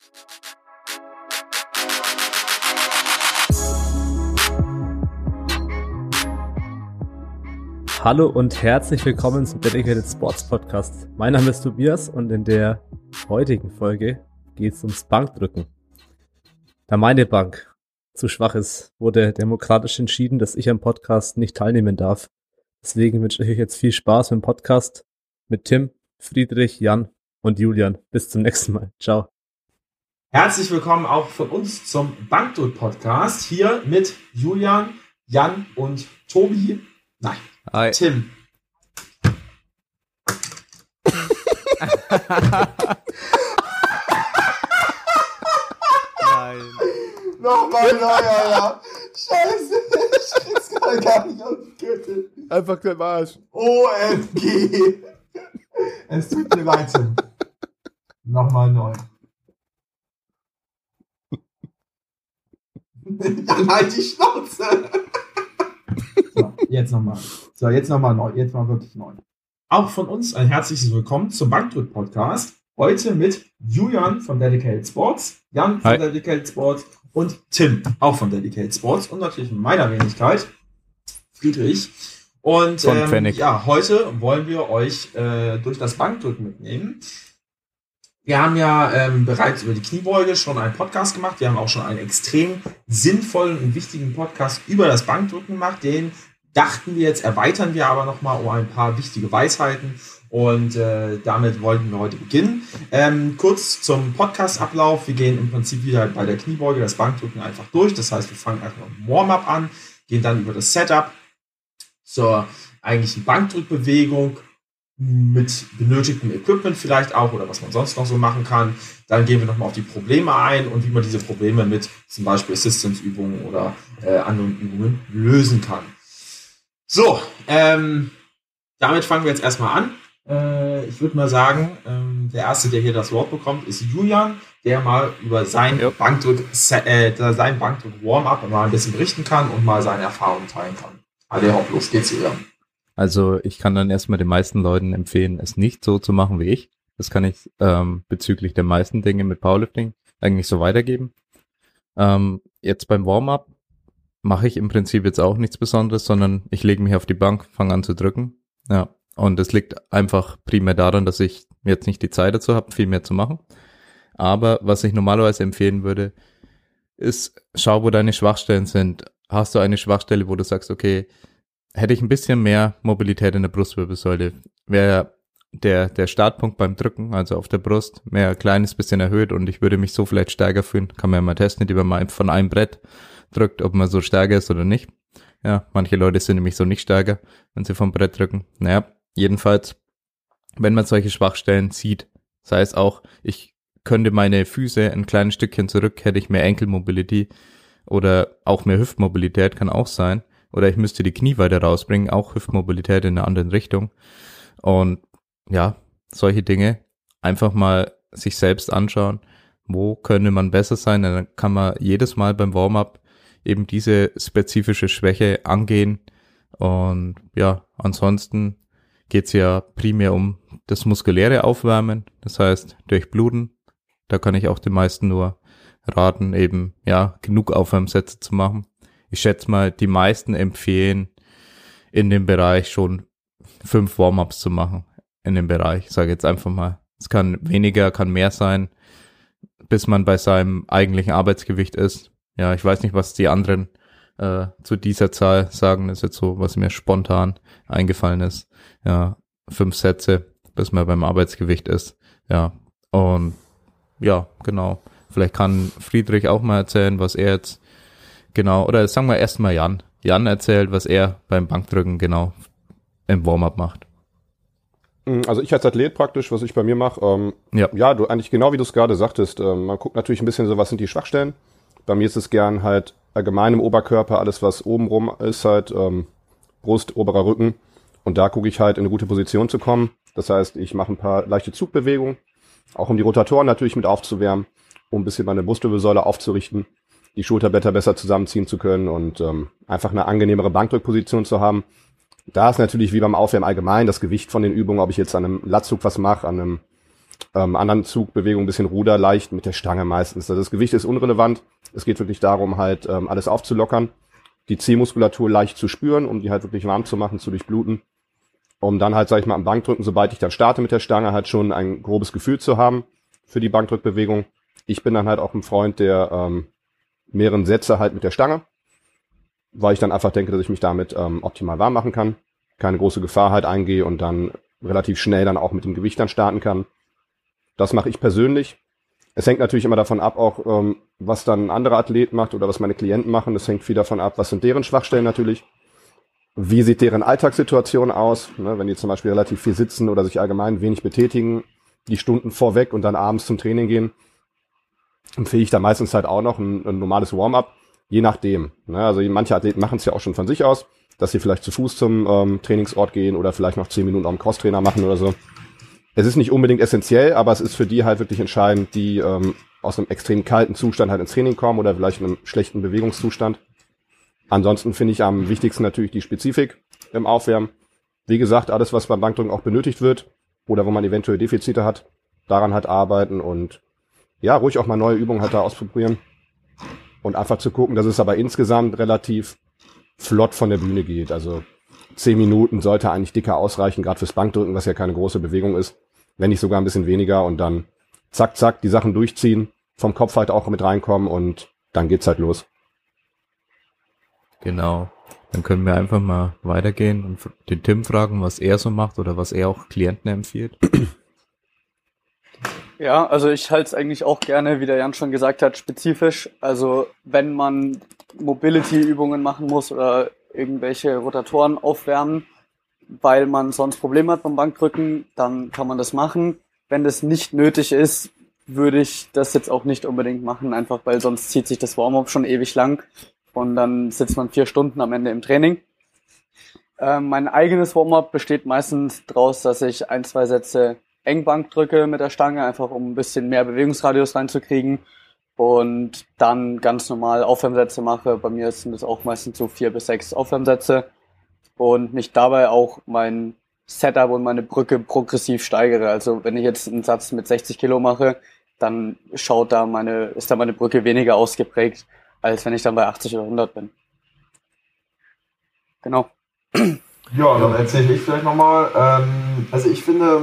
Hallo und herzlich willkommen zum Dedicated Sports Podcast. Mein Name ist Tobias und in der heutigen Folge geht es ums Bankdrücken. Da meine Bank zu schwach ist, wurde demokratisch entschieden, dass ich am Podcast nicht teilnehmen darf. Deswegen wünsche ich euch jetzt viel Spaß mit dem Podcast mit Tim, Friedrich, Jan und Julian. Bis zum nächsten Mal. Ciao. Herzlich willkommen auch von uns zum Bankdrück-Podcast. Hier mit Julian, Jan und Tobi. Nein. Hi. Tim. Nein. Nochmal neu, Alter. Scheiße, ich krieg's gerade gar nicht auf die Kette. Einfach kein Arsch. OMG. Es tut mir leid, Tim. Nochmal neu. Dann halt die Schnauze. Jetzt nochmal neu. Jetzt mal wirklich neu. Auch von uns ein herzliches Willkommen zum Bankdrück-Podcast. Heute mit Julian von Dedicated Sports, Jan von Dedicated Sports und Tim, auch von Dedicated Sports und natürlich in meiner Wenigkeit, Friedrich. Und heute wollen wir euch durch das Bankdrücken mitnehmen. Wir haben ja bereits über die Kniebeuge schon einen Podcast gemacht. Wir haben auch schon einen extrem sinnvollen und wichtigen Podcast über das Bankdrücken gemacht. Den dachten wir jetzt, erweitern wir aber nochmal um ein paar wichtige Weisheiten. Und damit wollten wir heute beginnen. Kurz zum Podcast-Ablauf. Wir gehen im Prinzip wieder bei der Kniebeuge das Bankdrücken einfach durch. Das heißt, wir fangen einfach mit dem Warm-up an, gehen dann über das Setup zur eigentlichen Bankdrückbewegung mit benötigtem Equipment vielleicht auch oder was man sonst noch so machen kann. Dann gehen wir nochmal auf die Probleme ein und wie man diese Probleme mit zum Beispiel Assistance-Übungen oder anderen Übungen lösen kann. So, damit fangen wir jetzt erstmal an. Ich würde mal sagen, der Erste, der hier das Wort bekommt, ist Julian, der mal über sein Bankdrück-Warm-up mal ein bisschen berichten kann und mal seine Erfahrungen teilen kann. Also hopp, los geht's, Julian. Also ich kann dann erstmal den meisten Leuten empfehlen, es nicht so zu machen wie ich. Das kann ich bezüglich der meisten Dinge mit Powerlifting eigentlich so weitergeben. Jetzt beim Warm-up mache ich im Prinzip jetzt auch nichts Besonderes, sondern ich lege mich auf die Bank, fange an zu drücken. Ja, und es liegt einfach primär daran, dass ich jetzt nicht die Zeit dazu habe, viel mehr zu machen. Aber was ich normalerweise empfehlen würde, ist, schau, wo deine Schwachstellen sind. Hast du eine Schwachstelle, wo du sagst, okay, hätte ich ein bisschen mehr Mobilität in der Brustwirbelsäule, wäre der Startpunkt beim Drücken, also auf der Brust, mehr ein kleines bisschen erhöht und ich würde mich so vielleicht stärker fühlen. Kann man ja mal testen, indem man mal von einem Brett drückt, ob man so stärker ist oder nicht. Ja, manche Leute sind nämlich so nicht stärker, wenn sie vom Brett drücken. Naja, jedenfalls, wenn man solche Schwachstellen sieht, sei es auch, ich könnte meine Füße ein kleines Stückchen zurück, hätte ich mehr Ankle-Mobility oder auch mehr Hüftmobilität, kann auch sein. Oder ich müsste die Knie weiter rausbringen, auch Hüftmobilität in eine andere Richtung. Und ja, solche Dinge einfach mal sich selbst anschauen, wo könnte man besser sein. Dann kann man jedes Mal beim Warm-up eben diese spezifische Schwäche angehen. Und ja, ansonsten geht's ja primär um das muskuläre Aufwärmen, das heißt Durchbluten. Da kann ich auch den meisten nur raten, eben ja genug Aufwärmsätze zu machen. Ich schätze mal, die meisten empfehlen in dem Bereich schon 5 Warm-ups zu machen in dem Bereich. Ich sage jetzt einfach mal, es kann weniger, kann mehr sein, bis man bei seinem eigentlichen Arbeitsgewicht ist. Ja, ich weiß nicht, was die anderen zu dieser Zahl sagen. Das ist jetzt so, was mir spontan eingefallen ist. Ja, 5 Sätze, bis man beim Arbeitsgewicht ist. Ja, und ja, genau. Vielleicht kann Friedrich auch mal erzählen, was er jetzt genau, oder sagen wir erstmal Jan. Jan erzählt, was er beim Bankdrücken genau im Warm-up macht. Also ich als Athlet praktisch, was ich bei mir mache, ja, du eigentlich genau wie du es gerade sagtest, man guckt natürlich ein bisschen so, was sind die Schwachstellen. Bei mir ist es gern halt allgemein im Oberkörper, alles was obenrum ist halt Brust, oberer Rücken und da gucke ich halt in eine gute Position zu kommen. Das heißt, ich mache ein paar leichte Zugbewegungen, auch um die Rotatoren natürlich mit aufzuwärmen, um ein bisschen meine Brustwirbelsäule aufzurichten, die Schulterblätter besser zusammenziehen zu können und einfach eine angenehmere Bankdrückposition zu haben. Da ist natürlich wie beim Aufwärmen allgemein das Gewicht von den Übungen, ob ich jetzt an einem Latzug was mache, an einem anderen Zugbewegungen, ein bisschen Ruder, leicht mit der Stange meistens. Also das Gewicht ist unrelevant. Es geht wirklich darum, halt alles aufzulockern, die Ziehmuskulatur leicht zu spüren, um die halt wirklich warm zu machen, zu durchbluten, um dann halt, sag ich mal, am Bankdrücken, sobald ich dann starte mit der Stange, halt schon ein grobes Gefühl zu haben für die Bankdrückbewegung. Ich bin dann halt auch ein Freund der mehreren Sätze halt mit der Stange, weil ich dann einfach denke, dass ich mich damit optimal warm machen kann, keine große Gefahr halt eingehe und dann relativ schnell dann auch mit dem Gewicht dann starten kann. Das mache ich persönlich. Es hängt natürlich immer davon ab, auch was dann ein anderer Athlet macht oder was meine Klienten machen. Das hängt viel davon ab, was sind deren Schwachstellen natürlich. Wie sieht deren Alltagssituation aus? Ne, wenn die zum Beispiel relativ viel sitzen oder sich allgemein wenig betätigen, die Stunden vorweg und dann abends zum Training gehen, empfehle ich da meistens halt auch noch ein normales Warm-up, je nachdem. Ne, also manche Athleten machen es ja auch schon von sich aus, dass sie vielleicht zu Fuß zum Trainingsort gehen oder vielleicht noch 10 Minuten auf dem Crosstrainer machen oder so. Es ist nicht unbedingt essentiell, aber es ist für die halt wirklich entscheidend, die aus einem extrem kalten Zustand halt ins Training kommen oder vielleicht in einem schlechten Bewegungszustand. Ansonsten finde ich am wichtigsten natürlich die Spezifik im Aufwärmen. Wie gesagt, alles, was beim Bankdrücken auch benötigt wird oder wo man eventuell Defizite hat, daran halt arbeiten und ja, ruhig auch mal neue Übungen halt da ausprobieren und einfach zu gucken, dass es aber insgesamt relativ flott von der Bühne geht. Also 10 Minuten sollte eigentlich dicker ausreichen, gerade fürs Bankdrücken, was ja keine große Bewegung ist, wenn nicht sogar ein bisschen weniger und dann zack, zack, die Sachen durchziehen, vom Kopf halt auch mit reinkommen und dann geht's halt los. Genau. Dann können wir einfach mal weitergehen und den Tim fragen, was er so macht oder was er auch Klienten empfiehlt. Ja, also ich halte es eigentlich auch gerne, wie der Jan schon gesagt hat, spezifisch. Also wenn man Mobility-Übungen machen muss oder irgendwelche Rotatoren aufwärmen, weil man sonst Probleme hat beim Bankdrücken, dann kann man das machen. Wenn das nicht nötig ist, würde ich das jetzt auch nicht unbedingt machen, einfach weil sonst zieht sich das Warm-up schon ewig lang und dann sitzt man 4 Stunden am Ende im Training. Mein eigenes Warm-up besteht meistens daraus, dass ich 1-2 Sätze Engbank drücke mit der Stange, einfach um ein bisschen mehr Bewegungsradius reinzukriegen und dann ganz normal Aufwärmsätze mache. Bei mir sind es auch meistens so 4 bis 6 Aufwärmsätze und mich dabei auch mein Setup und meine Brücke progressiv steigere. Also wenn ich jetzt einen Satz mit 60 Kilo mache, dann ist da meine Brücke weniger ausgeprägt, als wenn ich dann bei 80 oder 100 bin. Genau. Ja, dann erzähle ich vielleicht nochmal. Also ich finde,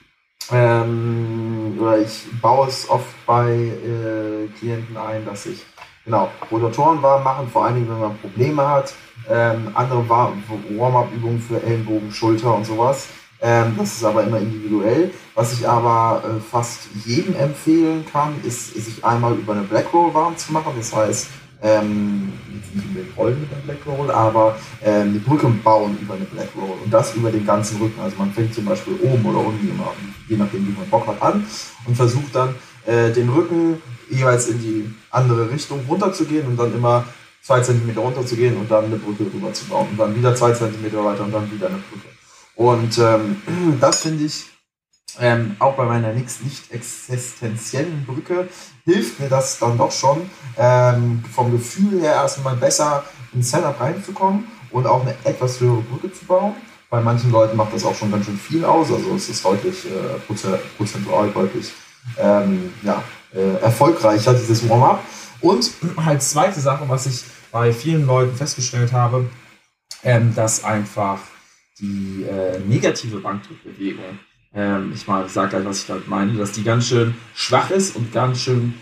ich baue es oft bei Klienten ein, dass ich Rotatoren warm machen, vor allen Dingen, wenn man Probleme hat. Andere Warm-up-Übungen für Ellenbogen, Schulter und sowas. Das ist aber immer individuell. Was ich aber fast jedem empfehlen kann, ist, sich einmal über eine Black Roll warm zu machen. Das heißt, nicht mit Rollen mit einer Black Roll, aber eine Brücke bauen über eine Black Roll und das über den ganzen Rücken. Also man fängt zum Beispiel oben oder unten, je nachdem wie man Bock hat, an und versucht dann den Rücken jeweils in die andere Richtung runter zu gehen und dann immer 2 cm runter zu gehen und dann eine Brücke rüber zu bauen und dann wieder 2 cm weiter und dann wieder eine Brücke. Und das finde ich auch bei meiner nicht existenziellen Brücke hilft mir das dann doch schon, vom Gefühl her erstmal besser ins Setup reinzukommen und auch eine etwas höhere Brücke zu bauen. Bei manchen Leuten macht das auch schon ganz schön viel aus, also es ist deutlich prozentual deutlich erfolgreicher, dieses Warm-up. Und als zweite Sache, was ich bei vielen Leuten festgestellt habe, dass einfach die negative Bankdrückbewegung, ich sage gleich, was ich damit meine, dass die ganz schön schwach ist und ganz schön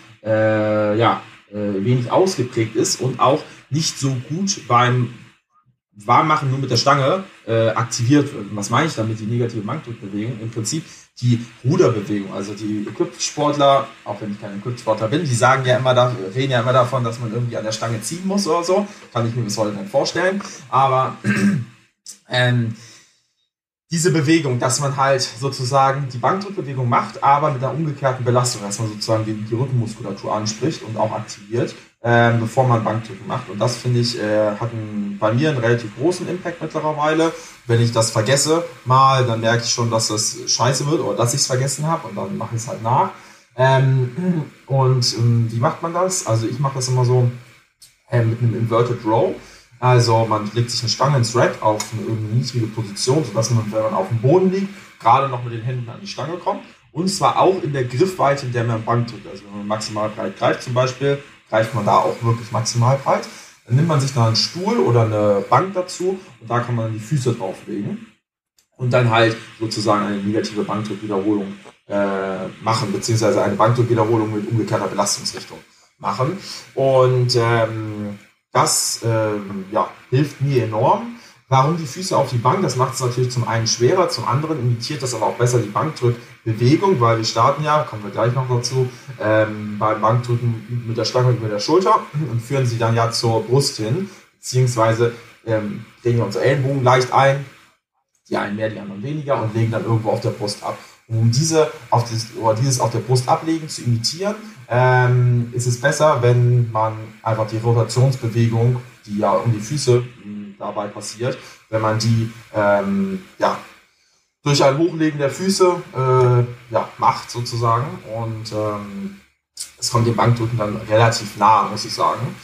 wenig ausgeprägt ist und auch nicht so gut beim Warmmachen nur mit der Stange aktiviert wird. Und was meine ich damit, die negative Bankdrückbewegung? Im Prinzip die Ruderbewegung. Also die Equipped-Sportler, auch wenn ich kein Equipped-Sportler bin, die reden ja immer davon, dass man irgendwie an der Stange ziehen muss oder so. Kann ich mir bis heute nicht vorstellen. Aber diese Bewegung, dass man halt sozusagen die Bankdrückbewegung macht, aber mit einer umgekehrten Belastung, dass man sozusagen die Rückenmuskulatur anspricht und auch aktiviert, bevor man Bankdrücken macht. Und das, finde ich, hat bei mir einen relativ großen Impact mittlerweile. Wenn ich das vergesse mal, dann merke ich schon, dass das scheiße wird oder dass ich es vergessen habe und dann mache ich es halt nach. Wie macht man das? Also ich mache das immer so mit einem Inverted Row. Also man legt sich eine Stange ins Rack auf eine niedrige Position, sodass man, wenn man auf dem Boden liegt, gerade noch mit den Händen an die Stange kommt Und zwar auch in der Griffweite, in der man Bank drückt. Also wenn man maximal breit greift zum Beispiel, greift man da auch wirklich maximal breit. Dann nimmt man sich da einen Stuhl oder eine Bank dazu und da kann man dann die Füße drauflegen und dann halt sozusagen eine negative Bankdrückwiederholung machen, beziehungsweise eine Bankdrückwiederholung mit umgekehrter Belastungsrichtung machen. Und das hilft mir enorm. Warum die Füße auf die Bank? Das macht es natürlich zum einen schwerer, zum anderen imitiert das aber auch besser die Bankdrückbewegung, weil wir starten ja, kommen wir gleich noch dazu, beim Bankdrücken mit der Stange und mit der Schulter und führen sie dann ja zur Brust hin, beziehungsweise legen wir unsere Ellenbogen leicht ein, die einen mehr, die anderen weniger und legen dann irgendwo auf der Brust ab. Um dieses auf der Brust ablegen zu imitieren, ist es besser, wenn man einfach die Rotationsbewegung, die ja um die Füße dabei passiert, wenn man die durch ein Hochlegen der Füße macht sozusagen und es kommt dem Bankdrücken dann relativ nah, muss ich sagen.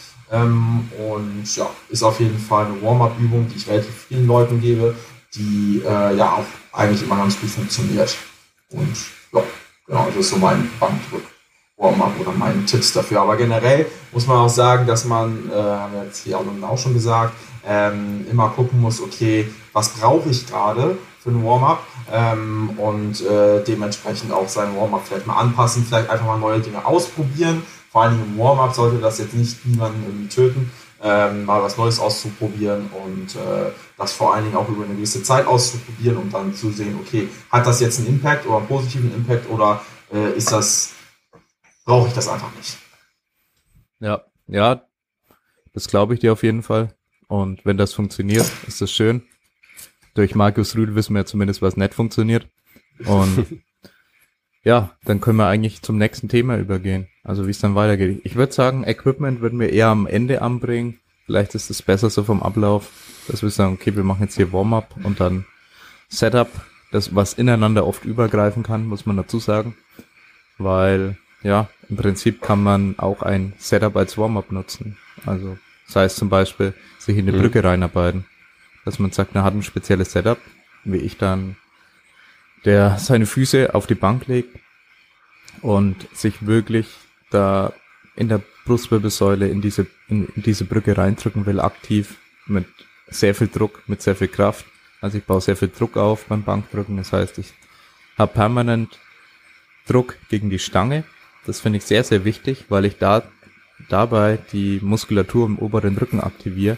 Ist auf jeden Fall eine Warm-up-Übung, die ich relativ vielen Leuten gebe, die auch eigentlich immer ganz gut funktioniert. Und ja, genau, das ist so mein Bankdrück-Warm-up oder meine Tipps dafür. Aber generell muss man auch sagen, dass man, haben wir jetzt hier auch schon gesagt, immer gucken muss, okay, was brauche ich gerade für ein Warm-up und dementsprechend auch sein Warm-up vielleicht mal anpassen, vielleicht einfach mal neue Dinge ausprobieren. Vor allem im Warm-up sollte das jetzt nicht niemanden irgendwie töten, mal was Neues auszuprobieren und das vor allen Dingen auch über eine gewisse Zeit auszuprobieren, um dann zu sehen, okay, hat das jetzt einen Impact oder einen positiven Impact oder brauche ich das einfach nicht. Ja, das glaube ich dir auf jeden Fall. Und wenn das funktioniert, ist das schön. Durch Markus Rühl wissen wir ja zumindest, was nicht funktioniert. Und ja, dann können wir eigentlich zum nächsten Thema übergehen. Also wie es dann weitergeht. Ich würde sagen, Equipment würden wir eher am Ende anbringen. Vielleicht ist es besser so vom Ablauf, dass wir sagen, okay, wir machen jetzt hier Warm-up und dann Setup, das was ineinander oft übergreifen kann, muss man dazu sagen. Weil, ja, im Prinzip kann man auch ein Setup als Warm-up nutzen. Also das heißt zum Beispiel, sich in eine Brücke reinarbeiten. Dass man sagt, man hat ein spezielles Setup, wie ich dann, der seine Füße auf die Bank legt und sich wirklich da in der Brustwirbelsäule in diese Brücke reindrücken will, aktiv, mit sehr viel Druck, mit sehr viel Kraft. Also ich baue sehr viel Druck auf beim Bankdrücken. Das heißt, ich habe permanent Druck gegen die Stange. Das finde ich sehr, sehr wichtig, weil ich dabei die Muskulatur im oberen Rücken aktiviere,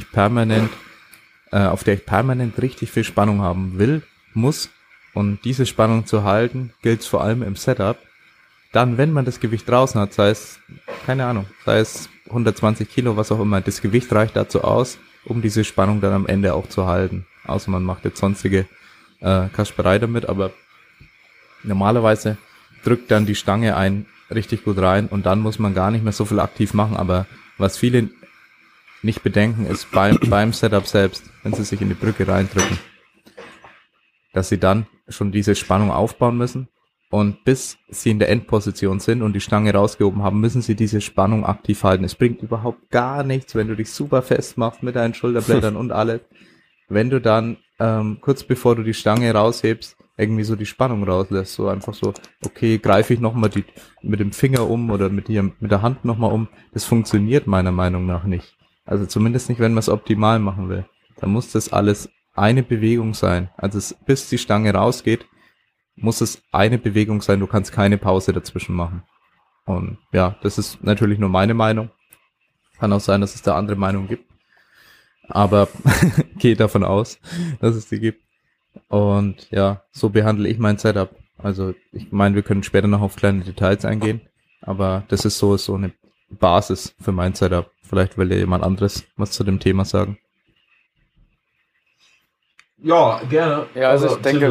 auf der ich permanent richtig viel Spannung haben muss. Und diese Spannung zu halten, gilt vor allem im Setup. Dann, wenn man das Gewicht draußen hat, sei es 120 Kilo, was auch immer, das Gewicht reicht dazu aus, um diese Spannung dann am Ende auch zu halten. Außer man macht jetzt sonstige Kasperei damit, aber normalerweise drückt dann die Stange einen richtig gut rein und dann muss man gar nicht mehr so viel aktiv machen. Aber was viele nicht bedenken, ist beim Setup selbst, wenn sie sich in die Brücke reindrücken, dass sie dann schon diese Spannung aufbauen müssen und bis sie in der Endposition sind und die Stange rausgehoben haben, müssen sie diese Spannung aktiv halten. Es bringt überhaupt gar nichts, wenn du dich super fest machst mit deinen Schulterblättern und alles, wenn du dann kurz bevor du die Stange raushebst, irgendwie so die Spannung rauslässt, so einfach so, okay, greife ich nochmal mit dem Finger um oder mit der Hand nochmal um. Das funktioniert meiner Meinung nach nicht. Also zumindest nicht, wenn man es optimal machen will. Da muss das alles eine Bewegung sein. Also bis die Stange rausgeht, muss es eine Bewegung sein. Du kannst keine Pause dazwischen machen. Und ja, das ist natürlich nur meine Meinung. Kann auch sein, dass es da andere Meinungen gibt. Aber gehe davon aus, dass es die gibt. Und ja, so behandle ich mein Setup. Also ich meine, wir können später noch auf kleine Details eingehen. Aber das ist so eine Basis für mein Setup. Vielleicht will ja jemand anderes was zu dem Thema sagen. Ja, gerne. Ja, also ich denke,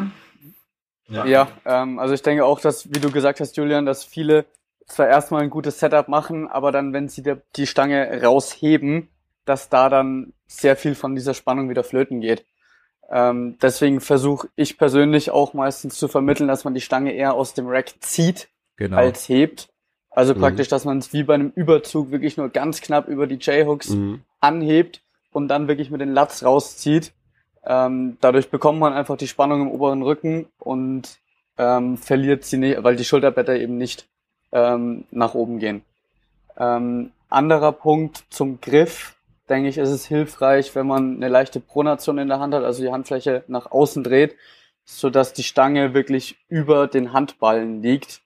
also ich denke auch, dass, wie du gesagt hast, Julian, dass viele zwar erstmal ein gutes Setup machen, aber dann, wenn sie die Stange rausheben, dass da dann sehr viel von dieser Spannung wieder flöten geht. Deswegen versuche ich persönlich auch meistens zu vermitteln, dass man die Stange eher aus dem Rack zieht, als hebt. Also praktisch, dass man es wie bei einem Überzug wirklich nur ganz knapp über die J-Hooks anhebt und dann wirklich mit den Lats rauszieht. Dadurch bekommt man einfach die Spannung im oberen Rücken und verliert sie nicht, weil die Schulterblätter eben nicht nach oben gehen. Anderer Punkt zum Griff, denke ich, ist es hilfreich, wenn man eine leichte Pronation in der Hand hat, also die Handfläche nach außen dreht, sodass die Stange wirklich über den Handballen liegt,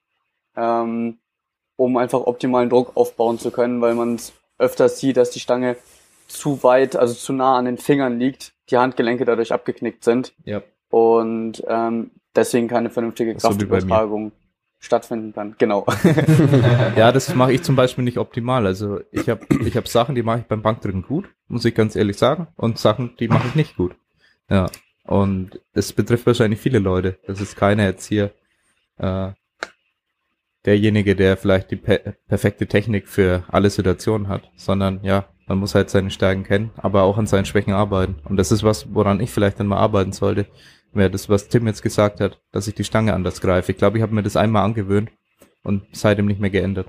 um einfach optimalen Druck aufbauen zu können, weil man es öfter sieht, dass die Stange zu weit, also zu nah an den Fingern liegt, die Handgelenke dadurch abgeknickt sind und deswegen keine vernünftige Kraftübertragung stattfinden kann. Genau. Ja, das mache ich zum Beispiel nicht optimal. Also ich hab Sachen, die mache ich beim Bankdrücken gut, muss ich ganz ehrlich sagen, und Sachen, die mache ich nicht gut. Ja, und das betrifft wahrscheinlich viele Leute. Das ist keiner jetzt hier derjenige, der vielleicht die perfekte Technik für alle Situationen hat, sondern ja, man muss halt seine Stärken kennen, aber auch an seinen Schwächen arbeiten. Und das ist was, woran ich vielleicht dann mal arbeiten sollte. Wäre das, was Tim jetzt gesagt hat, dass ich die Stange anders greife. Ich glaube, ich habe mir das einmal angewöhnt und seitdem nicht mehr geändert.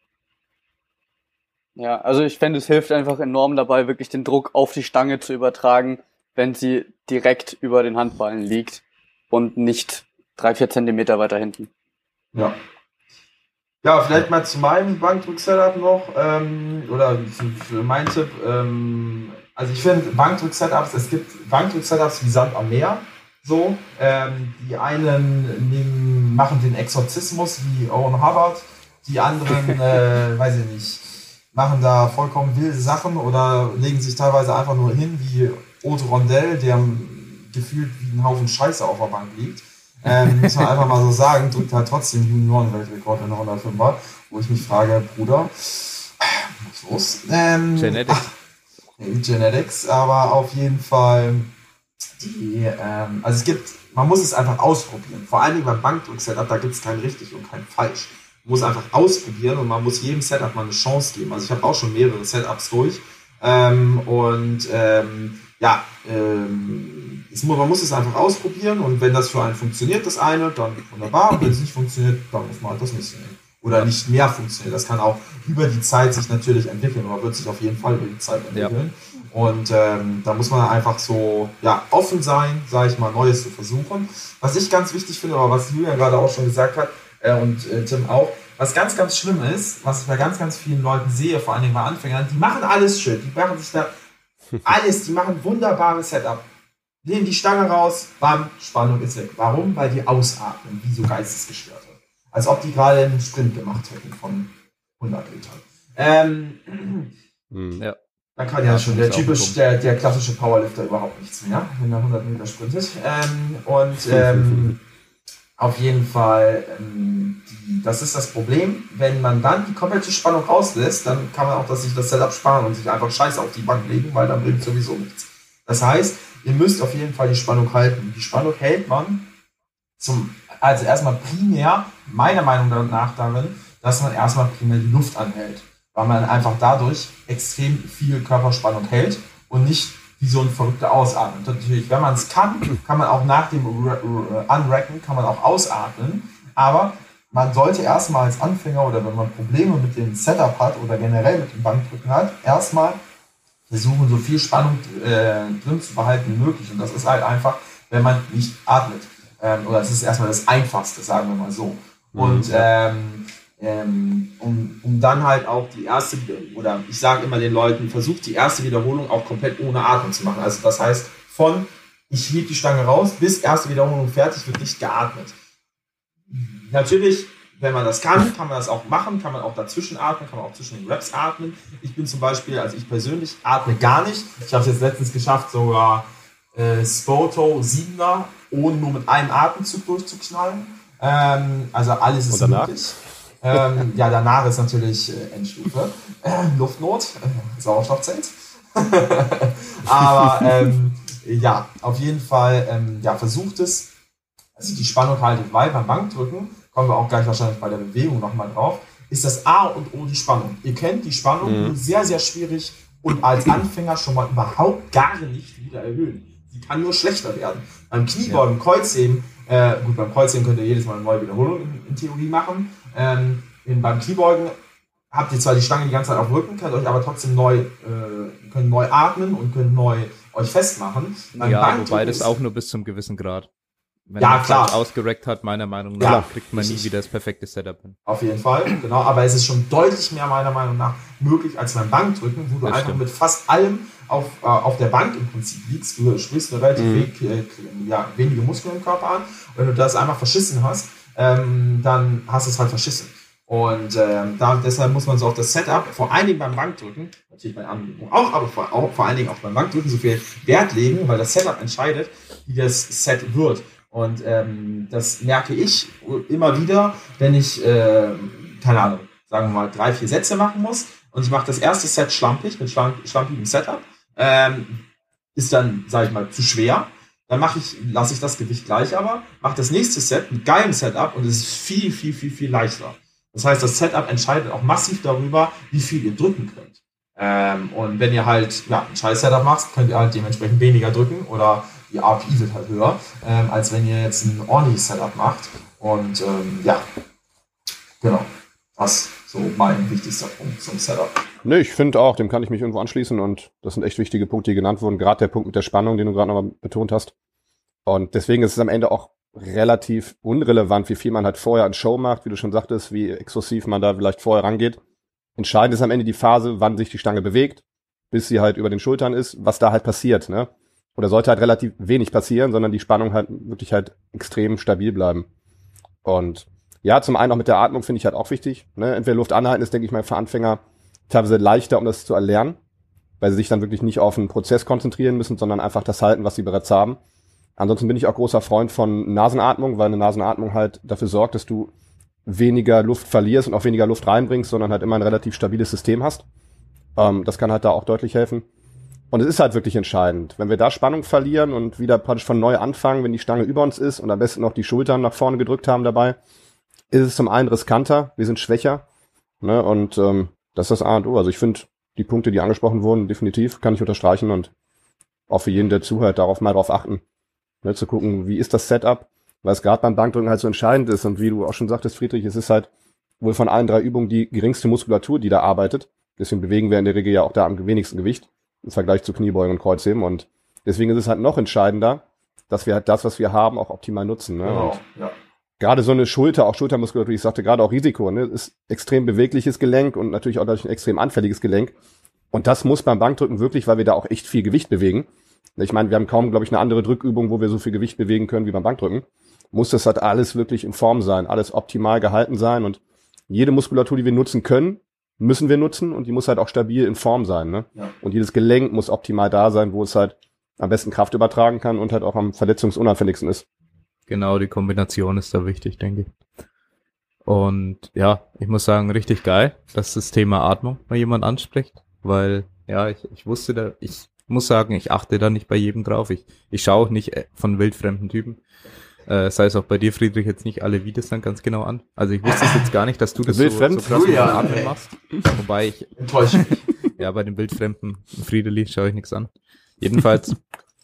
Ja, also ich fände, es hilft einfach enorm dabei, wirklich den Druck auf die Stange zu übertragen, wenn sie direkt über den Handballen liegt und nicht 3-4 Zentimeter weiter hinten. Ja. Ja, vielleicht mal zu meinem Bankdrück-Setup noch, oder für meinen Tipp. Also ich finde Bankdrück-Setups, es gibt Bankdrück-Setups wie Sand am Meer. So, die einen machen den Exorzismus wie Owen Hubbard, die anderen, weiß ich nicht, machen da vollkommen wilde Sachen oder legen sich teilweise einfach nur hin wie Otto Rondell, der gefühlt wie ein Haufen Scheiße auf der Bank liegt. Muss man einfach mal so sagen, drückt halt trotzdem Junioren-Weltrekord in der 105er, wo ich mich frage, Bruder, was los? Genetics, aber auf jeden Fall also man muss es einfach ausprobieren. Vor allen Dingen beim Bankdrück-Setup, da gibt es kein richtig und kein falsch. Man muss einfach ausprobieren und man muss jedem Setup mal eine Chance geben. Also ich habe auch schon mehrere Setups durch man muss es einfach ausprobieren und wenn das für einen funktioniert, das eine, dann wunderbar. Und wenn es nicht funktioniert, dann muss man halt das nächste nehmen. Oder nicht mehr funktioniert. Das kann auch über die Zeit sich natürlich entwickeln oder wird sich auf jeden Fall über die Zeit entwickeln. Ja. Und da muss man einfach so offen sein, sage ich mal, Neues zu versuchen. Was ich ganz wichtig finde, aber was Julian gerade auch schon gesagt hat und Tim auch, was ganz, ganz schlimm ist, was ich bei ganz, ganz vielen Leuten sehe, vor allem bei Anfängern, die machen alles schön, die machen sich da alles, die machen wunderbare Setup. Nehmen die Stange raus, bam, Spannung ist weg. Warum? Weil die ausatmen, wie so geistesgestörte. Als ob die gerade einen Sprint gemacht hätten von 100 Metern. Dann kann ja schon der klassische Powerlifter überhaupt nichts mehr, wenn er 100 Meter sprintet. Auf jeden Fall, das ist das Problem. Wenn man dann die komplette Spannung rauslässt, dann kann man auch sich das Setup sparen und sich einfach Scheiße auf die Bank legen, weil dann bringt sowieso nichts. Das heißt, ihr müsst auf jeden Fall die Spannung halten. Die Spannung hält man also erstmal primär, meiner Meinung nach darin, dass man erstmal primär die Luft anhält. Weil man einfach dadurch extrem viel Körperspannung hält und nicht wie so ein verrückter ausatmet. Natürlich, wenn man es kann man auch nach dem Unracken, kann man auch ausatmen, aber man sollte erstmal als Anfänger oder wenn man Probleme mit dem Setup hat oder generell mit dem Bankdrücken hat, erstmal versuchen, so viel Spannung drin zu behalten wie möglich. Und das ist halt einfach, wenn man nicht atmet. Oder das ist erstmal das Einfachste, sagen wir mal so. Und um dann halt auch die erste, oder ich sage immer den Leuten, versucht die erste Wiederholung auch komplett ohne Atmen zu machen. Also das heißt, von ich schiebe die Stange raus, bis erste Wiederholung fertig, wird nicht geatmet. Natürlich, wenn man das kann man das auch machen, kann man auch dazwischen atmen, kann man auch zwischen den Reps atmen. Ich bin zum Beispiel, also ich persönlich atme gar nicht. Ich habe es jetzt letztens geschafft, sogar Spoto 7er, ohne nur mit einem Atemzug durchzuknallen. Also alles ist möglich. Danach ist natürlich Endstufe. Luftnot, Sauerstoffzelt. Aber auf jeden Fall, versucht es, dass ihr die Spannung haltet, weil beim Bankdrücken, kommen wir auch gleich wahrscheinlich bei der Bewegung nochmal drauf, ist das A und O die Spannung. Ihr kennt die Spannung, sehr, sehr schwierig und als Anfänger schon mal überhaupt gar nicht wieder erhöhen. Die kann nur schlechter werden. Beim Kniebeugen, Kreuzheben, beim Kreuzheben könnt ihr jedes Mal eine neue Wiederholung in Theorie machen. Beim Kniebeugen habt ihr zwar die Stange die ganze Zeit auf Rücken, könnt euch aber trotzdem neu atmen und könnt neu euch festmachen. Wobei das auch nur bis zum gewissen Grad. wenn man falsch ausgerackt hat, meiner Meinung nach, kriegt man nie wieder das perfekte Setup hin. Auf jeden Fall, genau. Aber es ist schon deutlich mehr meiner Meinung nach möglich als beim Bankdrücken, wo du das einfach mit fast allem auf der Bank im Prinzip liegst. Du sprichst eine relativ wenige Muskeln im Körper an. Wenn du das einfach verschissen hast, dann hast du es halt verschissen. Und deshalb muss man so auf das Setup, vor allen Dingen beim Bankdrücken, natürlich bei anderen Übungen auch, aber vor allen Dingen auch beim Bankdrücken so viel Wert legen, weil das Setup entscheidet, wie das Set wird. Und das merke ich immer wieder, wenn ich, keine Ahnung, sagen wir mal 3-4 Sätze machen muss und ich mache das erste Set schlampig, mit schlampigem Setup, ist dann, sage ich mal, zu schwer. Dann lasse ich das Gewicht gleich aber, mache das nächste Set mit geilem Setup und es ist viel, viel, viel, viel leichter. Das heißt, das Setup entscheidet auch massiv darüber, wie viel ihr drücken könnt. Und wenn ihr halt ein scheiß Setup macht, könnt ihr halt dementsprechend weniger drücken oder die RPI wird halt höher, als wenn ihr jetzt ein ordentliches Setup macht. Und genau. Das ist so mein wichtigster Punkt zum Setup. Ne, ich finde auch, dem kann ich mich irgendwo anschließen und das sind echt wichtige Punkte, die genannt wurden. Gerade der Punkt mit der Spannung, den du gerade nochmal betont hast. Und deswegen ist es am Ende auch relativ unrelevant, wie viel man halt vorher an Show macht, wie du schon sagtest, wie exklusiv man da vielleicht vorher rangeht. Entscheidend ist am Ende die Phase, wann sich die Stange bewegt, bis sie halt über den Schultern ist, was da halt passiert, ne? Oder sollte halt relativ wenig passieren, sondern die Spannung halt wirklich halt extrem stabil bleiben. Und ja, zum einen auch mit der Atmung finde ich halt auch wichtig, ne? Entweder Luft anhalten ist, denke ich mal, für Anfänger teilweise leichter, um das zu erlernen, weil sie sich dann wirklich nicht auf einen Prozess konzentrieren müssen, sondern einfach das halten, was sie bereits haben. Ansonsten bin ich auch großer Freund von Nasenatmung, weil eine Nasenatmung halt dafür sorgt, dass du weniger Luft verlierst und auch weniger Luft reinbringst, sondern halt immer ein relativ stabiles System hast. Das kann halt da auch deutlich helfen. Und es ist halt wirklich entscheidend. Wenn wir da Spannung verlieren und wieder praktisch von neu anfangen, wenn die Stange über uns ist und am besten noch die Schultern nach vorne gedrückt haben dabei, ist es zum einen riskanter, wir sind schwächer, ne? Und das ist das A und O. Also ich finde, die Punkte, die angesprochen wurden, definitiv kann ich unterstreichen und auch für jeden, der zuhört, darauf mal drauf achten. Ne, zu gucken, wie ist das Setup, weil es gerade beim Bankdrücken halt so entscheidend ist und wie du auch schon sagtest, Friedrich, es ist halt wohl von allen 3 Übungen die geringste Muskulatur, die da arbeitet. Deswegen bewegen wir in der Regel ja auch da am wenigsten Gewicht im Vergleich zu Kniebeugen und Kreuzheben und deswegen ist es halt noch entscheidender, dass wir halt das, was wir haben, auch optimal nutzen. Ne? Genau, und gerade so eine Schulter, auch Schultermuskulatur, ich sagte gerade auch Risiko, ne, ist extrem bewegliches Gelenk und natürlich auch dadurch ein extrem anfälliges Gelenk und das muss beim Bankdrücken wirklich, weil wir da auch echt viel Gewicht bewegen. Ich meine, wir haben kaum, glaube ich, eine andere Drückübung, wo wir so viel Gewicht bewegen können wie beim Bankdrücken. Muss das halt alles wirklich in Form sein, alles optimal gehalten sein und jede Muskulatur, die wir nutzen können, müssen wir nutzen und die muss halt auch stabil in Form sein, ne? Ja. Und jedes Gelenk muss optimal da sein, wo es halt am besten Kraft übertragen kann und halt auch am verletzungsunanfälligsten ist. Genau, die Kombination ist da wichtig, denke ich. Und ja, ich muss sagen, richtig geil, dass das Thema Atmung mal jemand anspricht, weil ja, ich muss sagen, ich achte da nicht bei jedem drauf. Ich schaue auch nicht von wildfremden Typen. Sei es auch bei dir, Friedrich, jetzt nicht alle Videos dann ganz genau an. Also ich wusste es jetzt gar nicht, dass du das so krass mit Atmen machst. Wobei ich... Enttäuscht mich. Ja, bei den wildfremden Friedeli schaue ich nichts an. Jedenfalls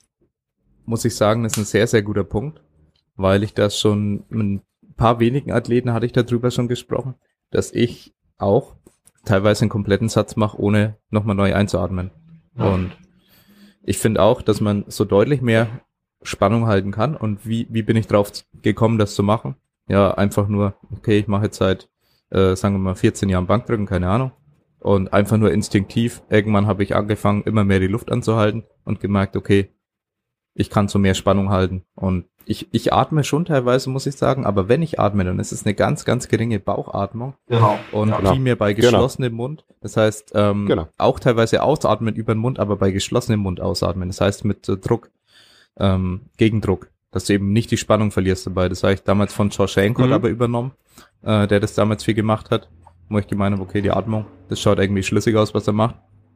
muss ich sagen, das ist ein sehr, sehr guter Punkt, weil ich das schon mit ein paar wenigen Athleten hatte ich darüber schon gesprochen, dass ich auch teilweise einen kompletten Satz mache, ohne nochmal neu einzuatmen. Ja. Und ich finde auch, dass man so deutlich mehr Spannung halten kann. Und wie bin ich drauf gekommen, das zu machen? Ja, einfach nur, okay, ich mache jetzt seit, sagen wir mal, 14 Jahren Bankdrücken, keine Ahnung. Und einfach nur instinktiv, irgendwann habe ich angefangen, immer mehr die Luft anzuhalten und gemerkt, okay, ich kann so mehr Spannung halten. Und ich atme schon teilweise, muss ich sagen, aber wenn ich atme, dann ist es eine ganz, ganz geringe Bauchatmung. Genau. Und primär bei geschlossenem Mund. Das heißt, auch teilweise ausatmen über den Mund, aber bei geschlossenem Mund ausatmen. Das heißt mit Druck, Gegendruck, dass du eben nicht die Spannung verlierst dabei. Das habe ich damals von Josh Hancock aber übernommen, der das damals viel gemacht hat, wo ich gemeint habe, okay, die Atmung, das schaut irgendwie schlüssig aus, was er macht.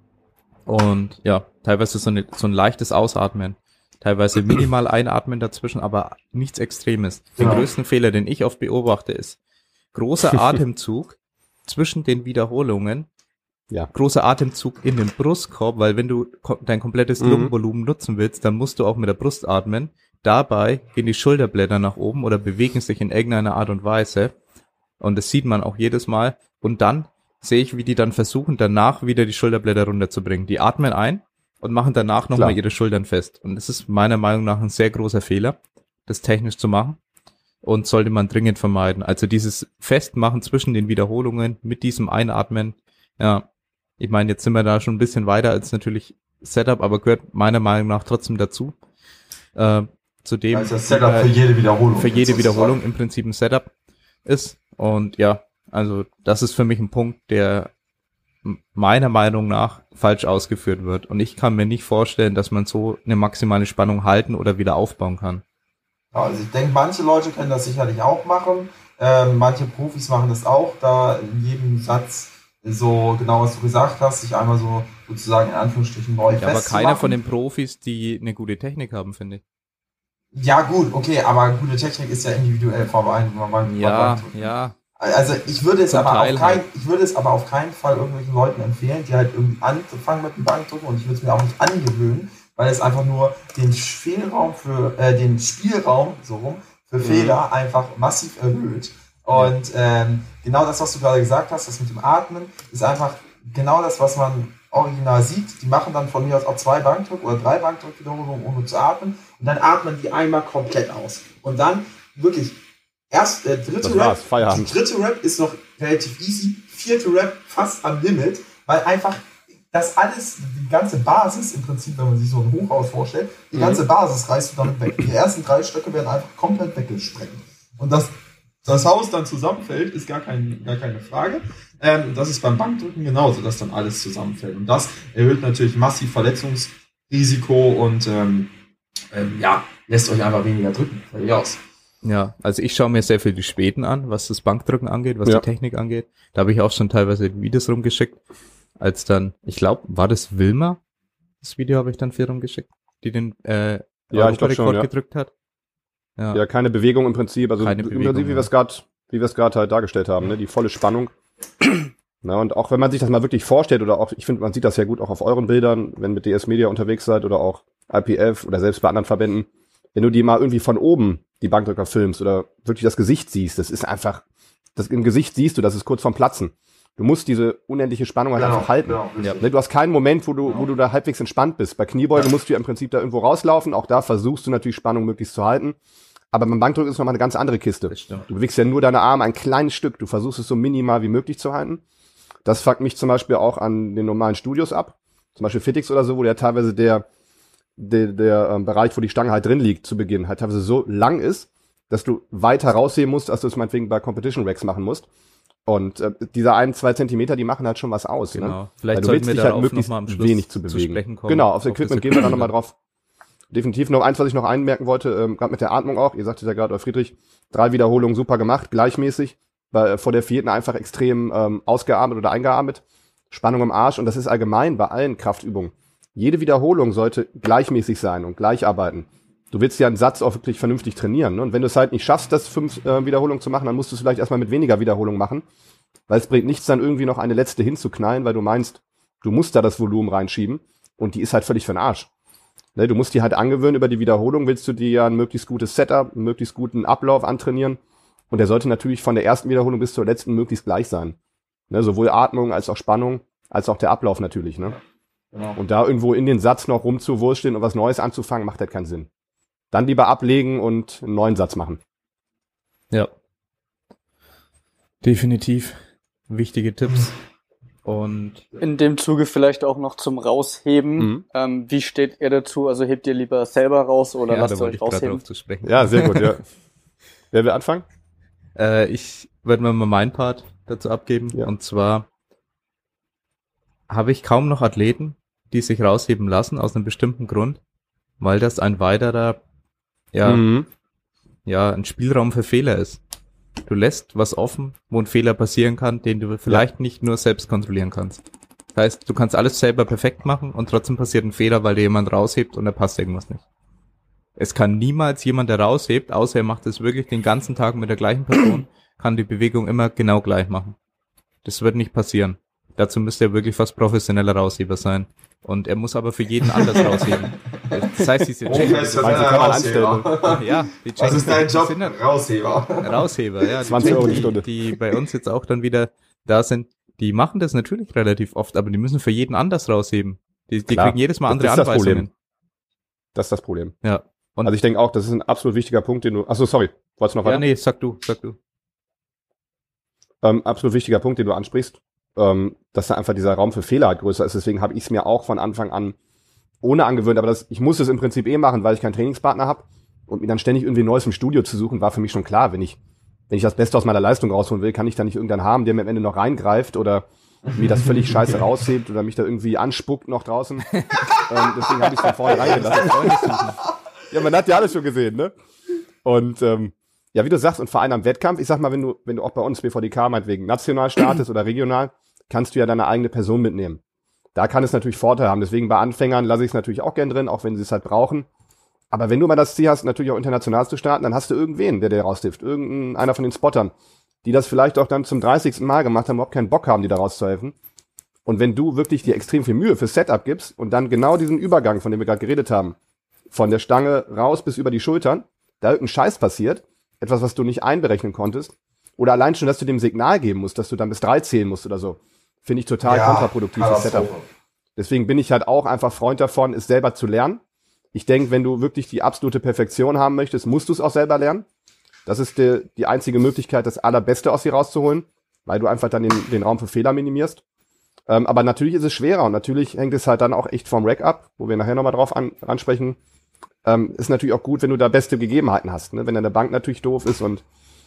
Und ja, teilweise so ein leichtes Ausatmen. Teilweise minimal einatmen dazwischen, aber nichts Extremes. Den größten Fehler, den ich oft beobachte, ist großer Atemzug zwischen den Wiederholungen, großer Atemzug in den Brustkorb, weil wenn du dein komplettes Lungenvolumen nutzen willst, dann musst du auch mit der Brust atmen. Dabei gehen die Schulterblätter nach oben oder bewegen sich in irgendeiner Art und Weise. Und das sieht man auch jedes Mal. Und dann sehe ich, wie die dann versuchen, danach wieder die Schulterblätter runterzubringen. Die atmen ein und machen danach nochmal ihre Schultern fest. Und das ist meiner Meinung nach ein sehr großer Fehler. das technisch zu machen und sollte man dringend vermeiden. Also dieses Festmachen zwischen den Wiederholungen mit diesem Einatmen, ja, ich meine, jetzt sind wir da schon ein bisschen weiter als natürlich Setup, aber gehört meiner Meinung nach trotzdem dazu. Zudem also das Setup für jede Wiederholung. Für jede Wiederholung im Prinzip ein Setup ist. Und ja, also das ist für mich ein Punkt, der meiner Meinung nach falsch ausgeführt wird. Und ich kann mir nicht vorstellen, dass man so eine maximale Spannung halten oder wieder aufbauen kann. Ja, also ich denke, manche Leute können das sicherlich auch machen. Manche Profis machen das auch, da in jedem Satz so genau, was du gesagt hast, sich einmal so sozusagen in Anführungsstrichen neu festzumachen. Aber keiner von den Profis, die eine gute Technik haben, finde ich. Ja gut, okay, aber gute Technik ist ja individuell vorbei. Ja. Also ich würde es aber auf keinen Fall irgendwelchen Leuten empfehlen, die halt irgendwie anfangen mit dem Bankdrücken, und ich würde es mir auch nicht angewöhnen, weil es einfach nur den Spielraum für Fehler einfach massiv erhöht. Und genau das, was du gerade gesagt hast, das mit dem Atmen, ist einfach genau das, was man original sieht. Die machen dann von mir aus auch 2 Bankdrück- oder 3 Bankdrückwiederholungen, ohne zu atmen. Und dann atmen die einmal komplett aus. Und dann wirklich erst dritte Rep ist noch relativ easy. 4. Rep fast am Limit, weil einfach das alles, die ganze Basis im Prinzip, wenn man sich so ein Hochhaus vorstellt, die ganze Basis reißt du damit weg. Die ersten 3 Stöcke werden einfach komplett weggesprengt. Und das Haus dann zusammenfällt, ist gar keine Frage. Das ist beim Bankdrücken genauso, dass dann alles zusammenfällt. Und das erhöht natürlich massiv Verletzungsrisiko und lässt euch einfach weniger drücken. Fertig aus. Ja, also ich schaue mir sehr viel die Späten an, was das Bankdrücken angeht, was die Technik angeht. Da habe ich auch schon teilweise Videos rumgeschickt, als dann, ich glaube, war das Wilma? Das Video habe ich dann viel rumgeschickt, die den Rekord gedrückt hat. Ja, keine Bewegung im Prinzip, also im Prinzip, wie wir es gerade halt dargestellt haben, ne? Die volle Spannung. Na, und auch wenn man sich das mal wirklich vorstellt, oder auch, ich finde, man sieht das ja gut auch auf euren Bildern, wenn mit DS Media unterwegs seid oder auch IPF oder selbst bei anderen Verbänden, wenn du die mal irgendwie von oben die Bankdrücker filmst oder wirklich das Gesicht siehst, das ist einfach, das im Gesicht siehst du, das ist kurz vorm Platzen. Du musst diese unendliche Spannung halt einfach halten. Ja. Du hast keinen Moment, wo du da halbwegs entspannt bist. Bei Kniebeugen musst du ja im Prinzip da irgendwo rauslaufen. Auch da versuchst du natürlich Spannung möglichst zu halten. Aber beim Bankdrücken ist nochmal eine ganz andere Kiste. Du bewegst ja nur deine Arme ein kleines Stück. Du versuchst es so minimal wie möglich zu halten. Das fuckt mich zum Beispiel auch an den normalen Studios ab. Zum Beispiel Fitix oder so, wo ja teilweise der Bereich, wo die Stange halt drin liegt zu Beginn, halt teilweise so lang ist, dass du weiter rausheben musst, als du es meinetwegen bei Competition Racks machen musst. Und diese 1-2 Zentimeter, die machen halt schon was aus. Genau. Ne? Vielleicht sollten wir darauf halt noch mal am Schluss wenig zu bewegen. sprechen kommen. Genau, aufs Equipment gehen wir dann nochmal drauf. Definitiv noch eins, was ich noch einmerken wollte, gerade mit der Atmung auch. Ihr sagtet ja gerade, Friedrich, 3 Wiederholungen super gemacht, gleichmäßig. Vor der 4. einfach extrem ausgeatmet oder eingeatmet. Spannung im Arsch. Und das ist allgemein bei allen Kraftübungen. Jede Wiederholung sollte gleichmäßig sein und gleich arbeiten. Du willst ja einen Satz auch wirklich vernünftig trainieren. Ne? Und wenn du es halt nicht schaffst, das 5 Wiederholungen zu machen, dann musst du es vielleicht erstmal mit weniger Wiederholungen machen. Weil es bringt nichts, dann irgendwie noch eine letzte hinzuknallen, weil du meinst, du musst da das Volumen reinschieben. Und die ist halt völlig für den Arsch. Ne? Du musst die halt angewöhnen über die Wiederholung, willst du dir ja ein möglichst gutes Setup, einen möglichst guten Ablauf antrainieren. Und der sollte natürlich von der ersten Wiederholung bis zur letzten möglichst gleich sein. Ne? Sowohl Atmung als auch Spannung, als auch der Ablauf natürlich. Ne? Genau. Und da irgendwo in den Satz noch rumzuwursteln und was Neues anzufangen, macht halt keinen Sinn. Dann lieber ablegen und einen neuen Satz machen. Ja. Definitiv. Wichtige Tipps. Und in dem Zuge vielleicht auch noch zum Rausheben. Wie steht ihr dazu? Also hebt ihr lieber selber raus oder lasst ihr euch rausheben? Ja, sehr gut, ja. Wer will anfangen? Ich werde mal meinen Part dazu abgeben. Ja. Und zwar habe ich kaum noch Athleten, die sich rausheben lassen aus einem bestimmten Grund, weil das ein weiterer, ein Spielraum für Fehler ist. Du lässt was offen, wo ein Fehler passieren kann, den du vielleicht nicht nur selbst kontrollieren kannst. Das heißt, du kannst alles selber perfekt machen und trotzdem passiert ein Fehler, weil dir jemand raushebt und da passt irgendwas nicht. Es kann niemals jemand, der raushebt, außer er macht es wirklich den ganzen Tag mit der gleichen Person, kann die Bewegung immer genau gleich machen. Das wird nicht passieren. Dazu müsste er wirklich fast professioneller Rausheber sein. Und er muss aber für jeden anders rausheben. Das heißt, diese Checks kann man anstellen. Ja, die Checks, was ist dein Job? Rausheber. Rausheber, ja. 20 Euro die Stunde. Die bei uns jetzt auch dann wieder da sind, die machen das natürlich relativ oft, aber die müssen für jeden anders rausheben. Die kriegen jedes Mal andere Anweisungen. Das ist das Problem. Ja. Und also ich denke auch, das ist ein absolut wichtiger Punkt, den du, achso, sorry, wolltest du noch weiter? Ja, nee, sag du. Absolut wichtiger Punkt, den du ansprichst, dass da einfach dieser Raum für Fehler halt größer ist. Deswegen habe ich es mir auch von Anfang an ohne angewöhnt, aber ich muss es im Prinzip machen, weil ich keinen Trainingspartner habe und mir dann ständig irgendwie Neues im Studio zu suchen, war für mich schon klar. Wenn ich das Beste aus meiner Leistung rausholen will, kann ich da nicht irgendeinen haben, der mir am Ende noch reingreift oder mir das völlig scheiße raushebt oder mich da irgendwie anspuckt noch draußen. Deswegen habe ich es von vornherein gelassen. Ja, man hat ja alles schon gesehen, ne? Und ja, wie du sagst, und vor allem am Wettkampf, ich sag mal, wenn du auch bei uns BVDK meinetwegen national startest oder regional, kannst du ja deine eigene Person mitnehmen. Da kann es natürlich Vorteile haben. Deswegen bei Anfängern lasse ich es natürlich auch gern drin, auch wenn sie es halt brauchen. Aber wenn du mal das Ziel hast, natürlich auch international zu starten, dann hast du irgendwen, der dir raushilft. Irgendeiner von den Spottern, die das vielleicht auch dann zum 30. Mal gemacht haben, überhaupt keinen Bock haben, die da rauszuhelfen. Und wenn du wirklich dir extrem viel Mühe fürs Setup gibst und dann genau diesen Übergang, von dem wir gerade geredet haben, von der Stange raus bis über die Schultern, da irgendein Scheiß passiert, etwas, was du nicht einberechnen konntest, oder allein schon, dass du dem Signal geben musst, dass du dann bis 3 zählen musst oder so, finde ich total kontraproduktiv, das Setup. Deswegen bin ich halt auch einfach Freund davon, es selber zu lernen. Ich denke, wenn du wirklich die absolute Perfektion haben möchtest, musst du es auch selber lernen. Das ist die einzige Möglichkeit, das Allerbeste aus dir rauszuholen, weil du einfach dann den Raum für Fehler minimierst. Aber natürlich ist es schwerer und natürlich hängt es halt dann auch echt vom Rack ab, wo wir nachher nochmal drauf ansprechen. Ist natürlich auch gut, wenn du da beste Gegebenheiten hast. Ne? Wenn deine Bank natürlich doof ist und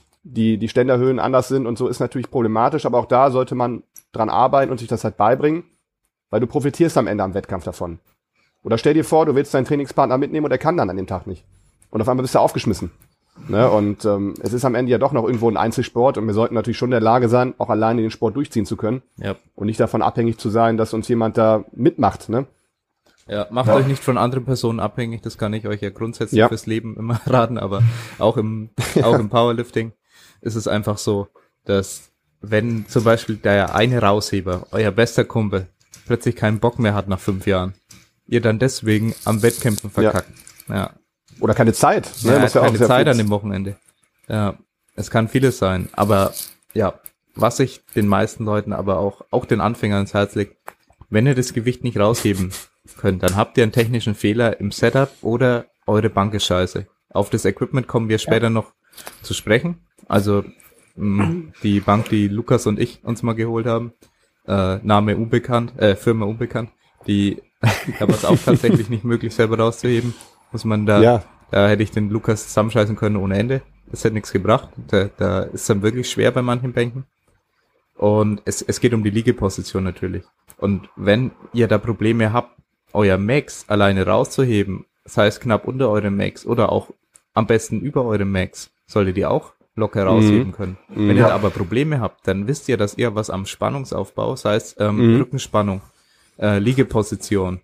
die Ständerhöhen anders sind und so, ist natürlich problematisch. Aber auch da sollte man dran arbeiten und sich das halt beibringen, weil du profitierst am Ende am Wettkampf davon. Oder stell dir vor, du willst deinen Trainingspartner mitnehmen und er kann dann an dem Tag nicht. Und auf einmal bist du aufgeschmissen. Ne? Und es ist am Ende ja doch noch irgendwo ein Einzelsport und wir sollten natürlich schon in der Lage sein, auch alleine den Sport durchziehen zu können. Ja. Und nicht davon abhängig zu sein, dass uns jemand da mitmacht. Ne? Ja, macht euch nicht von anderen Personen abhängig, das kann ich euch ja grundsätzlich fürs Leben immer raten, aber auch im Powerlifting ist es einfach so, dass wenn zum Beispiel der eine Rausheber, euer bester Kumpel, plötzlich keinen Bock mehr hat nach 5 Jahren, ihr dann deswegen am Wettkämpfen verkackt. Ja. Oder keine Zeit. Ne? Ja, keine Zeit an dem Wochenende. Ja, es kann vieles sein, aber ja, was ich den meisten Leuten, aber auch den Anfängern ins Herz legt, wenn ihr das Gewicht nicht rausheben könnt, dann habt ihr einen technischen Fehler im Setup oder eure Bank ist scheiße. Auf das Equipment kommen wir später noch zu sprechen. Also die Bank, die Lukas und ich uns mal geholt haben, Name unbekannt, Firma unbekannt, da war es auch tatsächlich nicht möglich, selber rauszuheben. Muss man da hätte ich den Lukas zusammenscheißen können ohne Ende. Das hätte nichts gebracht. Da ist dann wirklich schwer bei manchen Bänken. Und es geht um die Liegeposition natürlich. Und wenn ihr da Probleme habt, euer Max alleine rauszuheben, das heißt knapp unter eurem Max oder auch am besten über eurem Max, solltet ihr auch locker rausheben können. Wenn ihr aber Probleme habt, dann wisst ihr, dass ihr was am Spannungsaufbau, das heißt Rückenspannung, Liegeposition,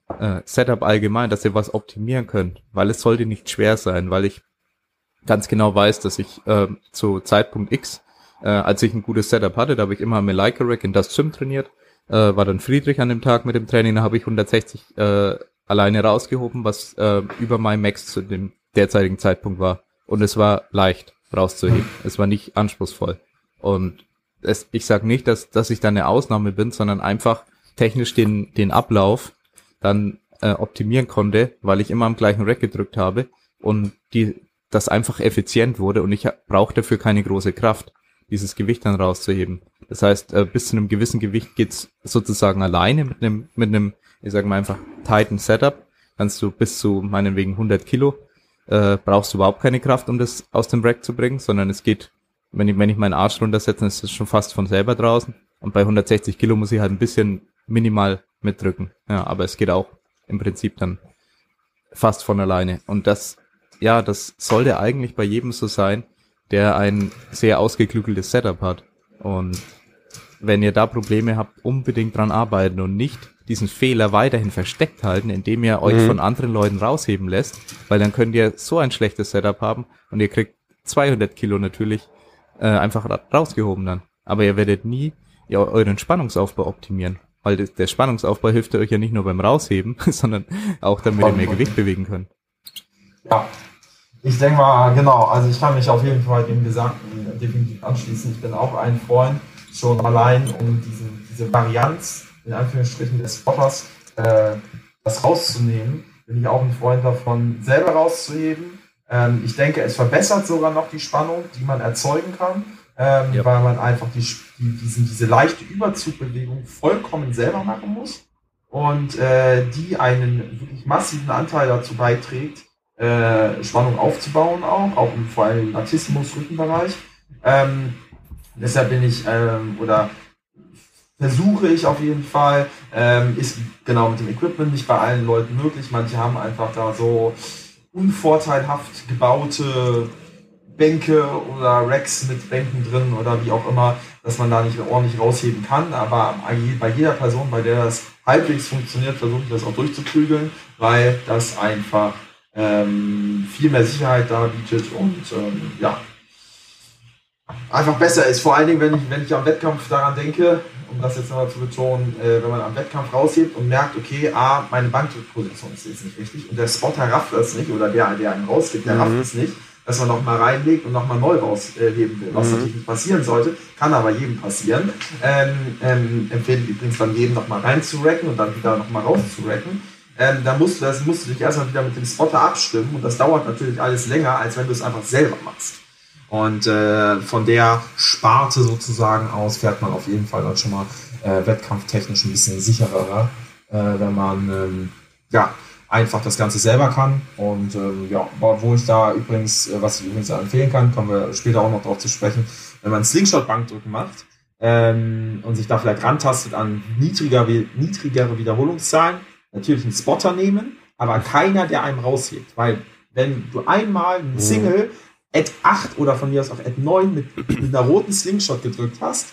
Setup allgemein, dass ihr was optimieren könnt, weil es sollte nicht schwer sein, weil ich ganz genau weiß, dass ich zu Zeitpunkt X, als ich ein gutes Setup hatte, da habe ich immer am Leica Rack in das Gym trainiert, war dann Friedrich an dem Tag mit dem Training, da habe ich 160 alleine rausgehoben, was über meinem Max zu dem derzeitigen Zeitpunkt war. Und es war leicht rauszuheben. Es war nicht anspruchsvoll. Und ich sage nicht, dass ich da eine Ausnahme bin, sondern einfach technisch den Ablauf dann optimieren konnte, weil ich immer am gleichen Rack gedrückt habe und das einfach effizient wurde und ich brauche dafür keine große Kraft, dieses Gewicht dann rauszuheben. Das heißt, bis zu einem gewissen Gewicht geht's sozusagen alleine mit einem, ich sage mal einfach tighten Setup. Kannst du bis zu meinetwegen 100 Kilo brauchst du überhaupt keine Kraft, um das aus dem Rack zu bringen, sondern es geht, wenn ich meinen Arsch runtersetze, dann ist es schon fast von selber draußen. Und bei 160 Kilo muss ich halt ein bisschen minimal mitdrücken. Ja, aber es geht auch im Prinzip dann fast von alleine. Und das sollte eigentlich bei jedem so sein, der ein sehr ausgeklügeltes Setup hat. Und wenn ihr da Probleme habt, unbedingt dran arbeiten und nicht diesen Fehler weiterhin versteckt halten, indem ihr euch von anderen Leuten rausheben lässt, weil dann könnt ihr so ein schlechtes Setup haben und ihr kriegt 200 Kilo natürlich einfach rausgehoben dann. Aber ihr werdet nie euren Spannungsaufbau optimieren, weil der Spannungsaufbau hilft euch ja nicht nur beim Rausheben, sondern auch damit ihr mehr Gewicht bewegen könnt. Ja, ich denke mal, genau, also ich kann mich auf jeden Fall dem Gesagten definitiv anschließen. Ich bin auch ein Freund, schon allein um diese Varianz, in Anführungsstrichen, des Spotters, das rauszunehmen, bin ich auch ein Freund davon, selber rauszuheben. Ich denke, es verbessert sogar noch die Spannung, die man erzeugen kann, weil man einfach diese leichte Überzugbewegung vollkommen selber machen muss und die einen wirklich massiven Anteil dazu beiträgt, Spannung aufzubauen, auch vor allem im Latissimus-Rückenbereich. Deshalb bin ich versuche ich auf jeden Fall, ist genau mit dem Equipment nicht bei allen Leuten möglich. Manche haben einfach da so unvorteilhaft gebaute Bänke oder Racks mit Bänken drin oder wie auch immer, dass man da nicht ordentlich rausheben kann. Aber bei jeder Person, bei der das halbwegs funktioniert, versuche ich das auch durchzuprügeln, weil das einfach viel mehr Sicherheit da bietet und einfach besser ist. Vor allen Dingen, wenn ich am Wettkampf daran denke, um das jetzt nochmal zu betonen, wenn man am Wettkampf raushebt und merkt, okay, meine Bankdrückposition ist jetzt nicht richtig und der Spotter rafft das nicht oder der einen rausgibt, der rafft es nicht, dass man nochmal reinlegt und nochmal neu rausheben will, was natürlich nicht passieren sollte, kann aber jedem passieren. Empfehle ich übrigens dann jedem nochmal reinzuracken und dann wieder nochmal rauszuracken. Da musst du dich erstmal wieder mit dem Spotter abstimmen und das dauert natürlich alles länger, als wenn du es einfach selber machst. Und von der Sparte sozusagen aus fährt man auf jeden Fall dann schon mal wettkampftechnisch ein bisschen sicherer, wenn man einfach das Ganze selber kann. Und wo ich da übrigens, was ich übrigens empfehlen kann, kommen wir später auch noch drauf zu sprechen, wenn man Slingshot-Bankdrücken macht und sich da vielleicht rantastet an niedrigere Wiederholungszahlen, natürlich einen Spotter nehmen, aber keiner, der einem raushebt. Weil wenn du einmal einen Single Ad 8 oder von mir aus auch Ad 9 mit einer roten Slingshot gedrückt hast,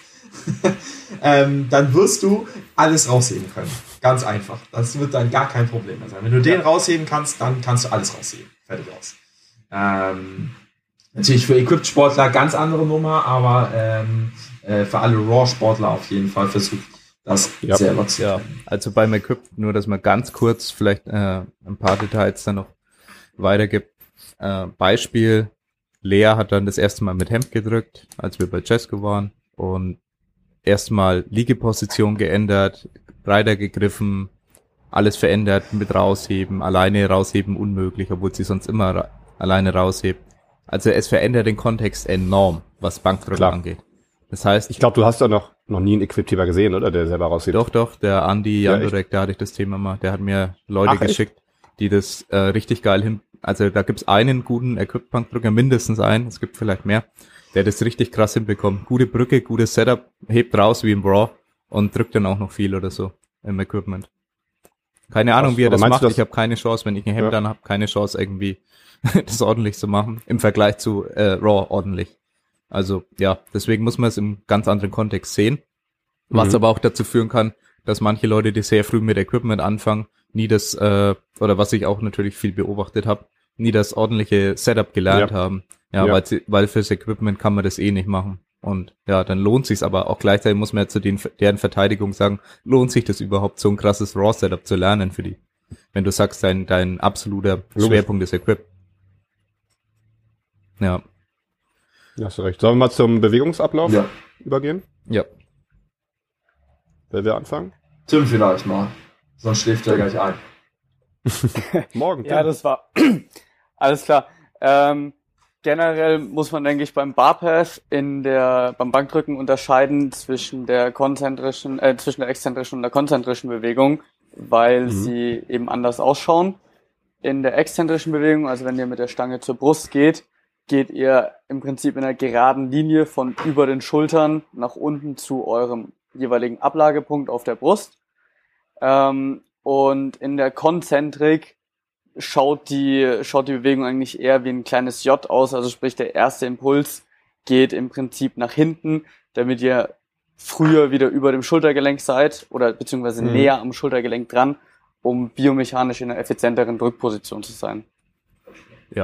dann wirst du alles rausheben können. Ganz einfach. Das wird dann gar kein Problem mehr sein. Wenn du den rausheben kannst, dann kannst du alles rausheben. Fertig aus. Natürlich für Equipped-Sportler ganz andere Nummer, aber für alle Raw-Sportler auf jeden Fall versucht, das selber zu können. Also beim Equipped, nur dass man ganz kurz vielleicht ein paar Details dann noch weitergibt. Beispiel, Lea hat dann das erste Mal mit Hemd gedrückt, als wir bei Cesco waren und erstmal Liegeposition geändert, breiter gegriffen, alles verändert mit rausheben, alleine rausheben unmöglich, obwohl sie sonst immer alleine raushebt. Also es verändert den Kontext enorm, was Bankdrücken angeht. Das heißt, ich glaube, du hast da noch nie einen Equiptiver gesehen, oder? Der selber raushebt. Doch, der Andi Jandorek, da hatte ich das Thema mal, der hat mir Leute geschickt, die das richtig geil also da gibt's einen guten Equip-Bankdrücker, mindestens einen, es gibt vielleicht mehr, der das richtig krass hinbekommt. Gute Brücke, gutes Setup, hebt raus wie im Raw und drückt dann auch noch viel oder so im Equipment. Keine Ahnung, wie er das macht. Ich habe keine Chance, wenn ich ein Hemd dann habe, keine Chance irgendwie das ordentlich zu machen, im Vergleich zu Raw ordentlich. Also ja, deswegen muss man es im ganz anderen Kontext sehen, was aber auch dazu führen kann, dass manche Leute, die sehr früh mit Equipment anfangen, nie das, oder was ich auch natürlich viel beobachtet habe, nie das ordentliche Setup gelernt haben. Ja, weil fürs Equipment kann man das nicht machen. Und ja, dann lohnt sich's, aber auch gleichzeitig muss man ja zu deren Verteidigung sagen, lohnt sich das überhaupt, so ein krasses Raw-Setup zu lernen für die? Wenn du sagst, dein absoluter Schwerpunkt ist Equip. Ja. Ja, hast du recht. Sollen wir mal zum Bewegungsablauf übergehen? Ja. Wer will anfangen? Tim vielleicht mal. Sonst schläft er gleich ein. Morgen. Ja, das war alles klar. Generell muss man, denke ich, beim Barpath beim Bankdrücken unterscheiden zwischen der exzentrischen und der konzentrischen Bewegung, weil sie eben anders ausschauen. In der exzentrischen Bewegung, also wenn ihr mit der Stange zur Brust geht ihr im Prinzip in einer geraden Linie von über den Schultern nach unten zu eurem jeweiligen Ablagepunkt auf der Brust. Und in der Konzentrik schaut die Bewegung eigentlich eher wie ein kleines J aus, also sprich der erste Impuls geht im Prinzip nach hinten, damit ihr früher wieder über dem Schultergelenk seid oder beziehungsweise näher am Schultergelenk dran, um biomechanisch in einer effizienteren Drückposition zu sein. Ja.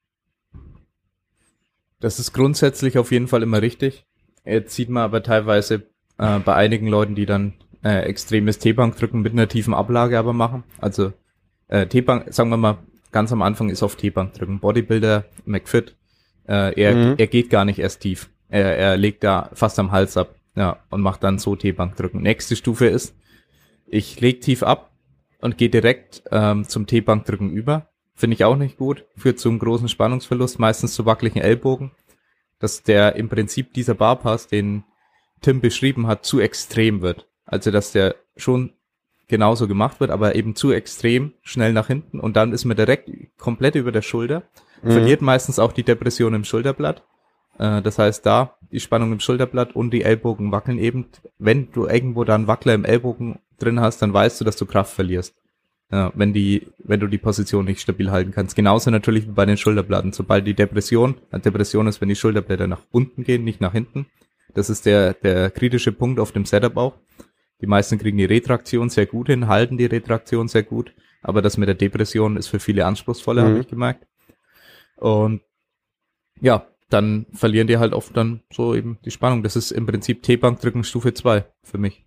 Das ist grundsätzlich auf jeden Fall immer richtig. Jetzt sieht man aber teilweise bei einigen Leuten, die dann extremes T-Bank-Drücken mit einer tiefen Ablage aber machen. Also T-Bank, sagen wir mal, ganz am Anfang ist auf T-Bank drücken. Bodybuilder, McFit, er geht gar nicht erst tief. Er legt da fast am Hals ab, und macht dann so T-Bank drücken. Nächste Stufe ist, ich leg tief ab, und geht direkt zum T-Bankdrücken über. Finde ich auch nicht gut. Führt zu einem großen Spannungsverlust, meistens zu wackeligen Ellbogen. Dass der im Prinzip dieser Barpass, den Tim beschrieben hat, zu extrem wird. Also dass der schon genauso gemacht wird, aber eben zu extrem schnell nach hinten und dann ist man direkt komplett über der Schulter. Verliert meistens auch die Depression im Schulterblatt. Das heißt, da die Spannung im Schulterblatt und die Ellbogen wackeln eben. Wenn du irgendwo da einen Wackler im Ellbogen drin hast, dann weißt du, dass du Kraft verlierst. Ja, wenn du die Position nicht stabil halten kannst. Genauso natürlich wie bei den Schulterblatten. Sobald die Depression ist, wenn die Schulterblätter nach unten gehen, nicht nach hinten. Das ist der kritische Punkt auf dem Setup auch. Die meisten kriegen die Retraktion sehr gut hin, halten die Retraktion sehr gut. Aber das mit der Depression ist für viele anspruchsvoller, habe ich gemerkt. Und ja, dann verlieren die halt oft dann so eben die Spannung. Das ist im Prinzip T-Bankdrücken Stufe 2 für mich.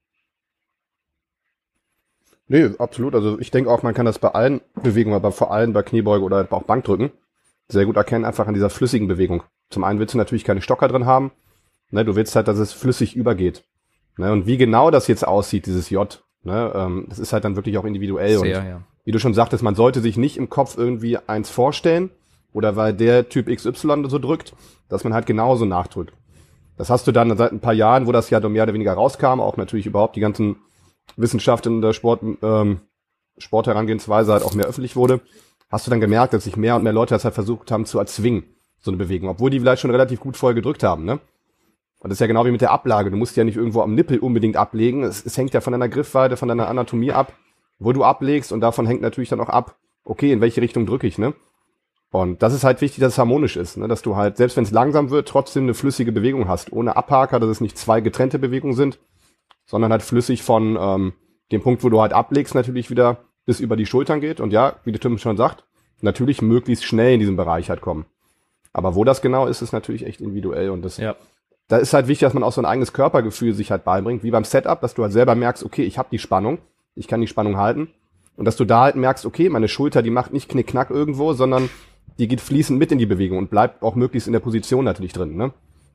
Nee, absolut. Also ich denke auch, man kann das bei allen Bewegungen, aber vor allem bei Kniebeuge oder auch Bankdrücken sehr gut erkennen, einfach an dieser flüssigen Bewegung. Zum einen willst du natürlich keine Stocker drin haben. Ne, du willst halt, dass es flüssig übergeht. Ne, und wie genau das jetzt aussieht, dieses J, ne, das ist halt dann wirklich auch individuell. Sehr, und ja. Wie du schon sagtest, man sollte sich nicht im Kopf irgendwie eins vorstellen oder weil der Typ XY so drückt, dass man halt genauso nachdrückt. Das hast du dann seit ein paar Jahren, wo das ja mehr oder weniger rauskam, auch natürlich überhaupt die ganzen Wissenschaft in der Sportherangehensweise halt auch mehr öffentlich wurde, hast du dann gemerkt, dass sich mehr und mehr Leute das halt versucht haben zu erzwingen, so eine Bewegung, obwohl die vielleicht schon relativ gut voll gedrückt haben, ne? Und das ist ja genau wie mit der Ablage. Du musst ja nicht irgendwo am Nippel unbedingt ablegen. Es hängt ja von deiner Griffweite, von deiner Anatomie ab, wo du ablegst und davon hängt natürlich dann auch ab, okay, in welche Richtung drücke ich, ne? Und das ist halt wichtig, dass es harmonisch ist, ne? Dass du halt, selbst wenn es langsam wird, trotzdem eine flüssige Bewegung hast, ohne Abhaker, dass es nicht zwei getrennte Bewegungen sind, sondern halt flüssig von dem Punkt, wo du halt ablegst, natürlich wieder bis über die Schultern geht. Und ja, wie der Tim schon sagt, natürlich möglichst schnell in diesem Bereich halt kommen. Aber wo das genau ist, ist natürlich echt individuell. Und da ist halt wichtig, dass man auch so ein eigenes Körpergefühl sich halt beibringt, wie beim Setup, dass du halt selber merkst, okay, ich habe die Spannung, ich kann die Spannung halten. Und dass du da halt merkst, okay, meine Schulter, die macht nicht Knick-Knack irgendwo, sondern die geht fließend mit in die Bewegung und bleibt auch möglichst in der Position natürlich drin, ne?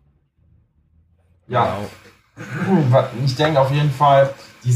Ja. Ich denke auf jeden Fall,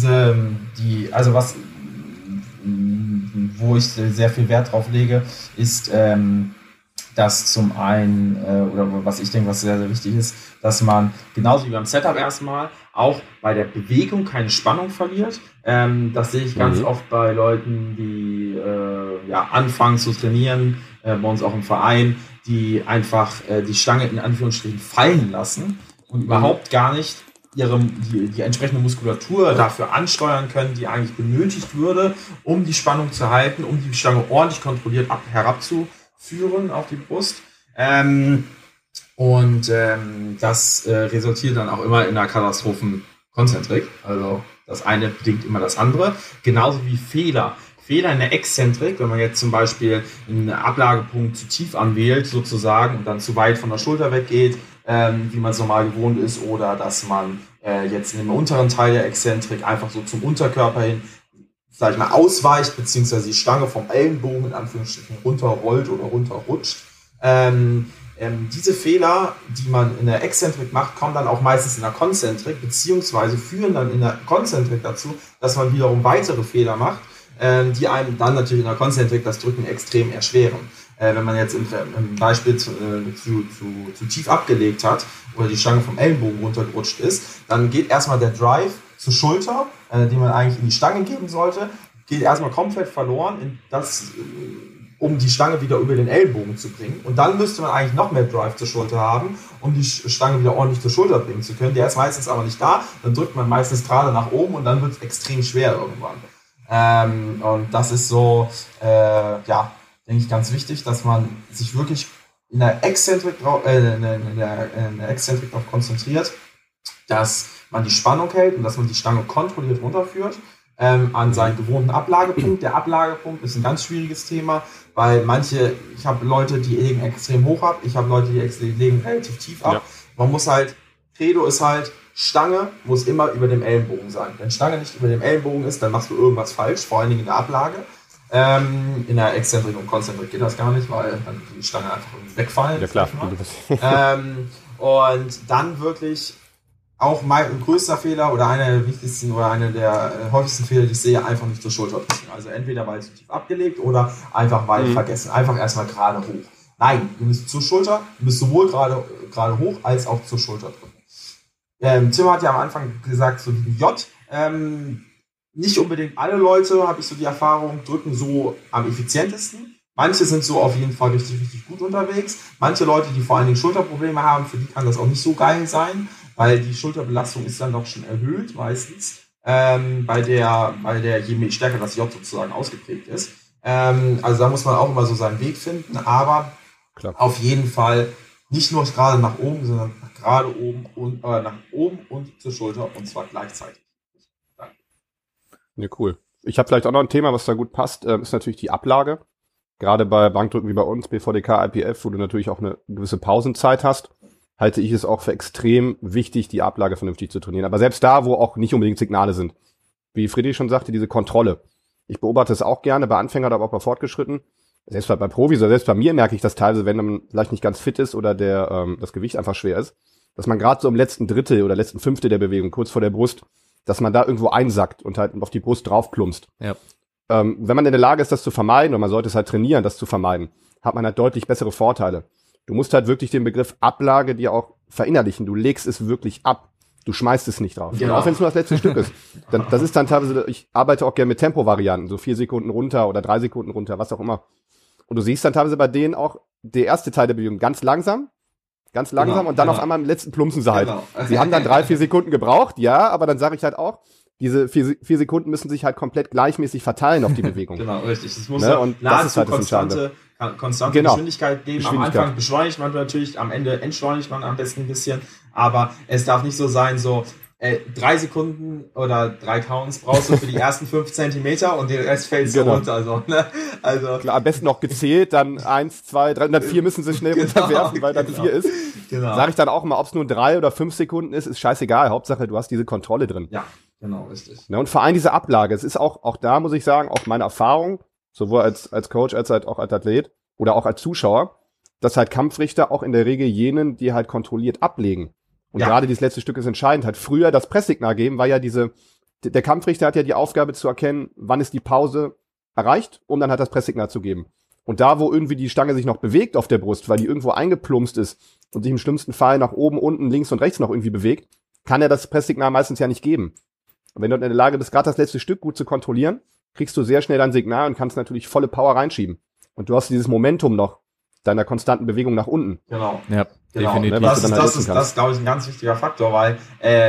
wo ich sehr viel Wert drauf lege, ist, dass zum einen, oder was ich denke, was sehr, sehr wichtig ist, dass man genauso wie beim Setup erstmal auch bei der Bewegung keine Spannung verliert. Das sehe ich ganz oft bei Leuten, die anfangen zu trainieren, bei uns auch im Verein, die einfach die Stange in Anführungsstrichen fallen lassen und überhaupt gar nicht die entsprechende Muskulatur dafür ansteuern können, die eigentlich benötigt würde, um die Spannung zu halten, um die Stange ordentlich kontrolliert herabzuführen auf die Brust. Das resultiert dann auch immer in einer Katastrophenkonzentrik. Also das eine bedingt immer das andere. Genauso wie Fehler in der Exzentrik, wenn man jetzt zum Beispiel einen Ablagepunkt zu tief anwählt sozusagen und dann zu weit von der Schulter weggeht, wie man es normal gewohnt ist, oder dass man jetzt in dem unteren Teil der Exzentrik einfach so zum Unterkörper hin, sag ich mal, ausweicht, beziehungsweise die Stange vom Ellenbogen in Anführungsstrichen runterrollt oder runterrutscht. Diese Fehler, die man in der Exzentrik macht, kommen dann auch meistens in der Konzentrik, beziehungsweise führen dann in der Konzentrik dazu, dass man wiederum weitere Fehler macht, die einem dann natürlich in der Konzentrik das Drücken extrem erschweren. Wenn man jetzt im Beispiel zu tief abgelegt hat oder die Stange vom Ellenbogen runtergerutscht ist, dann geht erstmal der Drive zur Schulter, den man eigentlich in die Stange geben sollte, geht erstmal komplett verloren, um die Stange wieder über den Ellbogen zu bringen. Und dann müsste man eigentlich noch mehr Drive zur Schulter haben, um die Stange wieder ordentlich zur Schulter bringen zu können. Der ist meistens aber nicht da, dann drückt man meistens gerade nach oben und dann wird es extrem schwer irgendwann. Und das ist so, denke ich, ganz wichtig, dass man sich wirklich in der Exzentrik darauf konzentriert, dass man die Spannung hält und dass man die Stange kontrolliert runterführt an seinen gewohnten Ablagepunkt. Der Ablagepunkt ist ein ganz schwieriges Thema, weil ich habe Leute, die legen extrem hoch ab, ich habe Leute, die legen relativ tief ab. Ja. Man muss halt, Credo ist halt, Stange muss immer über dem Ellenbogen sein. Wenn Stange nicht über dem Ellenbogen ist, dann machst du irgendwas falsch, vor allen Dingen in der Ablage. In der Exzentrik und Konzentrik geht das gar nicht, weil dann die Stange einfach wegfallen. Ja klar. Und dann wirklich auch mein größter Fehler oder einer der wichtigsten oder einer der häufigsten Fehler, die ich sehe, einfach nicht zur Schulter drücken. Also entweder weil zu tief abgelegt oder einfach weil vergessen. Einfach erstmal gerade hoch. Nein, du müsst zur Schulter, du müsst sowohl gerade hoch als auch zur Schulter drücken. Tim hat ja am Anfang gesagt, so die J. Nicht unbedingt alle Leute, habe ich so die Erfahrung, drücken so am effizientesten. Manche sind so auf jeden Fall richtig, richtig gut unterwegs. Manche Leute, die vor allen Dingen Schulterprobleme haben, für die kann das auch nicht so geil sein, weil die Schulterbelastung ist dann doch schon erhöht meistens, bei der je stärker das J sozusagen ausgeprägt ist. Also da muss man auch immer so seinen Weg finden, aber auf jeden Fall nicht nur gerade nach oben, sondern gerade oben und nach oben und zur Schulter und zwar gleichzeitig. Danke. Ja, cool. Ich habe vielleicht auch noch ein Thema, was da gut passt, ist natürlich die Ablage. Gerade bei Bankdrücken wie bei uns, BVDK, IPF, wo du natürlich auch eine gewisse Pausenzeit hast, halte ich es auch für extrem wichtig, die Ablage vernünftig zu trainieren. Aber selbst da, wo auch nicht unbedingt Signale sind. Wie Friedrich schon sagte, diese Kontrolle. Ich beobachte es auch gerne bei Anfängern, aber auch bei Fortgeschritten. Selbst bei Profis oder selbst bei mir merke ich das teilweise, wenn man vielleicht nicht ganz fit ist oder das Gewicht einfach schwer ist, dass man gerade so im letzten Drittel oder letzten Fünftel der Bewegung, kurz vor der Brust, dass man da irgendwo einsackt und halt auf die Brust drauf plumpst. Ja. Wenn man in der Lage ist, das zu vermeiden, und man sollte es halt trainieren, das zu vermeiden, hat man halt deutlich bessere Vorteile. Du musst halt wirklich den Begriff Ablage dir auch verinnerlichen. Du legst es wirklich ab. Du schmeißt es nicht drauf. Genau. Auch wenn es nur das letzte Stück ist. Das ist dann teilweise, ich arbeite auch gerne mit Tempovarianten, so 4 Sekunden runter oder 3 Sekunden runter, was auch immer. Und du siehst dann teilweise bei denen auch der erste Teil der Bewegung ganz langsam genau, und dann auf einmal im letzten plumpsen sie halt. Genau. Sie haben dann 3-4 Sekunden gebraucht, ja, aber dann sage ich halt auch, diese 4 Sekunden müssen sich halt komplett gleichmäßig verteilen auf die Bewegung. Genau, richtig. Das muss und nahezu halt konstante Geschwindigkeit geben. Am Anfang beschleunigt man natürlich, am Ende entschleunigt man am besten ein bisschen, aber es darf nicht so sein, so 3 Sekunden oder 3 Counts brauchst du für die ersten 5 Zentimeter und den Rest fällt so runter. Also klar, am besten noch gezählt, dann 1, 2, 3, und dann 4 müssen sie schnell runterwerfen, weil dann 4 ist. Genau. Sag ich dann auch mal, ob es nur 3 oder 5 Sekunden ist scheißegal. Hauptsache, du hast diese Kontrolle drin. Ja, genau, richtig. Ja, und vor allem diese Ablage. Es ist auch da, muss ich sagen, auch meine Erfahrung, sowohl als Coach, als halt auch als Athlet oder auch als Zuschauer, dass halt Kampfrichter auch in der Regel jenen, die halt kontrolliert ablegen. Und gerade dieses letzte Stück ist entscheidend. Halt früher das Presssignal geben, war ja der Kampfrichter hat ja die Aufgabe zu erkennen, wann ist die Pause erreicht, um dann halt das Presssignal zu geben. Und da, wo irgendwie die Stange sich noch bewegt auf der Brust, weil die irgendwo eingeplumpst ist und sich im schlimmsten Fall nach oben, unten, links und rechts noch irgendwie bewegt, kann er das Presssignal meistens ja nicht geben. Und wenn du in der Lage bist, gerade das letzte Stück gut zu kontrollieren, kriegst du sehr schnell dein Signal und kannst natürlich volle Power reinschieben. Und du hast dieses Momentum noch deiner konstanten Bewegung nach unten. Genau. Ja, genau. definitiv. Das ist, glaube ich, ein ganz wichtiger Faktor, weil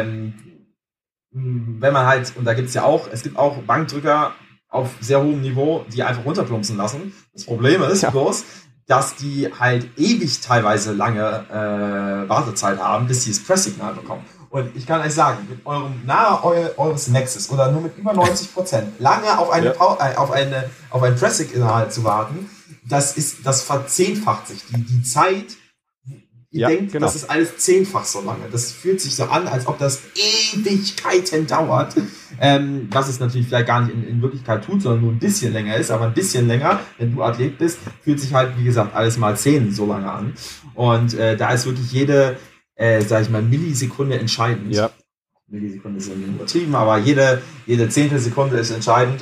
wenn man halt, und da gibt es auch Bankdrücker auf sehr hohem Niveau, die einfach runterplumpsen lassen. Das Problem ist bloß, dass die halt ewig teilweise lange Wartezeit haben, bis sie das Presssignal bekommen. Und ich kann euch sagen, mit eurem eures Nexus oder nur mit über 90% lange auf auf ein Presssignal zu warten, das verzehnfacht sich. Die Zeit, ihr denkt, das ist alles 10-fach so lange. Das fühlt sich so an, als ob das Ewigkeiten dauert. Was es natürlich vielleicht gar nicht in Wirklichkeit tut, sondern nur ein bisschen länger ist. Aber ein bisschen länger, wenn du Athlet bist, fühlt sich halt, wie gesagt, alles mal 10 so lange an. Und da ist wirklich jede, sag ich mal, Millisekunde entscheidend. Ja. Millisekunde ist übertrieben, aber jede 10. Sekunde ist entscheidend.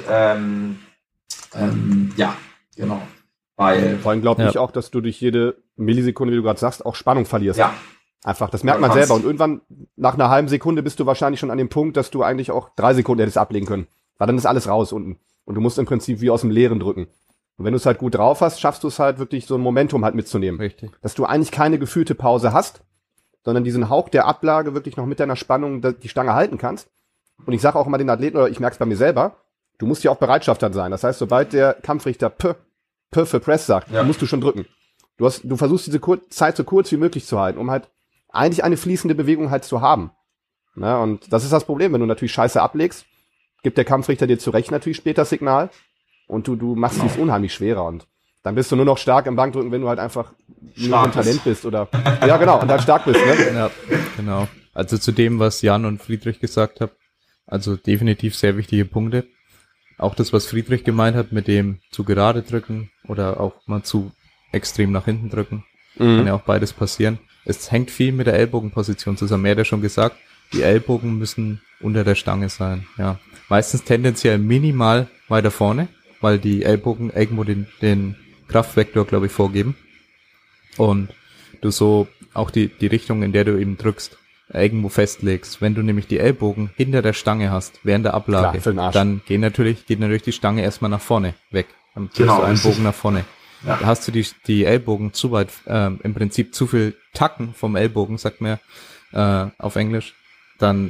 Ja, genau. Weil, vor allem glaube ich auch, dass du durch jede Millisekunde, wie du gerade sagst, auch Spannung verlierst. Ja. Einfach, das merkt man selber. Und irgendwann, nach einer halben Sekunde, bist du wahrscheinlich schon an dem Punkt, dass du eigentlich auch 3 Sekunden hättest ablegen können. Weil dann ist alles raus unten. Und du musst im Prinzip wie aus dem Leeren drücken. Und wenn du es halt gut drauf hast, schaffst du es halt wirklich so ein Momentum halt mitzunehmen. Richtig. Dass du eigentlich keine gefühlte Pause hast, sondern diesen Hauch der Ablage wirklich noch mit deiner Spannung die Stange halten kannst. Und ich sage auch immer den Athleten, oder ich merke es bei mir selber, du musst ja auch Bereitschaft dann sein. Das heißt, sobald der Kampfrichter für Press sagt, musst du schon drücken. Du versuchst diese Zeit so kurz wie möglich zu halten, um halt eigentlich eine fließende Bewegung halt zu haben. Na, und das ist das Problem, wenn du natürlich scheiße ablegst, gibt der Kampfrichter dir zu Recht natürlich später Signal und du machst es unheimlich schwerer und dann bist du nur noch stark im Bankdrücken, wenn du halt einfach nur ein Talent bist oder ja genau und dann stark bist, ne? Ja, genau. Also zu dem, was Jan und Friedrich gesagt haben, also definitiv sehr wichtige Punkte. Auch das, was Friedrich gemeint hat, mit dem zu gerade drücken oder auch mal zu extrem nach hinten drücken, kann ja auch beides passieren. Es hängt viel mit der Ellbogenposition zusammen. Er hat ja schon gesagt, Die Ellbogen müssen unter der Stange sein, ja. Meistens tendenziell minimal weiter vorne, weil die Ellbogen irgendwo den Kraftvektor, glaube ich, vorgeben. Und du so auch die Richtung, in der du eben drückst, irgendwo festlegst. Wenn du nämlich die Ellbogen hinter der Stange hast, während der Ablage, dann geht natürlich die Stange erstmal nach vorne weg. Dann drückst du einen Bogen nach vorne. Ja. Da hast du die Ellbogen zu weit, im Prinzip zu viel Tacken vom Ellbogen, sagt man auf Englisch, dann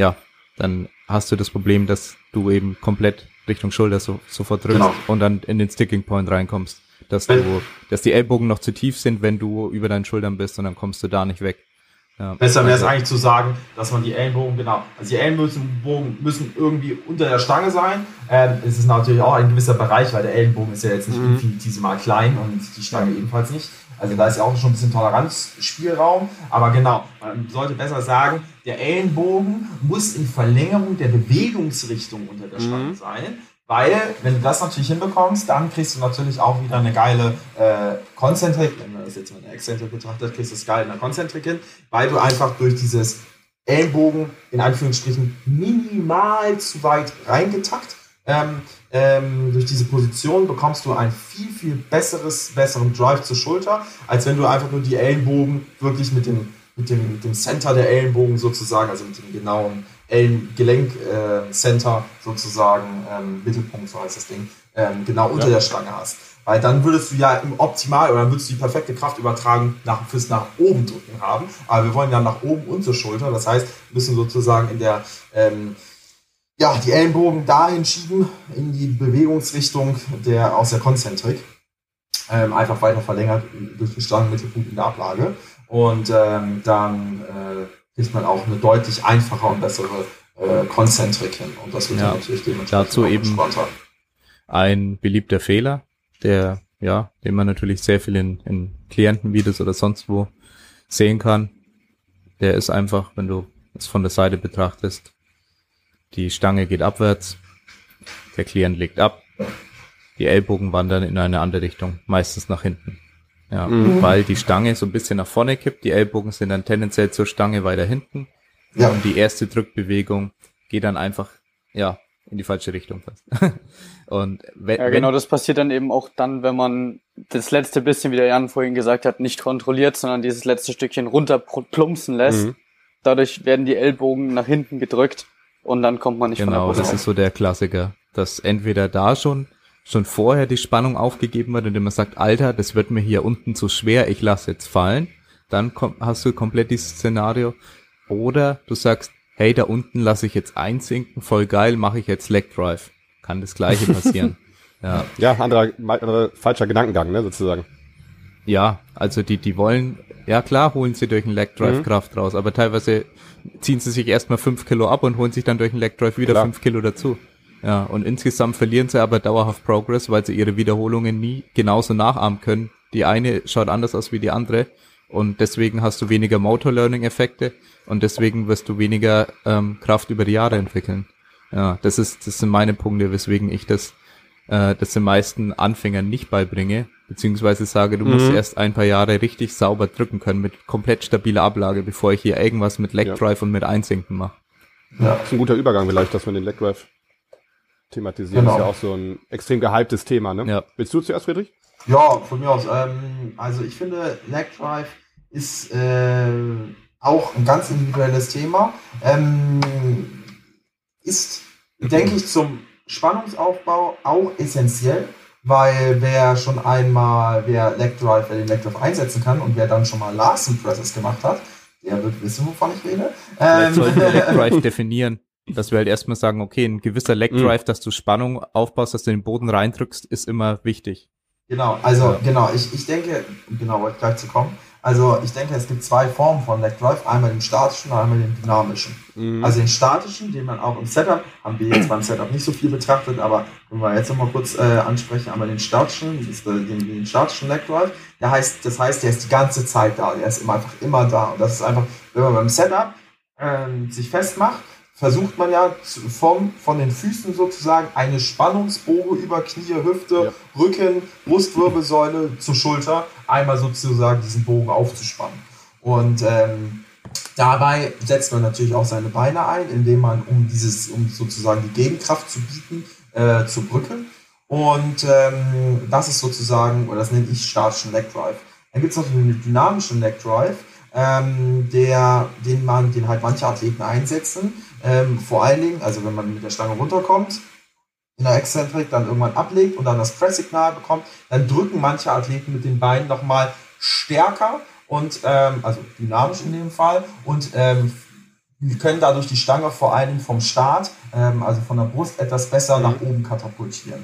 hast du das Problem, dass du eben komplett Richtung Schulter sofort drückst und dann in den Sticking Point reinkommst. Dass die Ellbogen noch zu tief sind, wenn du über deinen Schultern bist und dann kommst du da nicht weg. Ja. Besser wäre es eigentlich zu sagen, dass man die Ellenbogen, also die Ellenbogen müssen irgendwie unter der Stange sein. Es ist natürlich auch ein gewisser Bereich, weil der Ellenbogen ist ja jetzt nicht infinitesimal klein und die Stange ebenfalls nicht. Also da ist ja auch schon ein bisschen Toleranzspielraum. Aber genau, man sollte besser sagen, der Ellenbogen muss in Verlängerung der Bewegungsrichtung unter der Stange sein. Weil, wenn du das natürlich hinbekommst, dann kriegst du natürlich auch wieder eine geile Konzentrik. Wenn man das jetzt mit einer Exzentrik betrachtet, kriegst du das geil in der Konzentrik hin, weil du einfach durch dieses Ellenbogen, in Anführungsstrichen, minimal zu weit reingetackt, durch diese Position bekommst du einen viel, viel besseren Drive zur Schulter, als wenn du einfach nur die Ellenbogen wirklich mit dem Center der Ellenbogen sozusagen, also mit dem genauen Gelenk-Center sozusagen, Mittelpunkt, so heißt das Ding, genau unter der Stange hast. Weil dann würdest du ja im Optimal oder dann würdest du die perfekte Kraftübertragung fürs nach oben drücken haben. Aber wir wollen ja nach oben und zur Schulter. Das heißt, wir müssen sozusagen in der die Ellenbogen dahin schieben, in die Bewegungsrichtung aus der Konzentrik. Einfach weiter verlängert durch den Stangenmittelpunkt in der Ablage. Und dann kriegt man auch eine deutlich einfache und bessere Konzentrik hin. Und das wird natürlich dementsprechend dazu eben entspannter. Ein beliebter Fehler, den man natürlich sehr viel in Klientenvideos oder sonst wo sehen kann. Der ist einfach, wenn du es von der Seite betrachtest, die Stange geht abwärts, der Klient legt ab, die Ellbogen wandern in eine andere Richtung, meistens nach hinten. Ja, weil die Stange so ein bisschen nach vorne kippt, die Ellbogen sind dann tendenziell zur Stange weiter hinten und die erste Drückbewegung geht dann einfach, in die falsche Richtung fast. Und genau, das passiert dann eben auch dann, wenn man das letzte bisschen, wie der Jan vorhin gesagt hat, nicht kontrolliert, sondern dieses letzte Stückchen runter plumpsen lässt. Dadurch werden die Ellbogen nach hinten gedrückt und dann kommt man nicht von der Position. Genau, das ist so der Klassiker, dass entweder da schon vorher die Spannung aufgegeben wird, indem man sagt, Alter, das wird mir hier unten zu schwer, ich lasse jetzt fallen. Dann hast du komplett dieses Szenario. Oder du sagst, hey, da unten lasse ich jetzt einsinken, voll geil, mache ich jetzt Leg Drive. Kann das Gleiche passieren. anderer falscher Gedankengang, ne, sozusagen. Ja, also die wollen, ja klar, holen sie durch einen Leg Drive Kraft raus, aber teilweise ziehen sie sich erstmal 5 Kilo ab und holen sich dann durch einen Leg Drive wieder 5 Kilo dazu. Ja, und insgesamt verlieren sie aber dauerhaft Progress, weil sie ihre Wiederholungen nie genauso nachahmen können. Die eine schaut anders aus wie die andere und deswegen hast du weniger Motor-Learning-Effekte und deswegen wirst du weniger Kraft über die Jahre entwickeln. Ja, das sind meine Punkte, weswegen ich das den meisten Anfängern nicht beibringe, beziehungsweise sage, du musst erst ein paar Jahre richtig sauber drücken können mit komplett stabiler Ablage, bevor ich hier irgendwas mit Leg Drive und mit Einsinken mache. Ja, das ist ein guter Übergang vielleicht, dass man den Leg Drive thematisieren. Genau. Ist ja auch so ein extrem gehyptes Thema, ne? Ja. Willst du zuerst, Friedrich? Ja, von mir aus. Also ich finde, Leg Drive ist auch ein ganz individuelles Thema. Ist, denke ich, zum Spannungsaufbau auch essentiell, weil wer den Leg Drive einsetzen kann und wer dann schon mal Larsen Presses gemacht hat, der wird wissen, wovon ich rede. Vielleicht sollten wir Leg Drive definieren. Dass wir halt erstmal sagen, okay, ein gewisser Leg Drive, dass du Spannung aufbaust, dass du den Boden reindrückst, ist immer wichtig. Genau, ich denke, wollte ich gleich zu kommen. Also ich denke, es gibt 2 Formen von Leg Drive, einmal den statischen und einmal den dynamischen. Also den statischen, den man auch im Setup, haben wir jetzt beim Setup nicht so viel betrachtet, aber wenn wir jetzt nochmal kurz ansprechen, einmal den statischen Leg Drive, das heißt, der ist die ganze Zeit da, der ist einfach immer da. Und das ist einfach, wenn man beim Setup sich festmacht, versucht man ja von den Füßen sozusagen eine Spannungsboge über Knie, Hüfte, Rücken, Brustwirbelsäule zur Schulter einmal sozusagen diesen Bogen aufzuspannen. Und Dabei setzt man natürlich auch seine Beine ein, indem man, um sozusagen die Gegenkraft zu bieten, zur Brücke. Und das ist sozusagen, oder das nenne ich statischen Leg Drive. Dann gibt es noch einen dynamischen Leg Drive, den halt manche Athleten einsetzen. Vor allen Dingen, also wenn man mit der Stange runterkommt, in der Exzentrik dann irgendwann ablegt und dann das Presssignal bekommt, dann drücken manche Athleten mit den Beinen nochmal stärker und also dynamisch in dem Fall und können dadurch die Stange vor allen Dingen vom Start, also von der Brust, etwas besser nach oben katapultieren.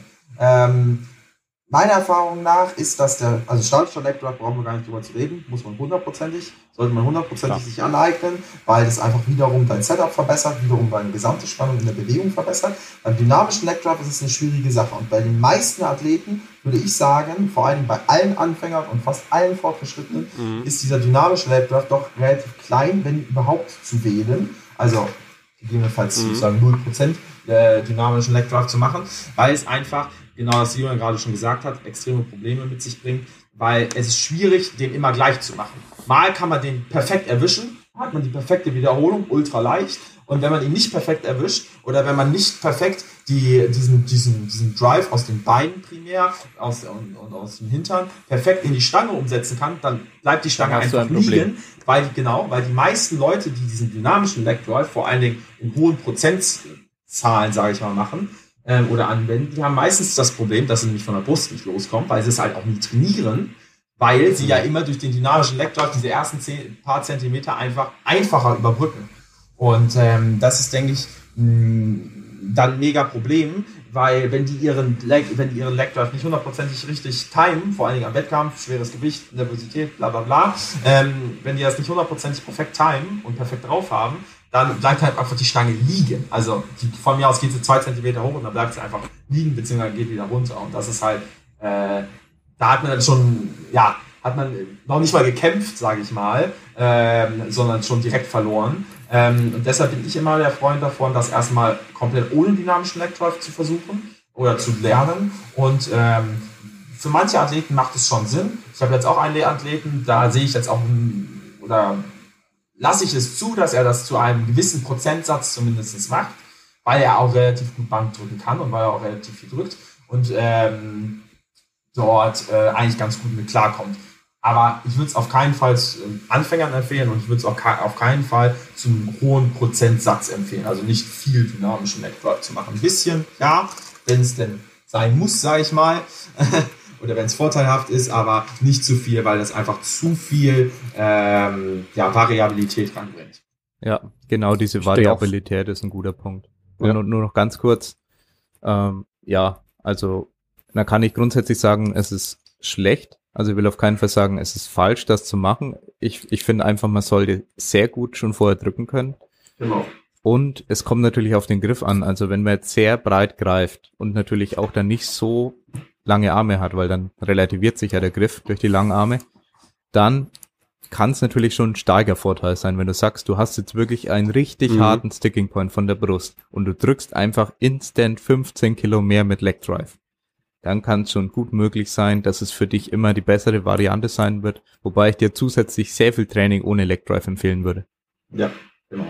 Meiner Erfahrung nach ist, dass also statischer Leg Drive, brauchen wir gar nicht drüber zu reden, sollte man hundertprozentig sich aneignen, weil das einfach wiederum dein Setup verbessert, wiederum deine gesamte Spannung in der Bewegung verbessert. Beim dynamischen Leg Drive ist es eine schwierige Sache und bei den meisten Athleten würde ich sagen, vor allem bei allen Anfängern und fast allen Fortgeschrittenen, ist dieser dynamische Leg Drive doch relativ klein, wenn überhaupt zu wählen. Also gegebenenfalls sozusagen 0% dynamischen Leg Drive zu machen, weil es einfach, genau was Julian gerade schon gesagt hat, extreme Probleme mit sich bringt, weil es ist schwierig, den immer gleich zu machen. Mal kann man den perfekt erwischen, hat man die perfekte Wiederholung, ultra leicht, und wenn man ihn nicht perfekt erwischt oder wenn man nicht perfekt diesen Drive aus den Beinen primär aus dem Hintern perfekt in die Stange umsetzen kann, dann bleibt die Stange einfach liegen, weil die meisten Leute, die diesen dynamischen Leg Drive vor allen Dingen in hohen Prozentzahlen, sage ich mal, machen, oder anwenden, die haben meistens das Problem, dass sie nämlich von der Brust nicht loskommen, weil sie es halt auch nie trainieren, weil sie ja immer durch den dynamischen Leg Drive diese ersten paar Zentimeter einfacher überbrücken. Und das ist, denke ich, dann ein mega Problem, weil wenn die ihren Leg Drive nicht hundertprozentig richtig timen, vor allen Dingen am Wettkampf, schweres Gewicht, Nervosität, bla bla bla, wenn die das nicht hundertprozentig perfekt timen und perfekt drauf haben, dann bleibt halt einfach die Stange liegen. Also von mir aus geht sie 2 Zentimeter hoch und dann bleibt sie einfach liegen, beziehungsweise geht wieder runter. Und das ist halt, da hat man dann schon, hat man noch nicht mal gekämpft, sage ich mal, sondern schon direkt verloren. Und deshalb bin ich immer der Freund davon, das erstmal komplett ohne dynamischen Leg Drive zu versuchen oder zu lernen. Und für manche Athleten macht es schon Sinn. Ich habe jetzt auch einen Athleten, da sehe ich jetzt auch, lasse ich es zu, dass er das zu einem gewissen Prozentsatz zumindest macht, weil er auch relativ gut Bank drücken kann und weil er auch relativ viel drückt und dort eigentlich ganz gut mit klarkommt. Aber ich würde es auf keinen Fall Anfängern empfehlen und ich würde es auch auf keinen Fall zum hohen Prozentsatz empfehlen. Also nicht viel dynamischen Leg Drive zu machen. Ein bisschen, ja, wenn es denn sein muss, sage ich mal. Oder wenn es vorteilhaft ist, aber nicht zu viel, weil das einfach zu viel Variabilität ranbringt. Ja, genau, diese Variabilität ist ein guter Punkt. Und nur noch ganz kurz, also da kann ich grundsätzlich sagen, es ist schlecht. Also ich will auf keinen Fall sagen, es ist falsch, das zu machen. Ich finde einfach, man sollte sehr gut schon vorher drücken können. Genau. Und es kommt natürlich auf den Griff an. Also wenn man jetzt sehr breit greift und natürlich auch dann nicht so lange Arme hat, weil dann relativiert sich ja der Griff durch die langen Arme, dann kann es natürlich schon ein starker Vorteil sein, wenn du sagst, du hast jetzt wirklich einen richtig harten Sticking Point von der Brust und du drückst einfach instant 15 Kilo mehr mit Leg Drive. Dann kann es schon gut möglich sein, dass es für dich immer die bessere Variante sein wird, wobei ich dir zusätzlich sehr viel Training ohne Leg Drive empfehlen würde. Ja, genau.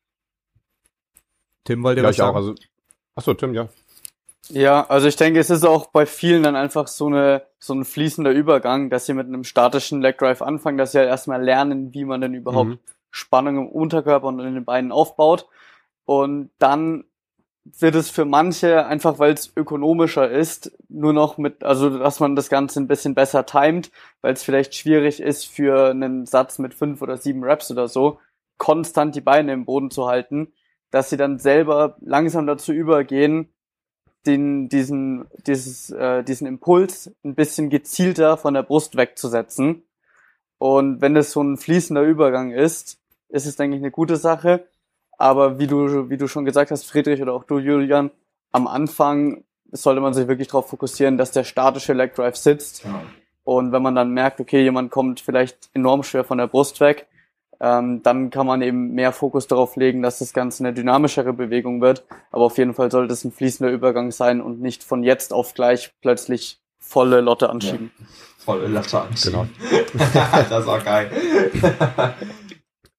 Tim, wollt ihr was sagen? Auch, achso, Tim, ja. Ja, also ich denke, es ist auch bei vielen dann einfach so ein fließender Übergang, dass sie mit einem statischen Leg Drive anfangen, dass sie halt erstmal lernen, wie man denn überhaupt Spannung im Unterkörper und in den Beinen aufbaut. Und dann wird es für manche, einfach weil es ökonomischer ist, nur noch dass man das Ganze ein bisschen besser timet, weil es vielleicht schwierig ist für einen Satz mit 5 oder 7 Reps oder so, konstant die Beine im Boden zu halten, dass sie dann selber langsam dazu übergehen, diesen Impuls ein bisschen gezielter von der Brust wegzusetzen. Und wenn es so ein fließender Übergang ist es, denke ich, eine gute Sache. Aber wie du schon gesagt hast, Friedrich, oder auch du, Julian, am Anfang sollte man sich wirklich darauf fokussieren, dass der statische Leg Drive sitzt. Ja. Und wenn man dann merkt, okay, jemand kommt vielleicht enorm schwer von der Brust weg, dann kann man eben mehr Fokus darauf legen, dass das Ganze eine dynamischere Bewegung wird. Aber auf jeden Fall sollte es ein fließender Übergang sein und nicht von jetzt auf gleich plötzlich volle Lotte anschieben. Ja. Volle Lotte anschieben. Genau. Das ist auch geil.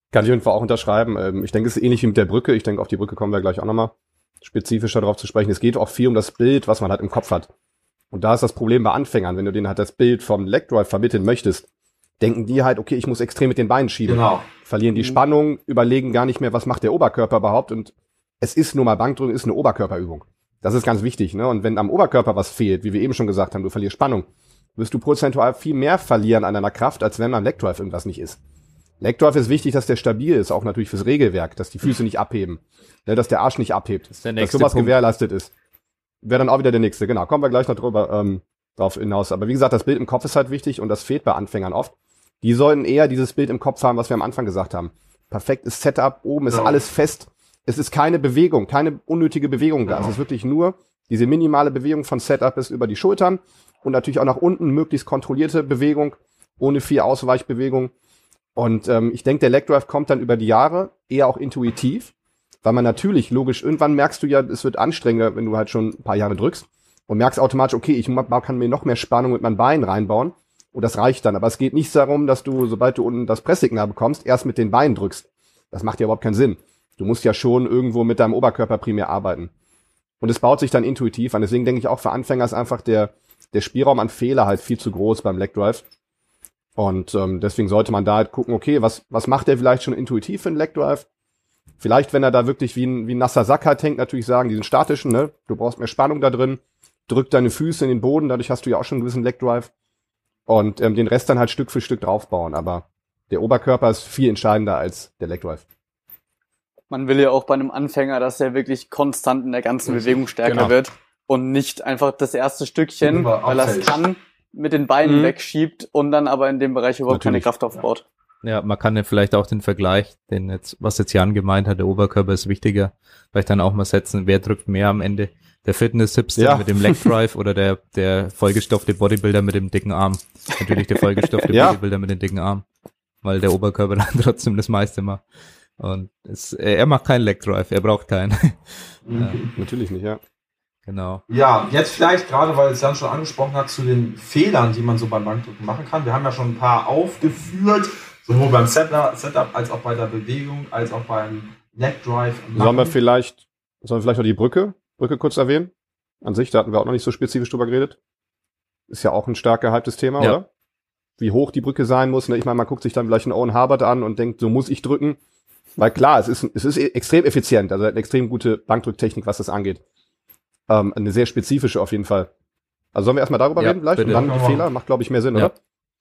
Kann ich einfach auch unterschreiben. Ich denke, es ist ähnlich wie mit der Brücke. Ich denke, auf die Brücke kommen wir gleich auch nochmal spezifischer darauf zu sprechen. Es geht auch viel um das Bild, was man halt im Kopf hat. Und da ist das Problem bei Anfängern, wenn du denen halt das Bild vom Leg Drive vermitteln möchtest, denken die halt, okay, ich muss extrem mit den Beinen schieben. Genau. Verlieren die Spannung, überlegen gar nicht mehr, was macht der Oberkörper überhaupt. Und es ist nun mal, Bankdrücken ist eine Oberkörperübung. Das ist ganz wichtig, ne? Und wenn am Oberkörper was fehlt, wie wir eben schon gesagt haben, du verlierst Spannung, wirst du prozentual viel mehr verlieren an deiner Kraft, als wenn am Leg Drive irgendwas nicht ist. Leg Drive ist wichtig, dass der stabil ist, auch natürlich fürs Regelwerk, dass die Füße nicht abheben, ne, dass der Arsch nicht abhebt, dass sowas gewährleistet ist. Wäre dann auch wieder der nächste, genau, kommen wir gleich noch drauf hinaus. Aber wie gesagt, das Bild im Kopf ist halt wichtig und das fehlt bei Anfängern oft. Die sollten eher dieses Bild im Kopf haben, was wir am Anfang gesagt haben. Perfektes Setup, oben ist alles fest, es ist keine Bewegung, keine unnötige Bewegung da. Es ist wirklich nur diese minimale Bewegung von Setup bis über die Schultern und natürlich auch nach unten möglichst kontrollierte Bewegung, ohne viel Ausweichbewegung. Und ich denke, der Leg Drive kommt dann über die Jahre eher auch intuitiv, weil man natürlich, logisch, irgendwann merkst du ja, es wird anstrengender, wenn du halt schon ein paar Jahre drückst und merkst automatisch, okay, ich kann mir noch mehr Spannung mit meinen Beinen reinbauen und das reicht dann. Aber es geht nicht darum, dass du, sobald du unten das Presssignal bekommst, erst mit den Beinen drückst. Das macht ja überhaupt keinen Sinn. Du musst ja schon irgendwo mit deinem Oberkörper primär arbeiten. Und es baut sich dann intuitiv an. Deswegen denke ich auch für Anfänger ist einfach der Spielraum an Fehler halt viel zu groß beim Leg Drive. Und deswegen sollte man da halt gucken, okay, was macht der vielleicht schon intuitiv für einen Leg Drive? Vielleicht, wenn er da wirklich wie ein nasser Sack halt hängt, natürlich sagen, diesen statischen, ne? Du brauchst mehr Spannung da drin, drück deine Füße in den Boden, dadurch hast du ja auch schon einen gewissen Leg Drive. Und den Rest dann halt Stück für Stück draufbauen. Aber der Oberkörper ist viel entscheidender als der Leg Drive. Man will ja auch bei einem Anfänger, dass er wirklich konstant in der ganzen Bewegung stärker wird und nicht einfach das erste Stückchen, weil er es kann, mit den Beinen wegschiebt und dann aber in dem Bereich überhaupt keine Kraft aufbaut. Ja, man kann ja vielleicht auch den Vergleich, was jetzt Jan gemeint hat, der Oberkörper ist wichtiger, vielleicht dann auch mal setzen, wer drückt mehr am Ende, der Fitness-Hipster mit dem Leg Drive oder der vollgestopfte Bodybuilder mit dem dicken Arm. Natürlich der vollgestopfte Bodybuilder mit dem dicken Arm, weil der Oberkörper dann trotzdem das meiste macht. Und er macht keinen Leg Drive, er braucht keinen. Natürlich nicht, ja. Genau. Ja, jetzt vielleicht gerade, weil es Jan schon angesprochen hat, zu den Fehlern, die man so beim Bankdrücken machen kann. Wir haben ja schon ein paar aufgeführt, sowohl beim Setup als auch bei der Bewegung, als auch beim Leg Drive. Sollen wir vielleicht noch die Brücke kurz erwähnen? An sich, da hatten wir auch noch nicht so spezifisch drüber geredet. Ist ja auch ein stark gehyptes Thema, oder? Wie hoch die Brücke sein muss. Ne? Ich meine, man guckt sich dann vielleicht einen Owen Harbert an und denkt, so muss ich drücken. Weil klar, es ist extrem effizient, also eine extrem gute Bankdrücktechnik, was das angeht. Eine sehr spezifische auf jeden Fall. Also sollen wir erstmal darüber reden vielleicht? Bitte. Und dann die Fehler? Macht, glaube ich, mehr Sinn, oder?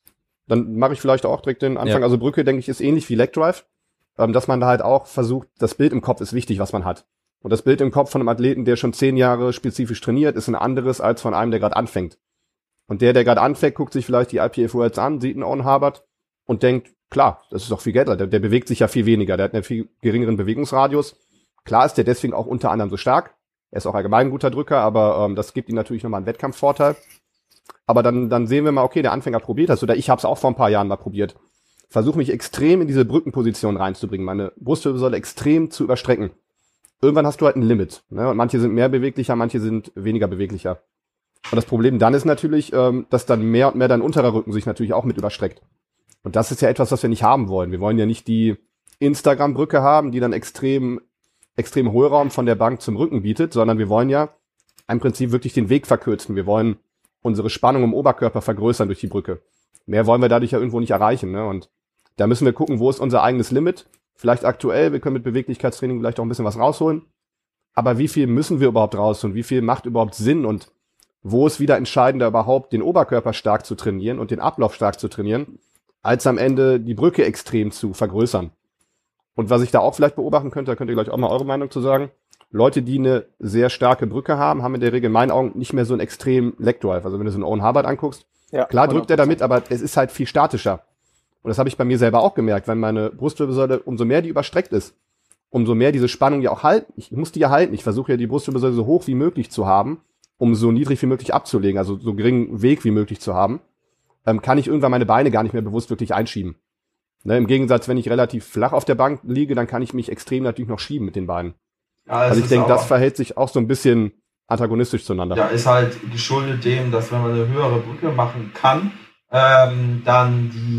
Dann mache ich vielleicht auch direkt den Anfang. Ja. Also Brücke, denke ich, ist ähnlich wie Leg Drive, dass man da halt auch versucht, das Bild im Kopf ist wichtig, was man hat. Und das Bild im Kopf von einem Athleten, der schon 10 Jahre spezifisch trainiert, ist ein anderes als von einem, der gerade anfängt. Und der gerade anfängt, guckt sich vielleicht die IPF Worlds an, sieht einen Owen Harbert und denkt, klar, das ist doch viel Geld, der bewegt sich ja viel weniger, der hat einen viel geringeren Bewegungsradius. Klar ist der deswegen auch unter anderem so stark. Er ist auch allgemein ein guter Drücker, aber das gibt ihm natürlich nochmal einen Wettkampfvorteil. Aber dann sehen wir mal, okay, der Anfänger probiert das, oder ich habe es auch vor ein paar Jahren mal probiert. Versuche mich extrem in diese Brückenposition reinzubringen, meine Brustwirbelsäule extrem zu überstrecken. Irgendwann hast du halt ein Limit, ne? Und manche sind mehr beweglicher, manche sind weniger beweglicher. Und das Problem dann ist natürlich, dass dann mehr und mehr dein unterer Rücken sich natürlich auch mit überstreckt. Und das ist ja etwas, was wir nicht haben wollen. Wir wollen ja nicht die Instagram-Brücke haben, die dann extrem Hohlraum von der Bank zum Rücken bietet, sondern wir wollen ja im Prinzip wirklich den Weg verkürzen. Wir wollen unsere Spannung im Oberkörper vergrößern durch die Brücke. Mehr wollen wir dadurch ja irgendwo nicht erreichen, ne? Und da müssen wir gucken, wo ist unser eigenes Limit. Vielleicht aktuell, wir können mit Beweglichkeitstraining vielleicht auch ein bisschen was rausholen. Aber wie viel müssen wir überhaupt rausholen? Wie viel macht überhaupt Sinn? Und wo ist wieder entscheidender überhaupt, den Oberkörper stark zu trainieren und den Ablauf stark zu trainieren, als am Ende die Brücke extrem zu vergrößern? Und was ich da auch vielleicht beobachten könnte, da könnt ihr gleich auch mal eure Meinung zu sagen. Leute, die eine sehr starke Brücke haben in der Regel in meinen Augen nicht mehr so einen extremen Leg Drive. Also wenn du so einen Owen Harbert anguckst, klar drückt er damit, aber es ist halt viel statischer. Und das habe ich bei mir selber auch gemerkt, wenn meine Brustwirbelsäule, umso mehr die überstreckt ist, umso mehr diese Spannung ja auch halten. Ich muss die ja halten. Ich versuche ja die Brustwirbelsäule so hoch wie möglich zu haben, um so niedrig wie möglich abzulegen, also so geringen Weg wie möglich zu haben, kann ich irgendwann meine Beine gar nicht mehr bewusst wirklich einschieben. Ne, im Gegensatz, wenn ich relativ flach auf der Bank liege, dann kann ich mich extrem natürlich noch schieben mit den Beinen. Ja, also ich denke, das verhält sich auch so ein bisschen antagonistisch zueinander. Ja, ist halt geschuldet dem, dass wenn man eine höhere Brücke machen kann, dann die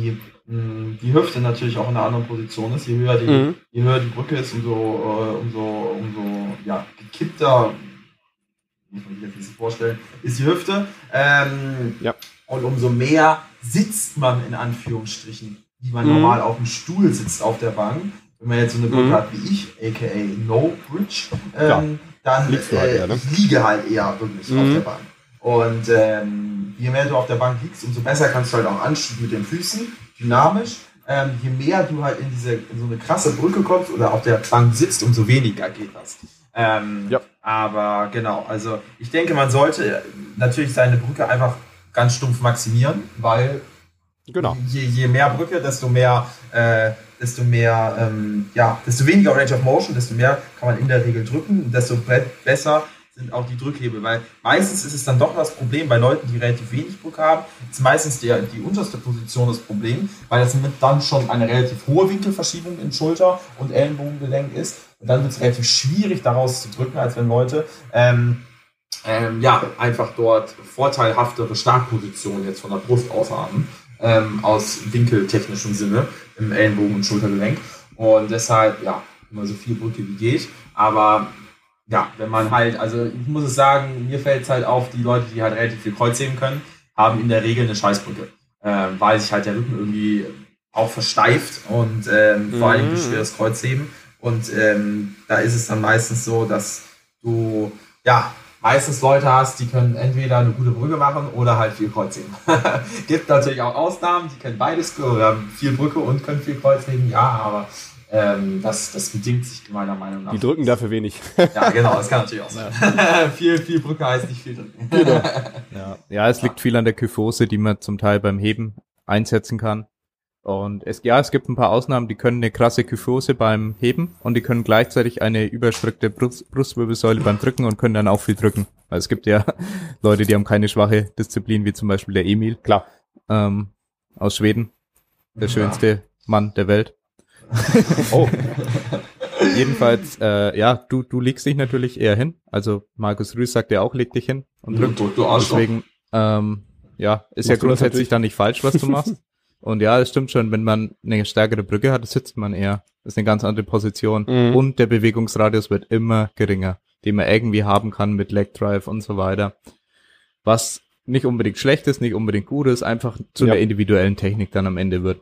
die Hüfte natürlich auch in einer anderen Position ist. Je höher die Brücke ist, umso gekippter, muss man sich jetzt nicht vorstellen, ist die Hüfte. Und umso mehr sitzt man in Anführungsstrichen, wie man normal auf dem Stuhl sitzt auf der Bank. Wenn man jetzt so eine Brücke hat wie ich, aka No Bridge, dann ich liege halt eher wirklich auf der Bank. Und je mehr du auf der Bank liegst, umso besser kannst du halt auch anschieben mit den Füßen, dynamisch. Je mehr du halt in so eine krasse Brücke kommst oder auf der Bank sitzt, umso weniger geht das. Aber genau, also ich denke, man sollte natürlich seine Brücke einfach ganz stumpf maximieren, weil je mehr Brücke, desto weniger Range of Motion, desto mehr kann man in der Regel drücken, desto besser sind auch die Drückhebel, weil meistens ist es dann doch das Problem bei Leuten, die relativ wenig Brücke haben, ist meistens die unterste Position das Problem, weil das dann schon eine relativ hohe Winkelverschiebung in Schulter- und Ellenbogengelenk ist und dann wird es relativ schwierig daraus zu drücken, als wenn Leute einfach dort vorteilhaftere Startpositionen jetzt von der Brust aus haben, aus winkeltechnischem Sinne im Ellenbogen- und Schultergelenk und deshalb, immer so viel Brücke wie geht, aber wenn man halt, also ich muss es sagen, mir fällt es halt auf, die Leute, die halt relativ viel Kreuzheben können, haben in der Regel eine Scheißbrücke, weil sich halt der Rücken irgendwie auch versteift und vor allem durch schweres Kreuzheben und da ist es dann meistens so, dass du, meistens Leute hast, die können entweder eine gute Brücke machen oder halt viel Kreuzheben. Gibt natürlich auch Ausnahmen, die können beides, oder haben viel Brücke und können viel Kreuzheben, aber das bedingt sich meiner Meinung nach. Die drücken dafür wenig. Ja, genau, das kann natürlich auch sein. viel Brücke heißt nicht viel drücken. Genau. Ja, es liegt viel an der Kyphose, die man zum Teil beim Heben einsetzen kann. Und es gibt ein paar Ausnahmen, die können eine krasse Kyphose beim Heben und die können gleichzeitig eine überstreckte Brustwirbelsäule beim Drücken und können dann auch viel drücken. Weil es gibt ja Leute, die haben keine schwache Disziplin, wie zum Beispiel der Emil. Klar. Aus Schweden. Der schönste Mann der Welt. Jedenfalls, du legst dich natürlich eher hin. Also Markus Rüß sagt ja auch, leg dich hin und drück. Du Arschloch. Deswegen, ist ja grundsätzlich dann nicht falsch, was du machst. Und ja, es stimmt schon, wenn man eine stärkere Brücke hat, sitzt man eher. Das ist eine ganz andere Position. Und der Bewegungsradius wird immer geringer, den man irgendwie haben kann mit Leg Drive und so weiter. Was nicht unbedingt schlecht ist, nicht unbedingt gut ist, einfach zu einer individuellen Technik dann am Ende wird.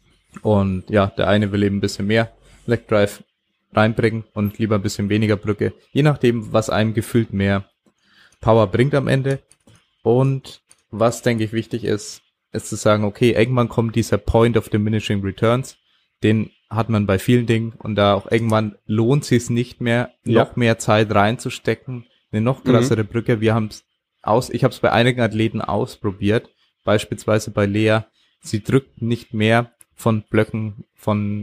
Und ja, der eine will eben ein bisschen mehr Leg Drive reinbringen und lieber ein bisschen weniger Brücke. Je nachdem, was einem gefühlt mehr Power bringt am Ende. Und was, denke ich, wichtig ist zu sagen, okay, irgendwann kommt dieser Point of Diminishing Returns. Den hat man bei vielen Dingen und da auch irgendwann lohnt es sich nicht mehr, noch mehr Zeit reinzustecken. Eine noch krassere Brücke. Ich habe es bei einigen Athleten ausprobiert. Beispielsweise bei Lea. Sie drückt nicht mehr von Blöcken, von,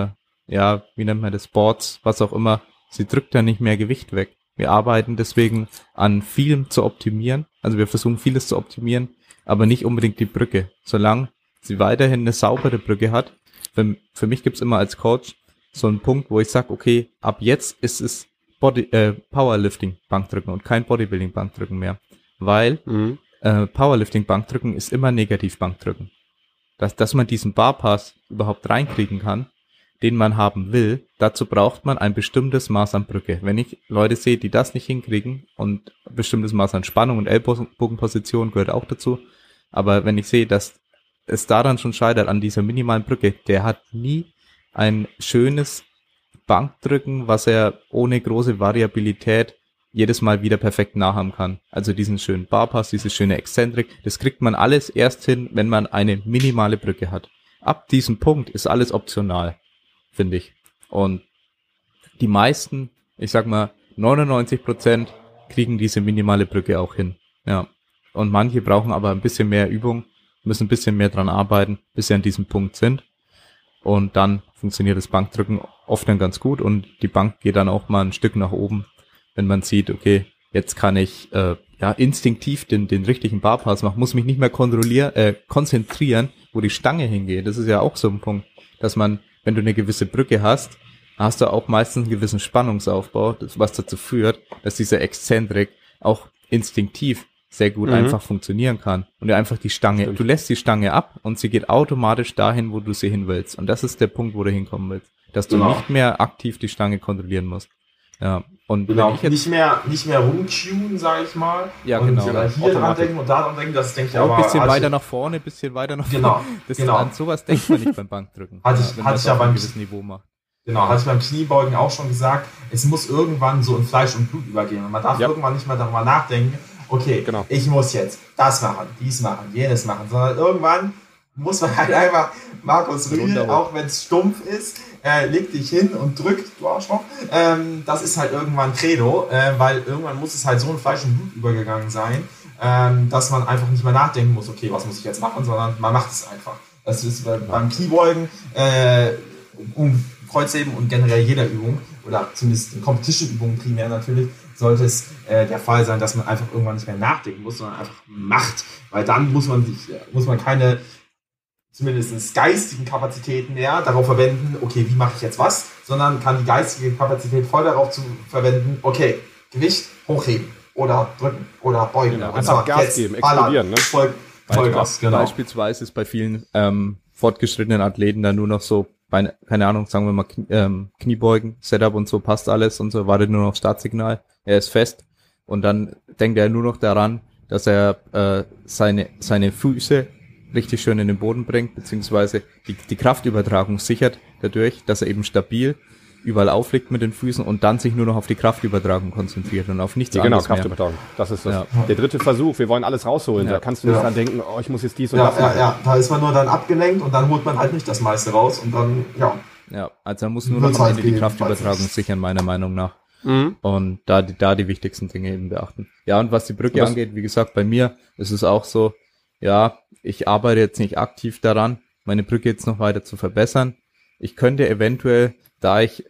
wie nennt man das, Boards, was auch immer. Sie drückt da nicht mehr Gewicht weg. Wir arbeiten deswegen an vielem zu optimieren. Also wir versuchen vieles zu optimieren, aber nicht unbedingt die Brücke. Solange sie weiterhin eine saubere Brücke hat. Für mich gibt's immer als Coach so einen Punkt, wo ich sage, okay, ab jetzt ist es Powerlifting Bankdrücken und kein Bodybuilding Bankdrücken mehr. Weil Powerlifting Bankdrücken ist immer negativ Bankdrücken. Dass man diesen Barpass überhaupt reinkriegen kann, den man haben will, dazu braucht man ein bestimmtes Maß an Brücke. Wenn ich Leute sehe, die das nicht hinkriegen und ein bestimmtes Maß an Spannung und Ellbogenposition gehört auch dazu, aber wenn ich sehe, dass es daran schon scheitert, an dieser minimalen Brücke, der hat nie ein schönes Bankdrücken, was er ohne große Variabilität jedes Mal wieder perfekt nachahmen kann. Also diesen schönen Barpass, diese schöne Exzentrik, das kriegt man alles erst hin, wenn man eine minimale Brücke hat. Ab diesem Punkt ist alles optional, finde ich. Und die meisten, ich sag mal 99% kriegen diese minimale Brücke auch hin. Ja. Und manche brauchen aber ein bisschen mehr Übung, müssen ein bisschen mehr dran arbeiten, bis sie an diesem Punkt sind. Und dann funktioniert das Bankdrücken oft dann ganz gut und die Bank geht dann auch mal ein Stück nach oben, wenn man sieht, okay, jetzt kann ich instinktiv den richtigen Barpass machen, muss mich nicht mehr konzentrieren, wo die Stange hingeht. Das ist ja auch so ein Punkt, dass man, wenn du eine gewisse Brücke hast du auch meistens einen gewissen Spannungsaufbau, was dazu führt, dass dieser Exzentrik auch instinktiv sehr gut einfach funktionieren kann. Und du einfach du lässt die Stange ab und sie geht automatisch dahin, wo du sie hin willst. Und das ist der Punkt, wo du hinkommen willst. Dass du nicht mehr aktiv die Stange kontrollieren musst. Ja. Und genau, wenn ich jetzt nicht mehr rumtunen, sage ich mal. Ja, und genau. Hier dran denken und da dran denken, das denke ich auch aber. ein bisschen weiter nach vorne, ein bisschen weiter nach vorne. Genau. An sowas denkt man nicht beim Bankdrücken. Hatte ich ja beim gewissen Niveau macht. Genau, hatte ich beim Kniebeugen auch schon gesagt, es muss irgendwann so in Fleisch und Blut übergehen. Und man darf irgendwann nicht mehr darüber nachdenken, okay, ich muss jetzt das machen, dies machen, jenes machen, sondern irgendwann muss man halt einfach, Markus Rühl, auch wenn es stumpf ist, leg dich hin und drückt, du Arschloch. Das ist halt irgendwann Credo, weil irgendwann muss es halt so in Fleisch und Blut übergegangen sein, dass man einfach nicht mehr nachdenken muss, okay, was muss ich jetzt machen, sondern man macht es einfach. Das ist beim Kniebeugen, Kreuzheben und generell jeder Übung, oder zumindest in Competition-Übungen primär natürlich, sollte es der Fall sein, dass man einfach irgendwann nicht mehr nachdenken muss, sondern einfach macht. Weil dann muss man keine zumindest geistigen Kapazitäten mehr darauf verwenden, okay, wie mache ich jetzt was, sondern kann die geistige Kapazität voll darauf zu verwenden, okay, Gewicht hochheben oder drücken oder beugen. Genau, einfach Gas geben, explodieren. Ne? Vollgas, genau. Beispielsweise ist bei vielen fortgeschrittenen Athleten dann nur noch so, keine Ahnung, sagen wir mal Kniebeugen, Setup und so, passt alles und so, wartet nur noch Startsignal, er ist fest und dann denkt er nur noch daran, dass er seine Füße richtig schön in den Boden bringt, beziehungsweise die Kraftübertragung sichert dadurch, dass er eben stabil überall aufliegt mit den Füßen und dann sich nur noch auf die Kraftübertragung konzentriert und auf nichts anderes mehr. Genau, Kraftübertragung. Das ist das. Ja. Der dritte Versuch, wir wollen alles rausholen. Da kannst du nicht dran denken, ich muss jetzt dies und das machen. Ja, da ist man nur dann abgelenkt und dann holt man halt nicht das meiste raus und dann, Ja, also man muss nur noch am Ende die Kraftübertragung sichern, meiner Meinung nach. Und da die wichtigsten Dinge eben beachten. Ja, und was die Brücke angeht, wie gesagt, bei mir ist es auch so, ja, ich arbeite jetzt nicht aktiv daran, meine Brücke jetzt noch weiter zu verbessern. Ich könnte eventuell, da ich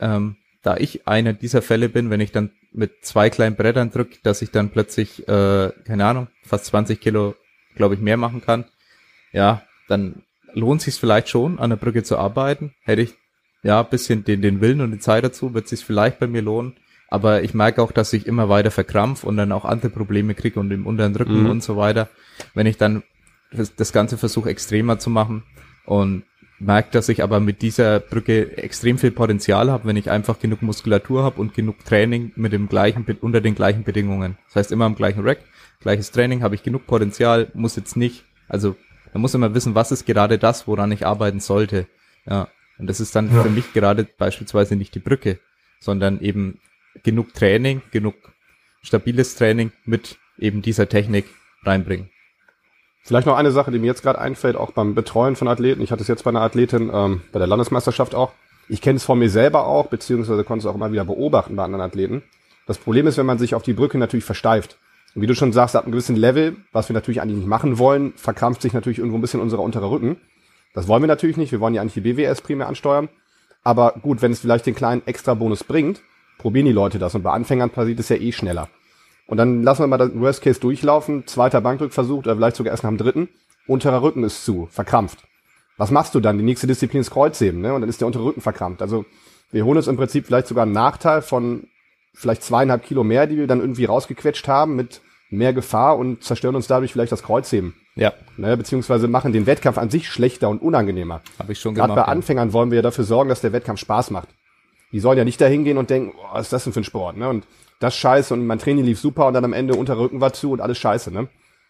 einer dieser Fälle bin, wenn ich dann mit 2 kleinen Brettern drücke, dass ich dann plötzlich, keine Ahnung, fast 20 Kilo, glaube ich, mehr machen kann. Ja, dann lohnt sich vielleicht schon, an der Brücke zu arbeiten. Hätte ich ein bisschen den Willen und die Zeit dazu, wird es sich vielleicht bei mir lohnen. Aber ich merke auch, dass ich immer weiter verkrampf und dann auch andere Probleme kriege und im unteren Rücken und so weiter. Wenn ich dann das Ganze versuche extremer zu machen und merke, dass ich aber mit dieser Brücke extrem viel Potenzial habe, wenn ich einfach genug Muskulatur habe und genug Training unter den gleichen Bedingungen. Das heißt, immer am gleichen Rack, gleiches Training, habe ich genug Potenzial, muss jetzt nicht, also man muss immer wissen, was ist gerade das, woran ich arbeiten sollte. Ja, und das ist dann für mich gerade beispielsweise nicht die Brücke, sondern eben genug Training, genug stabiles Training mit eben dieser Technik reinbringen. Vielleicht noch eine Sache, die mir jetzt gerade einfällt, auch beim Betreuen von Athleten. Ich hatte es jetzt bei einer Athletin, bei der Landesmeisterschaft auch. Ich kenne es von mir selber auch, beziehungsweise konnte es auch immer wieder beobachten bei anderen Athleten. Das Problem ist, wenn man sich auf die Brücke natürlich versteift. Und wie du schon sagst, ab einem gewissen Level, was wir natürlich eigentlich nicht machen wollen, verkrampft sich natürlich irgendwo ein bisschen unser unterer Rücken. Das wollen wir natürlich nicht. Wir wollen ja eigentlich die BWS primär ansteuern. Aber gut, wenn es vielleicht den kleinen Extra-Bonus bringt, probieren die Leute das. Und bei Anfängern passiert es ja eh schneller. Und dann lassen wir mal das Worst Case durchlaufen, 2. Bankdrückversuch oder vielleicht sogar erst nach dem 3. Unterer Rücken ist zu, verkrampft. Was machst du dann? Die nächste Disziplin ist Kreuzheben, ne? Und dann ist der untere Rücken verkrampft. Also wir holen uns im Prinzip vielleicht sogar einen Nachteil von vielleicht 2,5 Kilo mehr, die wir dann irgendwie rausgequetscht haben mit mehr Gefahr und zerstören uns dadurch vielleicht das Kreuzheben. Ja. Ne? Beziehungsweise machen den Wettkampf an sich schlechter und unangenehmer. Habe ich schon gemacht. Gerade bei Anfängern wollen wir ja dafür sorgen, dass der Wettkampf Spaß macht. Die sollen ja nicht dahin gehen und denken, was ist das denn für ein Sport, ne? Und das scheiße und mein Training lief super und dann am Ende unterer Rücken war zu und alles scheiße, ne?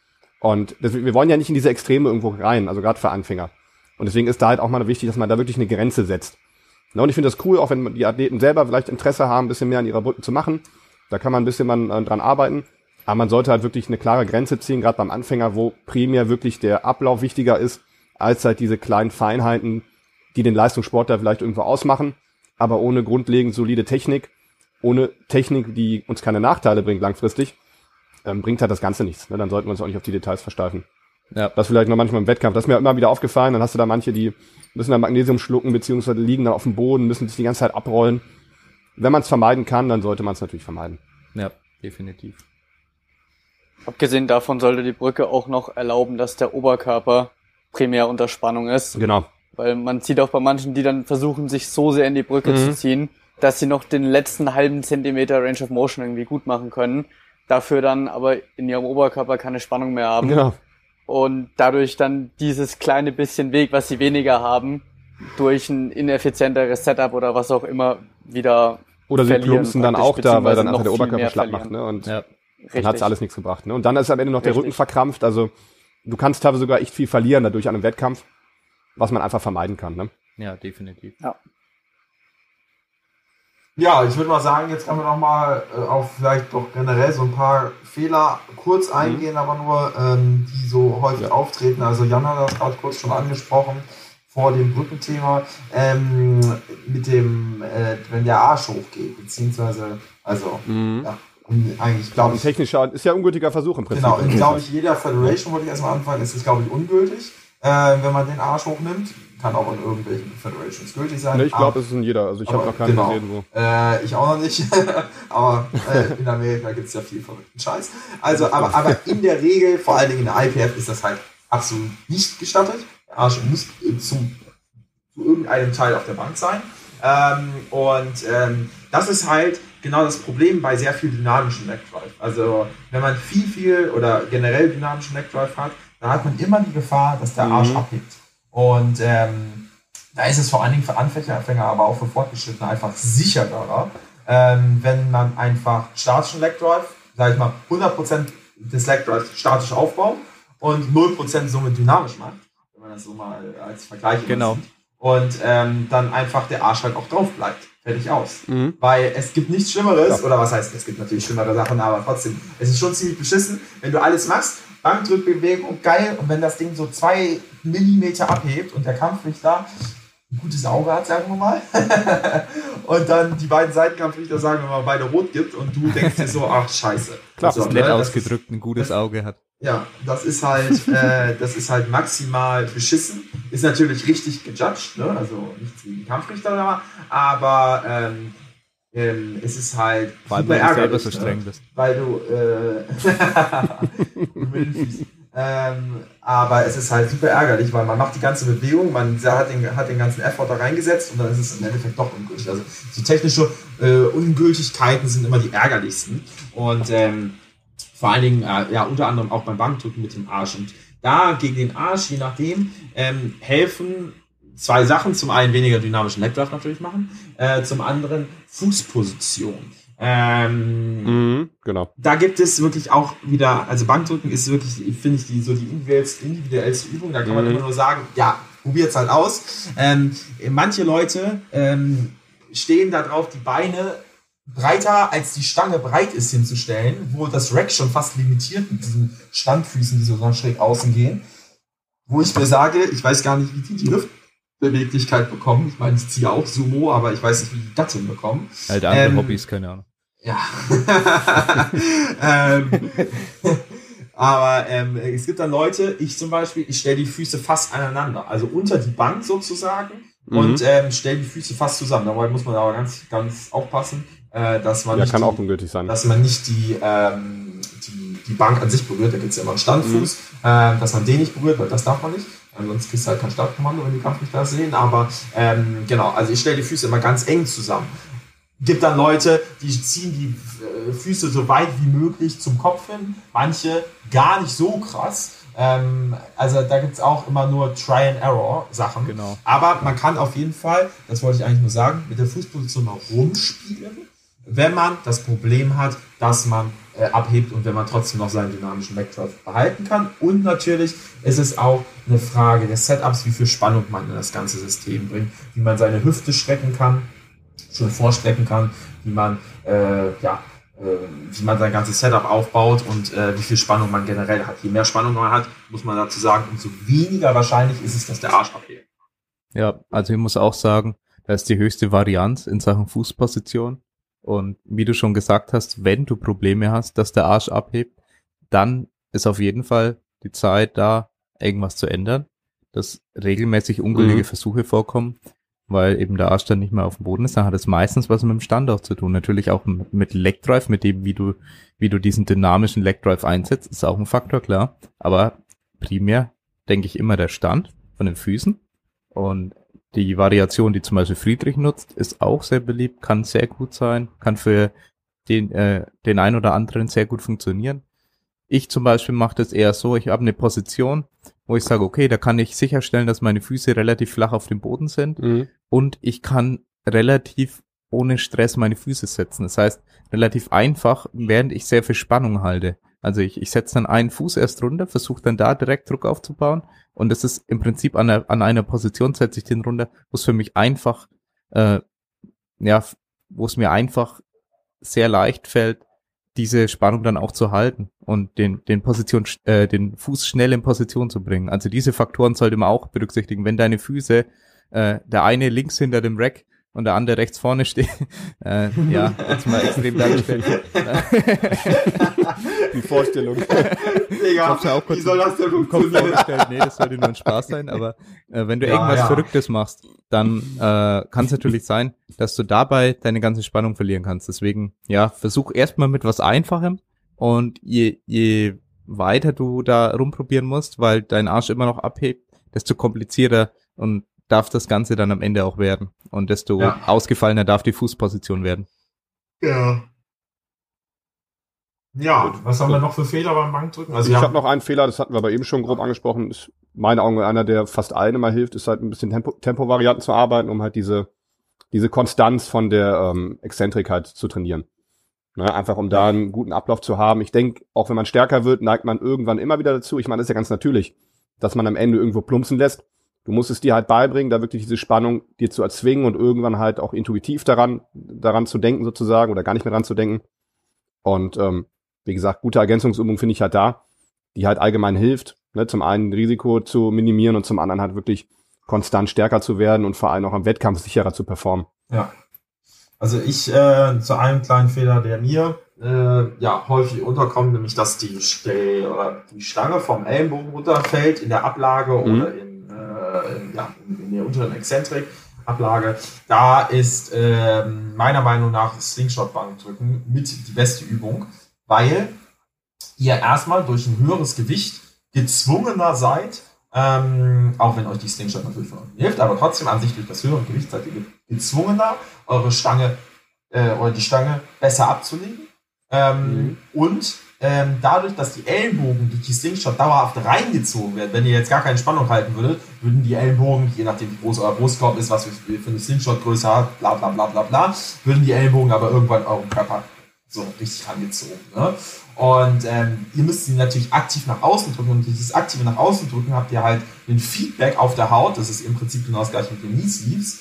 Und wir wollen ja nicht in diese Extreme irgendwo rein, also gerade für Anfänger. Und deswegen ist da halt auch mal wichtig, dass man da wirklich eine Grenze setzt. Na, und ich finde das cool, auch wenn die Athleten selber vielleicht Interesse haben, ein bisschen mehr an ihrer Brücke zu machen. Da kann man ein bisschen dran arbeiten. Aber man sollte halt wirklich eine klare Grenze ziehen, gerade beim Anfänger, wo primär wirklich der Ablauf wichtiger ist, als halt diese kleinen Feinheiten, die den Leistungssportler vielleicht irgendwo ausmachen, aber ohne grundlegend solide Technik. Ohne Technik, die uns keine Nachteile bringt langfristig, bringt halt das Ganze nichts. Ne? Dann sollten wir uns auch nicht auf die Details versteifen. Ja. Das vielleicht noch manchmal im Wettkampf. Das ist mir immer wieder aufgefallen. Dann hast du da manche, die müssen dann Magnesium schlucken, beziehungsweise liegen dann auf dem Boden, müssen sich die ganze Zeit abrollen. Wenn man es vermeiden kann, dann sollte man es natürlich vermeiden. Ja, definitiv. Abgesehen davon sollte die Brücke auch noch erlauben, dass der Oberkörper primär unter Spannung ist. Genau. Weil man sieht auch bei manchen, die dann versuchen, sich so sehr in die Brücke zu ziehen, dass sie noch den letzten halben Zentimeter Range of Motion irgendwie gut machen können. dafür dann aber in ihrem Oberkörper keine Spannung mehr haben. Ja. Und dadurch dann dieses kleine bisschen Weg, was sie weniger haben, durch ein ineffizienteres Setup oder was auch immer wieder oder sie plumpsen dann auch da, weil dann einfach der noch viel Oberkörper mehr schlapp verlieren. macht, ne? Und Ja. dann hat's alles nichts gebracht, ne? Und dann ist am Ende noch der Richtig. Rücken verkrampft. Also du kannst teilweise sogar echt viel verlieren dadurch an einem Wettkampf, was man einfach vermeiden kann, ne? Ja, definitiv. Ja. Ja, ich würde mal sagen, jetzt kann man noch mal auf vielleicht doch generell so ein paar Fehler kurz eingehen, aber nur, die so häufig auftreten. Also Jan hat das gerade kurz schon angesprochen vor dem Brückenthema, mit dem, wenn der Arsch hochgeht, beziehungsweise, also, ja, eigentlich glaube Ein ich, technischer, ist ja ein ungültiger Versuch im Prinzip. genau, in glaube ich jeder Federation, wollte ich erstmal anfangen, ist es glaube ich ungültig, wenn man den Arsch hochnimmt. Kann auch in irgendwelchen Federations gültig sein. Ne, ich glaube, es ist in jeder. Also ich habe noch keinen gesehen, wo. Ich auch noch nicht. Aber in Amerika gibt es ja viel verrückten Scheiß. Also, aber in der Regel, vor allen Dingen in der IPF, ist das halt absolut nicht gestattet. Der Arsch muss zu irgendeinem Teil auf der Bank sein. Das ist halt genau das Problem bei sehr viel dynamischen Neckdrive. Also wenn man viel oder generell dynamischen Neckdrive hat, dann hat man immer die Gefahr, dass der Arsch abhebt. Und da ist es vor allen Dingen für Anfänger, aber auch für Fortgeschrittene einfach sicherer, wenn man einfach statischen Leg Drive, sag ich mal, 100% des Leg Drives statisch aufbaut und 0% somit dynamisch macht, wenn man das so mal als Vergleich sieht. Und dann einfach der Arsch halt auch drauf bleibt. Fertig aus. Weil es gibt nichts Schlimmeres, oder was heißt, es gibt natürlich schlimmere Sachen, aber trotzdem, es ist schon ziemlich beschissen, wenn du alles machst, Bankdrückbewegung, geil, und wenn das Ding so 2 Millimeter abhebt und der Kampfrichter ein gutes Auge hat, sagen wir mal, und dann die beiden Seitenkampfrichter, sagen wir mal, beide rot gibt und du denkst dir so, ach scheiße. Klar, so, das ist nett ausgedrückt, ein gutes Auge hat. Ja, das ist halt maximal beschissen. Ist natürlich richtig gejudged, ne? Also nichts gegen Kampfrichter, aber es ist halt weil super du ärgerlich, selber so streng bist. Weil du aber es ist halt super ärgerlich, weil man macht die ganze Bewegung, man hat den ganzen Effort da reingesetzt und dann ist es im Endeffekt doch ungültig. Also so technische Ungültigkeiten sind immer die ärgerlichsten und vor allen Dingen, unter anderem auch beim Bankdrücken mit dem Arsch. Und da gegen den Arsch, je nachdem, helfen 2 Sachen. Zum einen weniger dynamischen Neckdrive natürlich machen, zum anderen Fußposition. Genau. Da gibt es wirklich auch wieder, also Bankdrücken ist wirklich, finde ich, die individuellste Übung. Da kann man immer nur sagen, ja, probiert's halt aus. Manche Leute stehen da drauf, die Beine breiter als die Stange breit ist hinzustellen, wo das Rack schon fast limitiert mit diesen Standfüßen, die so schräg außen gehen. Wo ich mir sage, ich weiß gar nicht, wie die Hüftbeweglichkeit bekommen. Ich meine, ich ziehe auch Sumo, aber ich weiß nicht, wie die das hinbekommen. Halt andere Hobbys, keine Ahnung. Ja. Aber es gibt dann Leute, ich zum Beispiel, ich stelle die Füße fast aneinander, also unter die Bank sozusagen und stelle die Füße fast zusammen. Dabei muss man aber ganz, ganz aufpassen, dass man kann auch ungültig sein. Dass man nicht die Bank an sich berührt, da gibt es ja immer einen Standfuß, dass man den nicht berührt, weil das darf man nicht. Ansonsten kriegst du halt kein Startkommando, wenn die Kampfrichter das sehen. Aber genau, also ich stelle die Füße immer ganz eng zusammen. Gibt dann Leute, die ziehen die Füße so weit wie möglich zum Kopf hin. Manche gar nicht so krass. Also da gibt es auch immer nur Try-and-Error-Sachen. Genau. Aber man kann auf jeden Fall, das wollte ich eigentlich nur sagen, mit der Fußposition mal rumspielen, wenn man das Problem hat, dass man abhebt und wenn man trotzdem noch seinen dynamischen Backdrive behalten kann. Und natürlich ist es auch eine Frage des Setups, wie viel Spannung man in das ganze System bringt, wie man seine Hüfte strecken kann, schon vorstrecken kann, wie man sein ganzes Setup aufbaut und wie viel Spannung man generell hat. Je mehr Spannung man hat, muss man dazu sagen, umso weniger wahrscheinlich ist es, dass der Arsch abhebt. Ja, also ich muss auch sagen, da ist die höchste Varianz in Sachen Fußposition. Und wie du schon gesagt hast, wenn du Probleme hast, dass der Arsch abhebt, dann ist auf jeden Fall die Zeit da, irgendwas zu ändern, dass regelmäßig ungültige Versuche vorkommen, weil eben der Arsch dann nicht mehr auf dem Boden ist. Dann hat es meistens was mit dem Stand auch zu tun. Natürlich auch mit Leg Drive, mit dem, wie du diesen dynamischen Leg Drive einsetzt, ist auch ein Faktor, klar. Aber primär denke ich immer der Stand von den Füßen. Und die Variation, die zum Beispiel Friedrich nutzt, ist auch sehr beliebt, kann sehr gut sein, kann für den ein oder anderen sehr gut funktionieren. Ich zum Beispiel mache das eher so, ich habe eine Position, wo ich sage, okay, da kann ich sicherstellen, dass meine Füße relativ flach auf dem Boden sind und ich kann relativ ohne Stress meine Füße setzen. Das heißt, relativ einfach, während ich sehr viel Spannung halte. Also ich setze dann einen Fuß erst runter, versuche dann da direkt Druck aufzubauen und das ist im Prinzip an einer Position setze ich den runter, wo es für mich einfach, wo es mir einfach sehr leicht fällt, diese Spannung dann auch zu halten und den Fuß schnell in Position zu bringen. Also diese Faktoren sollte man auch berücksichtigen. Wenn deine Füße, der eine links hinter dem Rack und der andere rechts vorne steht, jetzt mal extrem dargestellt. Die Vorstellung. Digga, wie soll das denn funktionieren? Nee, das sollte nur ein Spaß sein, aber wenn du irgendwas Verrücktes machst, dann kann es natürlich sein, dass du dabei deine ganze Spannung verlieren kannst. Deswegen, versuch erstmal mit was Einfachem und je weiter du da rumprobieren musst, weil dein Arsch immer noch abhebt, desto komplizierter und darf das Ganze dann am Ende auch werden. Und desto ausgefallener darf die Fußposition werden. Ja. Ja, was haben wir noch für Fehler beim Bankdrücken? Also ich habe noch einen Fehler, das hatten wir aber eben schon grob angesprochen, ist meine Augen einer, der fast allen immer hilft, ist halt ein bisschen Tempovarianten zu arbeiten, um halt diese Konstanz von der Exzentrik halt zu trainieren. Ne, einfach um da einen guten Ablauf zu haben. Ich denke, auch wenn man stärker wird, neigt man irgendwann immer wieder dazu. Ich meine, das ist ja ganz natürlich, dass man am Ende irgendwo plumpsen lässt. Du musst es dir halt beibringen, da wirklich diese Spannung dir zu erzwingen und irgendwann halt auch intuitiv daran zu denken sozusagen oder gar nicht mehr dran zu denken. Und wie gesagt, gute Ergänzungsübung finde ich halt da, die halt allgemein hilft, ne, zum einen Risiko zu minimieren und zum anderen halt wirklich konstant stärker zu werden und vor allem auch am Wettkampf sicherer zu performen. Ja. Also ich zu einem kleinen Fehler, der mir häufig unterkommt, nämlich dass die Stange vom Ellenbogen runterfällt in der Ablage oder in der unteren Exzentrik-Ablage. Da ist meiner Meinung nach Slingshot-Bankdrücken mit die beste Übung, weil ihr erstmal durch ein höheres Gewicht gezwungener seid, auch wenn euch die Slingshot natürlich von unten hilft, aber trotzdem an sich durch das höhere Gewicht seid ihr gezwungener, eure Stange oder die Stange besser abzulegen. Und dadurch, dass die Ellenbogen durch die Slingshot dauerhaft reingezogen werden, wenn ihr jetzt gar keine Spannung halten würdet, würden die Ellenbogen, je nachdem wie groß euer Brustkorb ist, was für eine Slingshot-Größe hat, bla bla bla bla bla, würden die Ellenbogen aber irgendwann eurem Körper so richtig rangezogen. Ne? Und ihr müsst sie natürlich aktiv nach außen drücken und durch dieses aktive nach außen drücken habt ihr halt ein Feedback auf der Haut, das ist im Prinzip genau das gleiche mit den Knee Sleeves,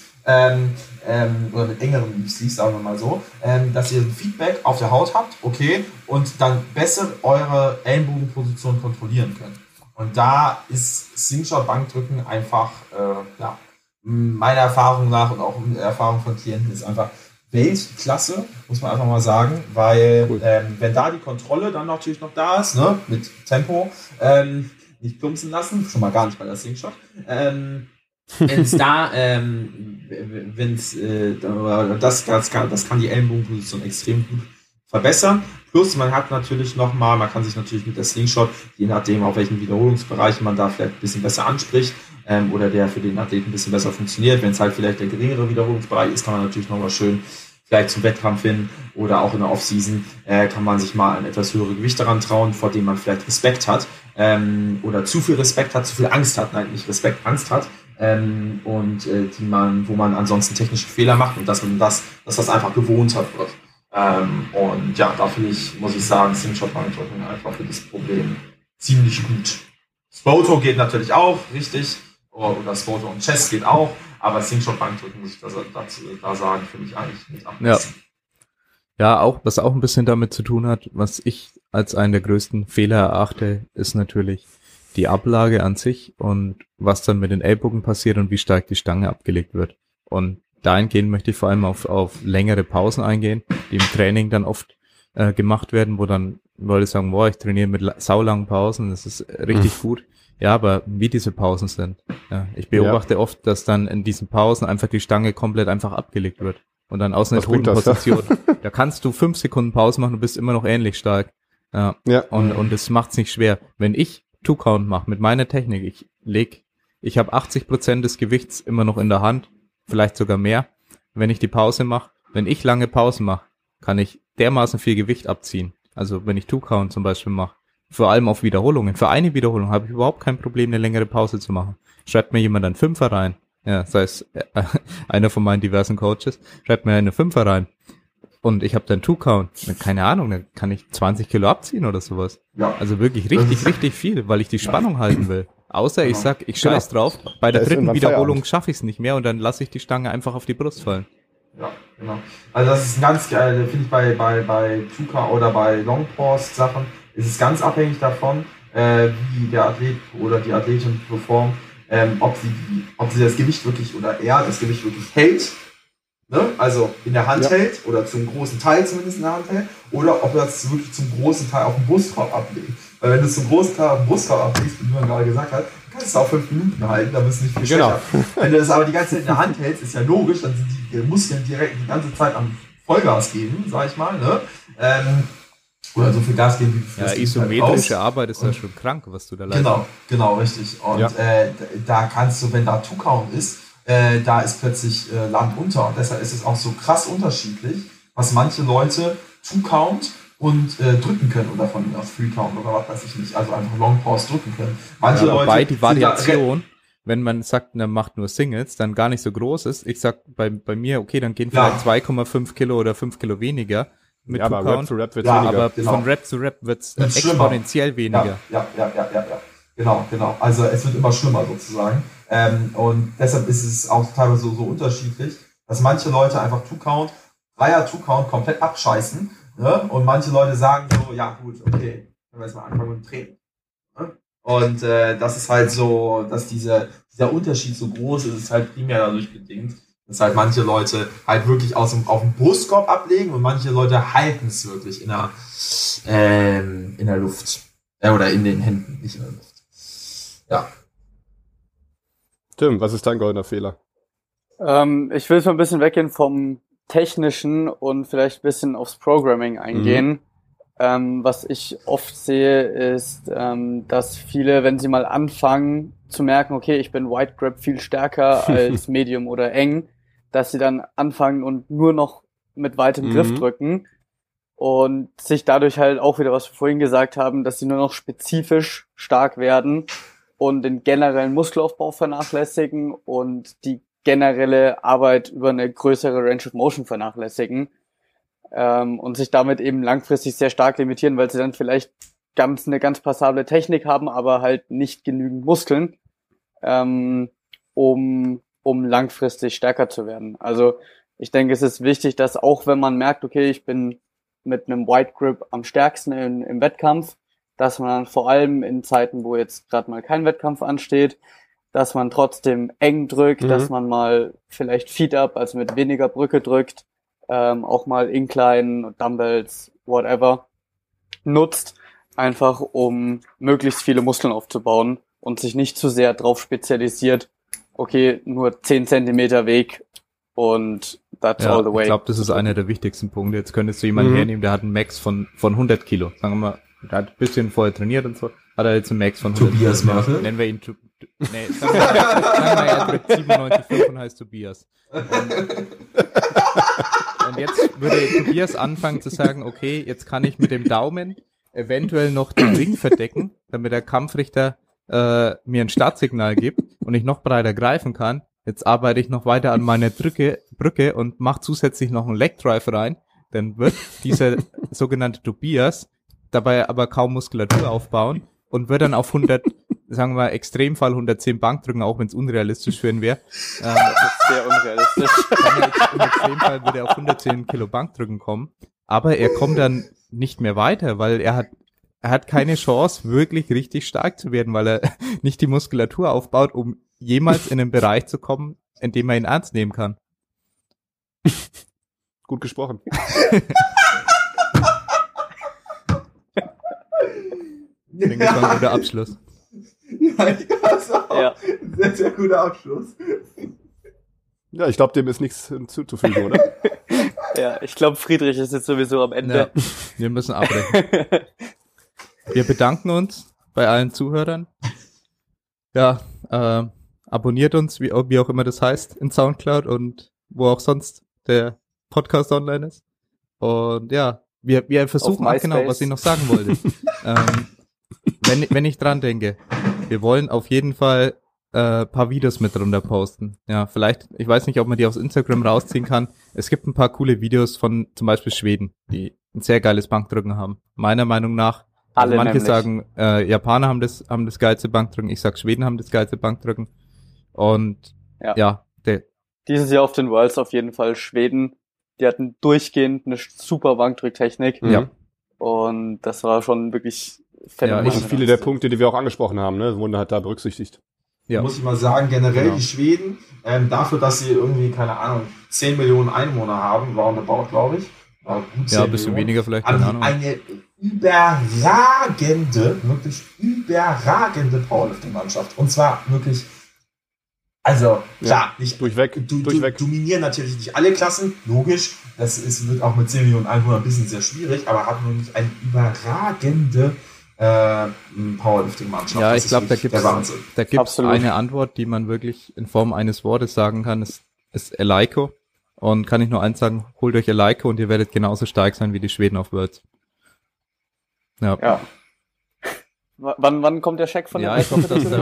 oder mit engeren Knee Sleeves, sagen wir mal so, dass ihr ein Feedback auf der Haut habt, okay, und dann besser eure Ellenbogenposition kontrollieren könnt. Und da ist Slingshot-Bankdrücken einfach, meiner Erfahrung nach und auch in der Erfahrung von Klienten ist einfach Weltklasse, muss man einfach mal sagen, weil wenn da die Kontrolle dann natürlich noch da ist, ne, mit Tempo, nicht plumpsen lassen, schon mal gar nicht bei der Slingshot, das kann die Ellenbogenposition extrem gut verbessern. Plus man kann sich natürlich mit der Slingshot, je nachdem auf welchen Wiederholungsbereichen man da vielleicht ein bisschen besser anspricht, oder der für den Athleten ein bisschen besser funktioniert. Wenn es halt vielleicht der geringere Wiederholungsbereich ist, kann man natürlich nochmal schön vielleicht zum Wettkampf hin oder auch in der Offseason kann man sich mal an etwas höhere Gewichte rantrauen, vor dem man vielleicht Respekt hat oder zu viel Respekt hat, zu viel Angst hat, nein, nicht Respekt, Angst hat wo man ansonsten technische Fehler macht und dass das einfach gewohnter wird. Und ja, da finde ich, muss ich sagen, Slingshot-Bankdrücken einfach für das Problem ziemlich gut. Spoto geht natürlich auch, richtig, oder Spoto und Chest geht auch, aber Slingshot-Bankdrücken, muss ich da sagen, finde ich eigentlich nicht am besten. Ja, auch, was auch ein bisschen damit zu tun hat, was ich als einen der größten Fehler erachte, ist natürlich die Ablage an sich und was dann mit den Ellbogen passiert und wie stark die Stange abgelegt wird. Und dahingehend möchte ich vor allem auf längere Pausen eingehen, die im Training dann oft gemacht werden, wo dann Leute sagen, boah, ich trainiere mit saulangen Pausen, das ist richtig gut. Ja, aber wie diese Pausen sind. Ja, ich beobachte oft, dass dann in diesen Pausen einfach die Stange komplett einfach abgelegt wird. Und dann aus einer toten Position. Da kannst du 5 Sekunden Pause machen, du bist immer noch ähnlich stark. Ja. Und das macht's nicht schwer. Wenn ich Two-Count mache mit meiner Technik, ich habe 80% des Gewichts immer noch in der Hand, vielleicht sogar mehr. Wenn ich die Pause mache, wenn ich lange Pausen mache, kann ich dermaßen viel Gewicht abziehen. Also wenn ich Two-Count zum Beispiel mache, vor allem auf Wiederholungen. Für eine Wiederholung habe ich überhaupt kein Problem, eine längere Pause zu machen. Schreibt mir jemand einen Fünfer rein, ja, sei es einer von meinen diversen Coaches, schreibt mir eine Fünfer rein und ich habe dann Two-Count. Keine Ahnung, dann kann ich 20 Kilo abziehen oder sowas. Ja. Also wirklich richtig viel, weil ich die Spannung halten will. Außer ich sag, ich scheiß drauf, bei der dritten Wiederholung schaffe ich es nicht mehr und dann lasse ich die Stange einfach auf die Brust fallen. Ja, genau. Also das ist ein ganz geil, finde ich bei Two-Count oder bei Long-Pause-Sachen, ist es ganz abhängig davon, wie der Athlet oder die Athletin performt, ob sie das Gewicht wirklich oder er das Gewicht wirklich hält, ne? Also in der Hand hält oder zum großen Teil zumindest in der Hand hält, oder ob er das wirklich zum großen Teil auf dem Brustkorb ablegt. Weil wenn du es zum großen Teil auf dem Brustkorb ablegst, wie Julian gerade gesagt hat, kannst du es auch 5 Minuten halten, da bist du nicht viel schwächer. Wenn du das aber die ganze Zeit in der Hand hältst, ist ja logisch, dann sind die Muskeln direkt die ganze Zeit am Vollgas geben, sag ich mal, ne? Oder so viel Gas geben, wie das isometrische halt Arbeit ist ja schon krank, was du da leistest. Genau, richtig. Und da kannst du, wenn da Two-Count ist, da ist plötzlich Land unter. Und deshalb ist es auch so krass unterschiedlich, was manche Leute Two-Count und drücken können oder von mir aus Free-Count oder was weiß ich nicht. Also einfach Long-Pause drücken können. Manche Leute, wobei die Variation, wenn man sagt, man macht nur Singles, dann gar nicht so groß ist. Ich sag bei mir, okay, dann gehen vielleicht 2,5 Kilo oder 5 Kilo weniger. Mit aber Rep zu Rep wird's weniger. Aber von Rep zu Rep wird's exponentiell weniger. Ja. Genau. Also es wird immer schlimmer sozusagen. Und deshalb ist es auch teilweise so unterschiedlich, dass manche Leute einfach Dreier Two-Count komplett abscheißen, ne? Und manche Leute sagen so, ja gut, okay, können wir jetzt mal anfangen mit dem Training. Ne? Und das ist halt so, dass dieser Unterschied so groß ist halt primär dadurch bedingt, dass halt manche Leute halt wirklich auf dem Brustkorb ablegen und manche Leute halten es wirklich in der Luft. Oder in den Händen, nicht in der Luft. Ja. Tim, was ist dein goldener Fehler? Ich will so ein bisschen weggehen vom Technischen und vielleicht ein bisschen aufs Programming eingehen. Was ich oft sehe, ist, dass viele, wenn sie mal anfangen zu merken, okay, ich bin Wide Grip viel stärker als Medium oder eng, dass sie dann anfangen und nur noch mit weitem Griff drücken und sich dadurch halt auch wieder, was wir vorhin gesagt haben, dass sie nur noch spezifisch stark werden und den generellen Muskelaufbau vernachlässigen und die generelle Arbeit über eine größere Range of Motion vernachlässigen und sich damit eben langfristig sehr stark limitieren, weil sie dann vielleicht eine ganz passable Technik haben, aber halt nicht genügend Muskeln, um langfristig stärker zu werden. Also ich denke, es ist wichtig, dass auch wenn man merkt, okay, ich bin mit einem Wide Grip am stärksten im Wettkampf, dass man dann vor allem in Zeiten, wo jetzt gerade mal kein Wettkampf ansteht, dass man trotzdem eng drückt, dass man mal vielleicht Feet Up, also mit weniger Brücke drückt, auch mal Incline, Dumbbells, whatever, nutzt, einfach um möglichst viele Muskeln aufzubauen und sich nicht zu sehr drauf spezialisiert, okay, nur 10 Zentimeter Weg und that's all the way. Ich glaube, das ist einer der wichtigsten Punkte. Jetzt könntest du jemanden hernehmen, der hat einen Max von 100 Kilo. Sagen wir mal, der hat ein bisschen vorher trainiert und so, hat er jetzt einen Max von 100 Tobias Kilo. Mörtel? Nennen wir ihn sagen wir, er drückt 97,5 und heißt Tobias. Und jetzt würde Tobias anfangen zu sagen, okay, jetzt kann ich mit dem Daumen eventuell noch den Ring verdecken, damit der Kampfrichter mir ein Startsignal gibt und ich noch breiter greifen kann. Jetzt arbeite ich noch weiter an meiner Brücke und mache zusätzlich noch einen Leg Drive rein. Dann wird dieser sogenannte Tobias dabei aber kaum Muskulatur aufbauen und wird dann auf 100, sagen wir Extremfall 110 Bankdrücken, auch wenn es unrealistisch für ihn wäre. Das ist sehr unrealistisch. Im Extremfall würde er auf 110 Kilo Bankdrücken kommen. Aber er kommt dann nicht mehr weiter, weil er hat keine Chance, wirklich richtig stark zu werden, weil er nicht die Muskulatur aufbaut, um jemals in einen Bereich zu kommen, in dem man ihn ernst nehmen kann. Gut gesprochen. Ich denke, das war ein guter Abschluss. Ja, ich glaube es auch. Ja. Sehr, sehr guter Abschluss. Ja, ich glaube, dem ist nichts hinzuzufügen, oder? Ja, ich glaube, Friedrich ist jetzt sowieso am Ende. Ja, wir müssen abbrechen. Wir bedanken uns bei allen Zuhörern. Ja, abonniert uns, wie auch immer das heißt, in Soundcloud und wo auch sonst der Podcast online ist. Und ja, wir versuchen auch genau, was ich noch sagen wollte. Wenn ich dran denke, wir wollen auf jeden Fall paar Videos mit drunter posten. Ja, vielleicht, ich weiß nicht, ob man die aus Instagram rausziehen kann. Es gibt ein paar coole Videos von zum Beispiel Schweden, die ein sehr geiles Bankdrücken haben. Meiner Meinung nach. Also manche nämlich sagen, Japaner haben das geilste Bankdrücken. Ich sag, Schweden haben das geilste Bankdrücken. Und dieses Jahr auf den Worlds auf jeden Fall Schweden. Die hatten durchgehend eine super Bankdrücktechnik. Ja. Und das war schon wirklich phänomenal. Ja, viele der Punkte, die wir auch angesprochen haben, ne, wurden halt da berücksichtigt. Ja. Muss ich mal sagen, generell die Schweden, dafür, dass sie irgendwie, keine Ahnung, 10 Millionen Einwohner haben, roundabout, glaube ich. Ja, ein bisschen weniger vielleicht, keine Ahnung. Eine wirklich überragende Powerlifting-Mannschaft. Und zwar wirklich, also klar, nicht durchweg. Dominieren natürlich nicht alle Klassen, logisch. Wird auch mit 10 Millionen Einwohnern ein bisschen sehr schwierig, aber hat wirklich eine überragende Powerlifting-Mannschaft. Ja, ich glaube, da gibt's eine Antwort, die man wirklich in Form eines Wortes sagen kann, ist Eleiko. Und kann ich nur eins sagen, holt euch Eleiko und ihr werdet genauso stark sein wie die Schweden auf Worlds. Ja. Wann kommt der Scheck von der ich hoffe, dass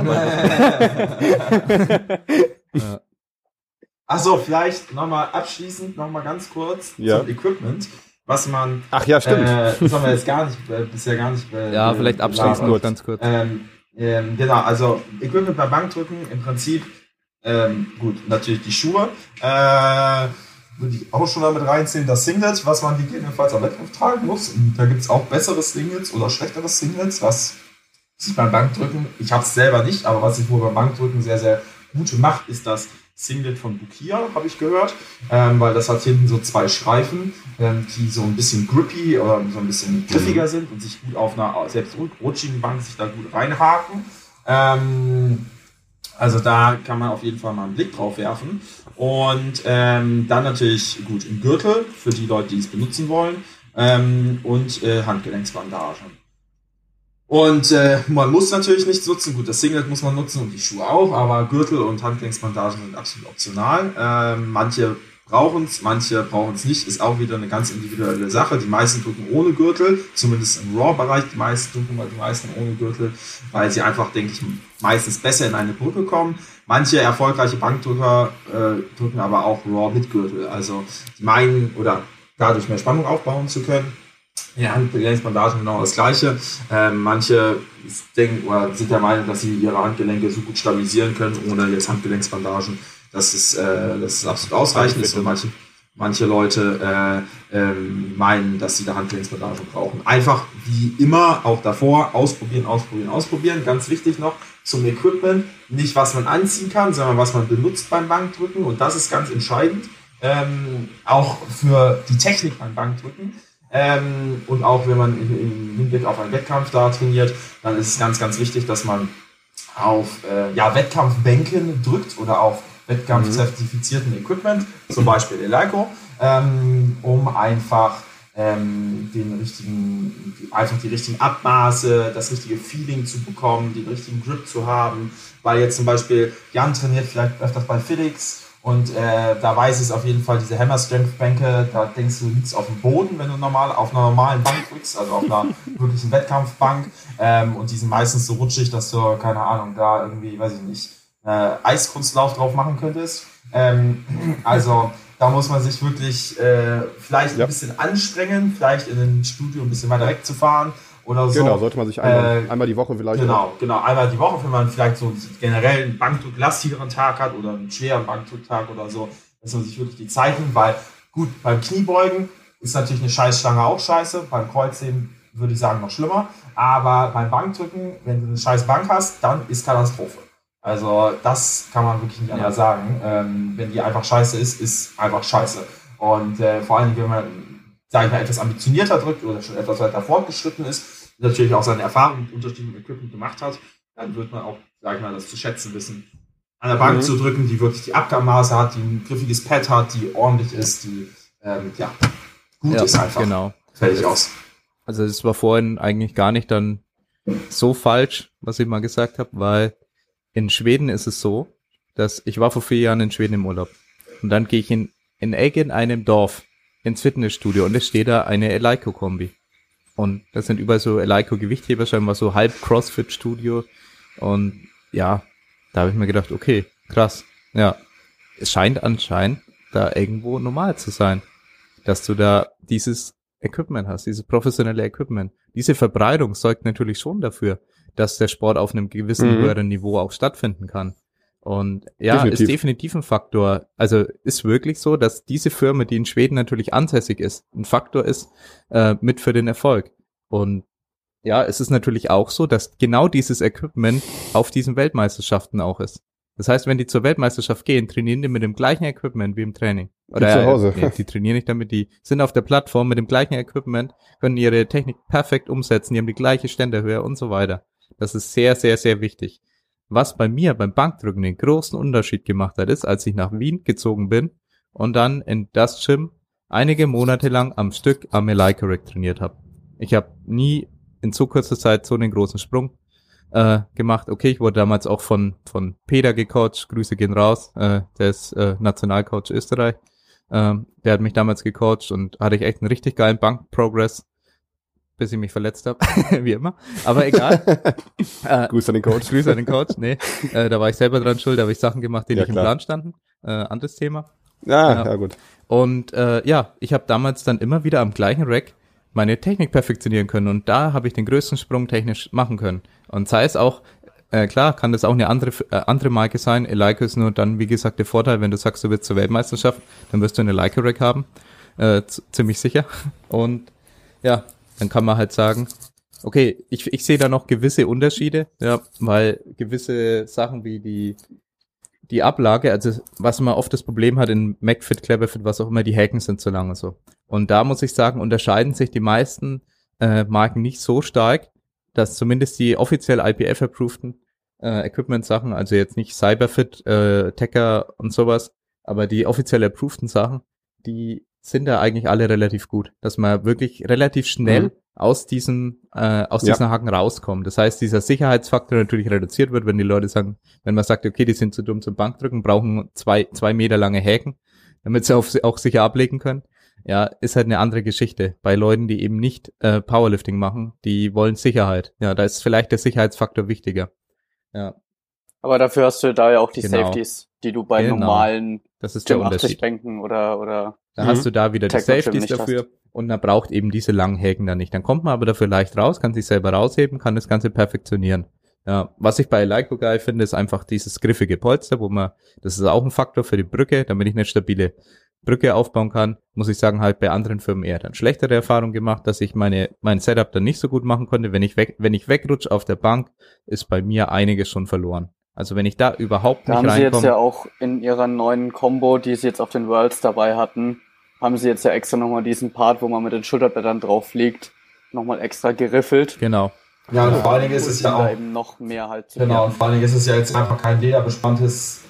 ja. Achso, vielleicht nochmal abschließend, ganz kurz zum Equipment. Was man... Ach ja, stimmt. Das haben wir jetzt bisher gar nicht... ja, vielleicht abschließend nur ganz kurz. Genau, also Equipment beim Bankdrücken im Prinzip, gut, natürlich die Schuhe, würde ich auch schon damit reinzählen, das Singlet, was man gegebenenfalls am Wettkampf tragen muss. Und da gibt es auch bessere Singlets oder schlechtere Singlets, was sich beim Bankdrücken, ich habe es selber nicht, aber was sich wohl beim Bankdrücken sehr, sehr gut macht, ist das Singlet von Bukia, habe ich gehört, weil das hat hinten so 2 Streifen, die so ein bisschen grippy oder so ein bisschen griffiger sind und sich gut auf einer selbst rutschigen Bank sich da gut reinhaken. Also da kann man auf jeden Fall mal einen Blick drauf werfen. Und dann natürlich gut im Gürtel für die Leute, die es benutzen wollen, und Handgelenksbandagen. Und man muss natürlich nichts nutzen. Gut, das Singlet muss man nutzen und die Schuhe auch, aber Gürtel und Handgelenksbandagen sind absolut optional. Manche brauchen es, manche brauchen es nicht. Ist auch wieder eine ganz individuelle Sache. Die meisten drücken ohne Gürtel, zumindest im Raw-Bereich. Die meisten ohne Gürtel, weil sie einfach, denke ich, meistens besser in eine Brücke kommen. Manche erfolgreiche Bankdrücker drücken aber auch Raw mit Gürtel. Also die meinen, oder dadurch mehr Spannung aufbauen zu können. Ja, Handgelenksbandagen genau das Gleiche. Manche denken oder sind der Meinung, dass sie ihre Handgelenke so gut stabilisieren können, ohne jetzt Handgelenksbandagen. Das ist absolut ausreichend ist. Und manche Leute meinen, dass sie da Handgelenksbandagen brauchen. Einfach wie immer, auch davor, ausprobieren. Ganz wichtig noch zum Equipment. Nicht, was man anziehen kann, sondern was man benutzt beim Bankdrücken. Und das ist ganz entscheidend. Auch für die Technik beim Bankdrücken. Und auch wenn man im Hinblick auf einen Wettkampf da trainiert, dann ist es ganz, ganz wichtig, dass man auf Wettkampfbänken drückt oder auf wettkampfzertifizierten Equipment, zum Beispiel Eleiko, um einfach die richtigen Abmaße, das richtige Feeling zu bekommen, den richtigen Grip zu haben, weil jetzt zum Beispiel Jan trainiert vielleicht öfters bei Felix. Und da weiß es auf jeden Fall, diese Hammer-Strength-Bänke, da denkst du, liegst auf dem Boden, wenn du auf einer normalen Bank drückst, also auf einer wirklichen Wettkampfbank. Und die sind meistens so rutschig, dass du, keine Ahnung, da irgendwie, weiß ich nicht, Eiskunstlauf drauf machen könntest. Also da muss man sich wirklich vielleicht ein bisschen anstrengen, vielleicht in ein Studio ein bisschen weiter wegzufahren. Oder so. Genau, sollte man sich einmal die Woche vielleicht... Genau, einmal die Woche, wenn man vielleicht so generell einen bankdrücklastigeren Tag hat oder einen schweren Bankdrücktag oder so, dass man sich wirklich die Zeit nimmt, weil gut, beim Kniebeugen ist natürlich eine Scheißstange auch scheiße, beim Kreuzheben würde ich sagen noch schlimmer, aber beim Bankdrücken, wenn du eine scheiß Bank hast, dann ist Katastrophe. Also das kann man wirklich nicht anders sagen. Wenn die einfach scheiße ist einfach scheiße. Und vor allen Dingen, wenn man sage ich mal, etwas ambitionierter drückt oder schon etwas weiter fortgeschritten ist, natürlich auch seine Erfahrungen mit unterschiedlichem Equipment gemacht hat, dann wird man auch, sage ich mal, das zu schätzen wissen. An der Bank zu drücken, die wirklich die Abgabemaße hat, die ein griffiges Pad hat, die ordentlich ist, die gut ist einfach. Genau. Fertig aus. Also es war vorhin eigentlich gar nicht dann so falsch, was ich mal gesagt habe, weil in Schweden ist es so, dass ich war vor 4 Jahren in Schweden im Urlaub und dann gehe ich in irgendeinem Dorf ins Fitnessstudio und es steht da eine Eleiko-Kombi. Und das sind überall so Eleiko-Gewichtheber, scheinbar so halb Crossfit-Studio. Und ja, da habe ich mir gedacht, okay, krass. Ja, es scheint anscheinend da irgendwo normal zu sein, dass du da dieses Equipment hast, dieses professionelle Equipment. Diese Verbreitung sorgt natürlich schon dafür, dass der Sport auf einem gewissen höheren Niveau auch stattfinden kann. Und ja, ist definitiv ein Faktor. Also ist wirklich so, dass diese Firma, die in Schweden natürlich ansässig ist, ein Faktor ist mit für den Erfolg. Und ja, es ist natürlich auch so, dass genau dieses Equipment auf diesen Weltmeisterschaften auch ist. Das heißt, wenn die zur Weltmeisterschaft gehen, trainieren die mit dem gleichen Equipment wie im Training. Oder zu Hause. Die trainieren nicht damit, die sind auf der Plattform mit dem gleichen Equipment, können ihre Technik perfekt umsetzen, die haben die gleiche Ständerhöhe und so weiter. Das ist sehr, sehr, sehr wichtig. Was bei mir beim Bankdrücken den großen Unterschied gemacht hat, ist, als ich nach Wien gezogen bin und dann in das Gym einige Monate lang am Stück am Eleiko Rack trainiert habe. Ich habe nie in so kurzer Zeit so einen großen Sprung gemacht. Okay, ich wurde damals auch von Peter gecoacht, Grüße gehen raus, der ist Nationalcoach Österreich. Der hat mich damals gecoacht und hatte ich echt einen richtig geilen Bank-Progress, bis ich mich verletzt habe, wie immer. Aber egal. Grüße an den Coach. Grüße an den Coach, nee. Da war ich selber dran schuld, da habe ich Sachen gemacht, die Ja, nicht im klar. Plan standen. Anderes Thema. Ja, gut. Und ich habe damals dann immer wieder am gleichen Rack meine Technik perfektionieren können und da habe ich den größten Sprung technisch machen können. Und sei es auch, klar, kann das auch eine andere Marke sein. Eleiko ist nur dann, wie gesagt, der Vorteil, wenn du sagst, du willst zur Weltmeisterschaft, dann wirst du eine Eleiko Rack haben. Ziemlich sicher. Und ja, dann kann man halt sagen, okay, ich sehe da noch gewisse Unterschiede, ja, weil gewisse Sachen wie die Ablage, also was man oft das Problem hat in McFit, Cleverfit, was auch immer, die Haken sind zu lang und so. Und da muss ich sagen, unterscheiden sich die meisten Marken nicht so stark, dass zumindest die offiziell IPF-approveden Equipment-Sachen, also jetzt nicht Cyberfit, Tecker und sowas, aber die offiziell approveden Sachen, die sind da eigentlich alle relativ gut, dass man wirklich relativ schnell aus diesen Haken rauskommt. Das heißt, dieser Sicherheitsfaktor natürlich reduziert wird, wenn die Leute sagen, wenn man sagt, okay, die sind zu dumm zum Bankdrücken, brauchen 2 Meter lange Häken, damit sie auch sicher ablegen können. Ja, ist halt eine andere Geschichte. Bei Leuten, die eben nicht Powerlifting machen, die wollen Sicherheit. Ja, da ist vielleicht der Sicherheitsfaktor wichtiger. Ja. Aber dafür hast du da ja auch die Genau. Safeties, die du bei normalen Das ist der Gym 80 Unterschied. Bänken oder Da hast du da wieder die Techno-Gym Safeties nicht dafür und man braucht eben diese langen Häken dann nicht. Dann kommt man aber dafür leicht raus, kann sich selber rausheben, kann das Ganze perfektionieren. Ja, was ich bei Eleiko geil finde, ist einfach dieses griffige Polster, das ist auch ein Faktor für die Brücke, damit ich eine stabile Brücke aufbauen kann, muss ich sagen, halt bei anderen Firmen eher dann schlechtere Erfahrungen gemacht, dass ich mein Setup dann nicht so gut machen konnte. Wenn ich wegrutsche auf der Bank, ist bei mir einiges schon verloren. Also wenn ich da überhaupt da nicht haben sie jetzt reinkomme. ja auch in ihrer neuen Combo, die sie jetzt auf den Worlds dabei hatten, haben sie jetzt ja extra nochmal diesen Part, wo man mit den Schulterblättern drauf liegt, nochmal extra geriffelt. Genau. Ja, und vor allen Dingen ist es ja da auch, eben noch mehr halt zu genau, und vor allen Dingen ist es ja jetzt einfach kein lederbespanntes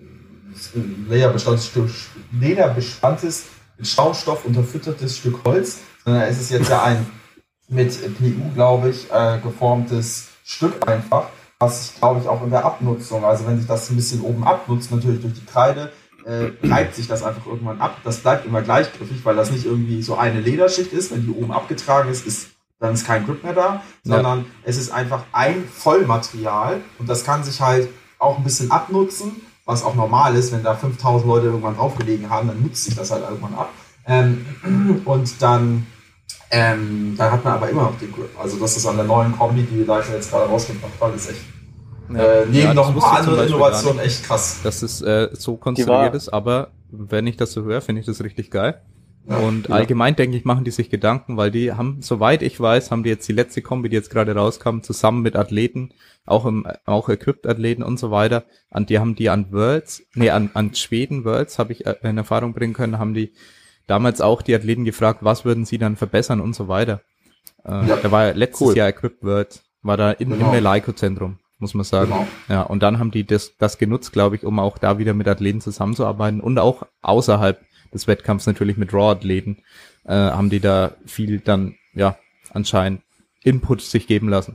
mit Schaumstoff unterfüttertes Stück Holz, sondern es ist jetzt ja ein mit PU, glaube ich, geformtes Stück einfach, was sich, glaube ich, auch in der Abnutzung, also wenn sich das ein bisschen oben abnutzt, natürlich durch die Kreide, reibt sich das einfach irgendwann ab. Das bleibt immer gleichgriffig, weil das nicht irgendwie so eine Lederschicht ist. Wenn die oben abgetragen ist, dann ist kein Grip mehr da, sondern es ist einfach ein Vollmaterial und das kann sich halt auch ein bisschen abnutzen, was auch normal ist, wenn da 5000 Leute irgendwann draufgelegen haben, dann nutzt sich das halt irgendwann ab. Und dann hat man aber immer noch den Grip. Also das ist an der neuen Kombi, die live jetzt gerade rausgebracht hat, ist echt neben noch ein paar andere Innovationen echt krass. Dass es so konstruiert ist, aber wenn ich das so höre, finde ich das richtig geil. Ja, und allgemein, denke ich, machen die sich Gedanken, weil die haben, soweit ich weiß, haben die jetzt die letzte Kombi, die jetzt gerade rauskam, zusammen mit Athleten, auch Equipped-Athleten und so weiter, an Schweden Worlds, habe ich in Erfahrung bringen können, haben die damals auch die Athleten gefragt, was würden sie dann verbessern und so weiter. Da war ja letztes Jahr Equipped Worlds, war da im Eleiko-Zentrum, muss man sagen. Genau. Ja, und dann haben die das genutzt, glaube ich, um auch da wieder mit Athleten zusammenzuarbeiten und auch außerhalb des Wettkampfs natürlich mit Raw-Athleten, haben die da viel dann, anscheinend Input sich geben lassen.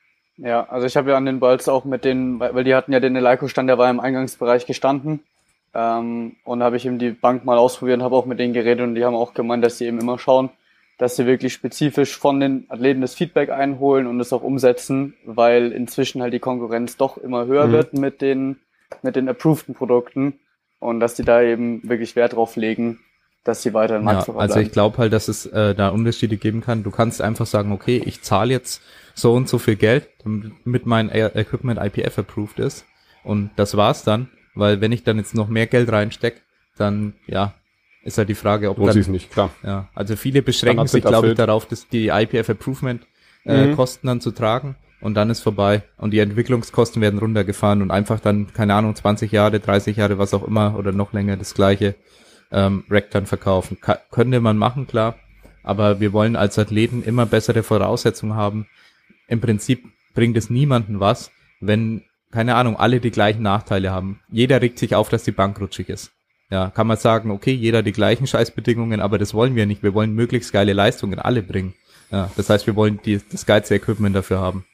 Ja, also ich habe ja an den Worlds auch mit weil die hatten ja den Eleiko-Stand, der war im Eingangsbereich gestanden. Und habe ich eben die Bank mal ausprobiert und habe auch mit denen geredet und die haben auch gemeint, dass sie eben immer schauen, dass sie wirklich spezifisch von den Athleten das Feedback einholen und es auch umsetzen, weil inzwischen halt die Konkurrenz doch immer höher wird mit den approveden Produkten und dass die da eben wirklich Wert drauf legen, dass sie weiter im Marktführer bleiben. Also ich glaube halt, dass es da Unterschiede geben kann. Du kannst einfach sagen, okay, ich zahle jetzt so und so viel Geld, damit mein Equipment IPF approved ist und das war's dann. Weil wenn ich dann jetzt noch mehr Geld reinstecke, dann, ja, ist halt die Frage, ob lohnt es nicht, klar. Ja, also viele beschränken sich, glaube ich, darauf, dass die IPF-Approvement Kosten dann zu tragen und dann ist vorbei und die Entwicklungskosten werden runtergefahren und einfach dann, keine Ahnung, 20 Jahre, 30 Jahre, was auch immer oder noch länger das gleiche Rack dann verkaufen. Könnte man machen, klar, aber wir wollen als Athleten immer bessere Voraussetzungen haben. Im Prinzip bringt es niemanden was, wenn keine Ahnung, alle die gleichen Nachteile haben. Jeder regt sich auf, dass die Bank rutschig ist. Ja, kann man sagen, okay, jeder die gleichen Scheißbedingungen, aber das wollen wir nicht. Wir wollen möglichst geile Leistungen alle bringen. Ja, das heißt, wir wollen das geilste Equipment dafür haben.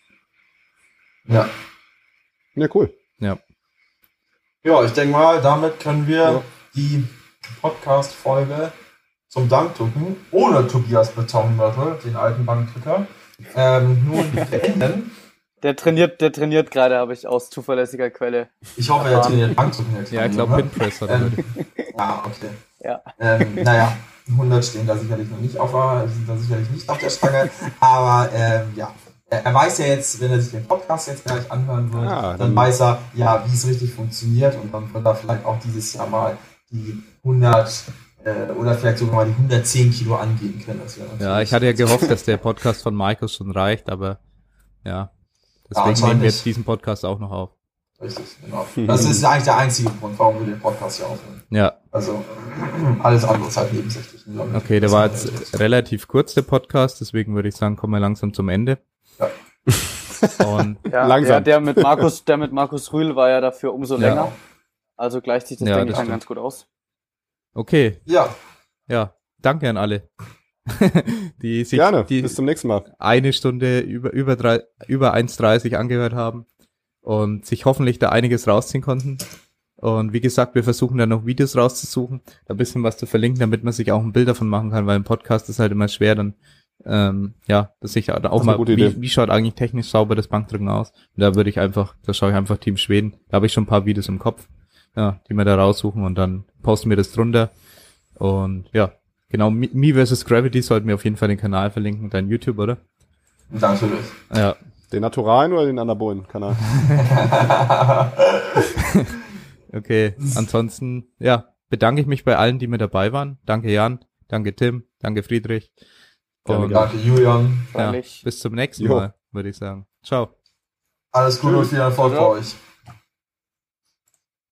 Ja. Ja, cool. Ja. Ja, ich denke mal, damit können wir die Podcast-Folge zum Bankdrücken ohne Tobias Betonmörtel, den alten Bankdrücker, nun beenden. Der trainiert gerade, habe ich aus zuverlässiger Quelle. Ich hoffe, er trainiert Bankdrücken jetzt. Ja, ich glaube Pinpress hat er. Okay. Ja. Naja, 100 stehen da sicherlich noch nicht auf der Stange. Aber ja, er weiß ja jetzt, wenn er sich den Podcast jetzt gleich anhören wird, dann weiß er, ja, wie es richtig funktioniert und dann wird er vielleicht auch dieses Jahr mal die 100 oder vielleicht sogar mal die 110 Kilo angehen können. Ja, ich hatte ja gehofft, dass der Podcast von Markus schon reicht, aber ja. Deswegen nehmen wir jetzt diesen Podcast auch noch auf. Richtig, genau. Das ist eigentlich der einzige Grund, warum wir den Podcast hier aufnehmen. Ja. Also, alles andere ist halt nebensächlich. Okay, der war jetzt relativ kurz, der Podcast, deswegen würde ich sagen, kommen wir langsam zum Ende. Ja. Und ja, langsam. Der mit Markus Rühl war ja dafür umso länger. Also gleicht sich das, denke ich, dann ganz gut aus. Okay. Ja. Ja, danke an alle. Die sich Gerne, bis zum nächsten Mal. Eine Stunde über 1,30 angehört haben und sich hoffentlich da einiges rausziehen konnten. Und wie gesagt, wir versuchen dann noch Videos rauszusuchen, da ein bisschen was zu verlinken, damit man sich auch ein Bild davon machen kann, weil im Podcast ist halt immer schwer, dann dass ich auch mal, wie schaut eigentlich technisch sauber das Bankdrücken aus? Und da schaue ich einfach Team Schweden, da habe ich schon ein paar Videos im Kopf, ja, die wir da raussuchen und dann posten wir das drunter. Und ja, genau, Me vs. Gravity sollten wir auf jeden Fall den Kanal verlinken, dein YouTube, oder? Natürlich. Ja. Den naturalen oder den anabolen Kanal? Okay, ansonsten, ja, bedanke ich mich bei allen, die mit dabei waren. Danke Jan, danke Tim, danke Friedrich. Und danke Julian. Ja, bis zum nächsten Mal, würde ich sagen. Ciao. Alles Gute und viel Erfolg für euch.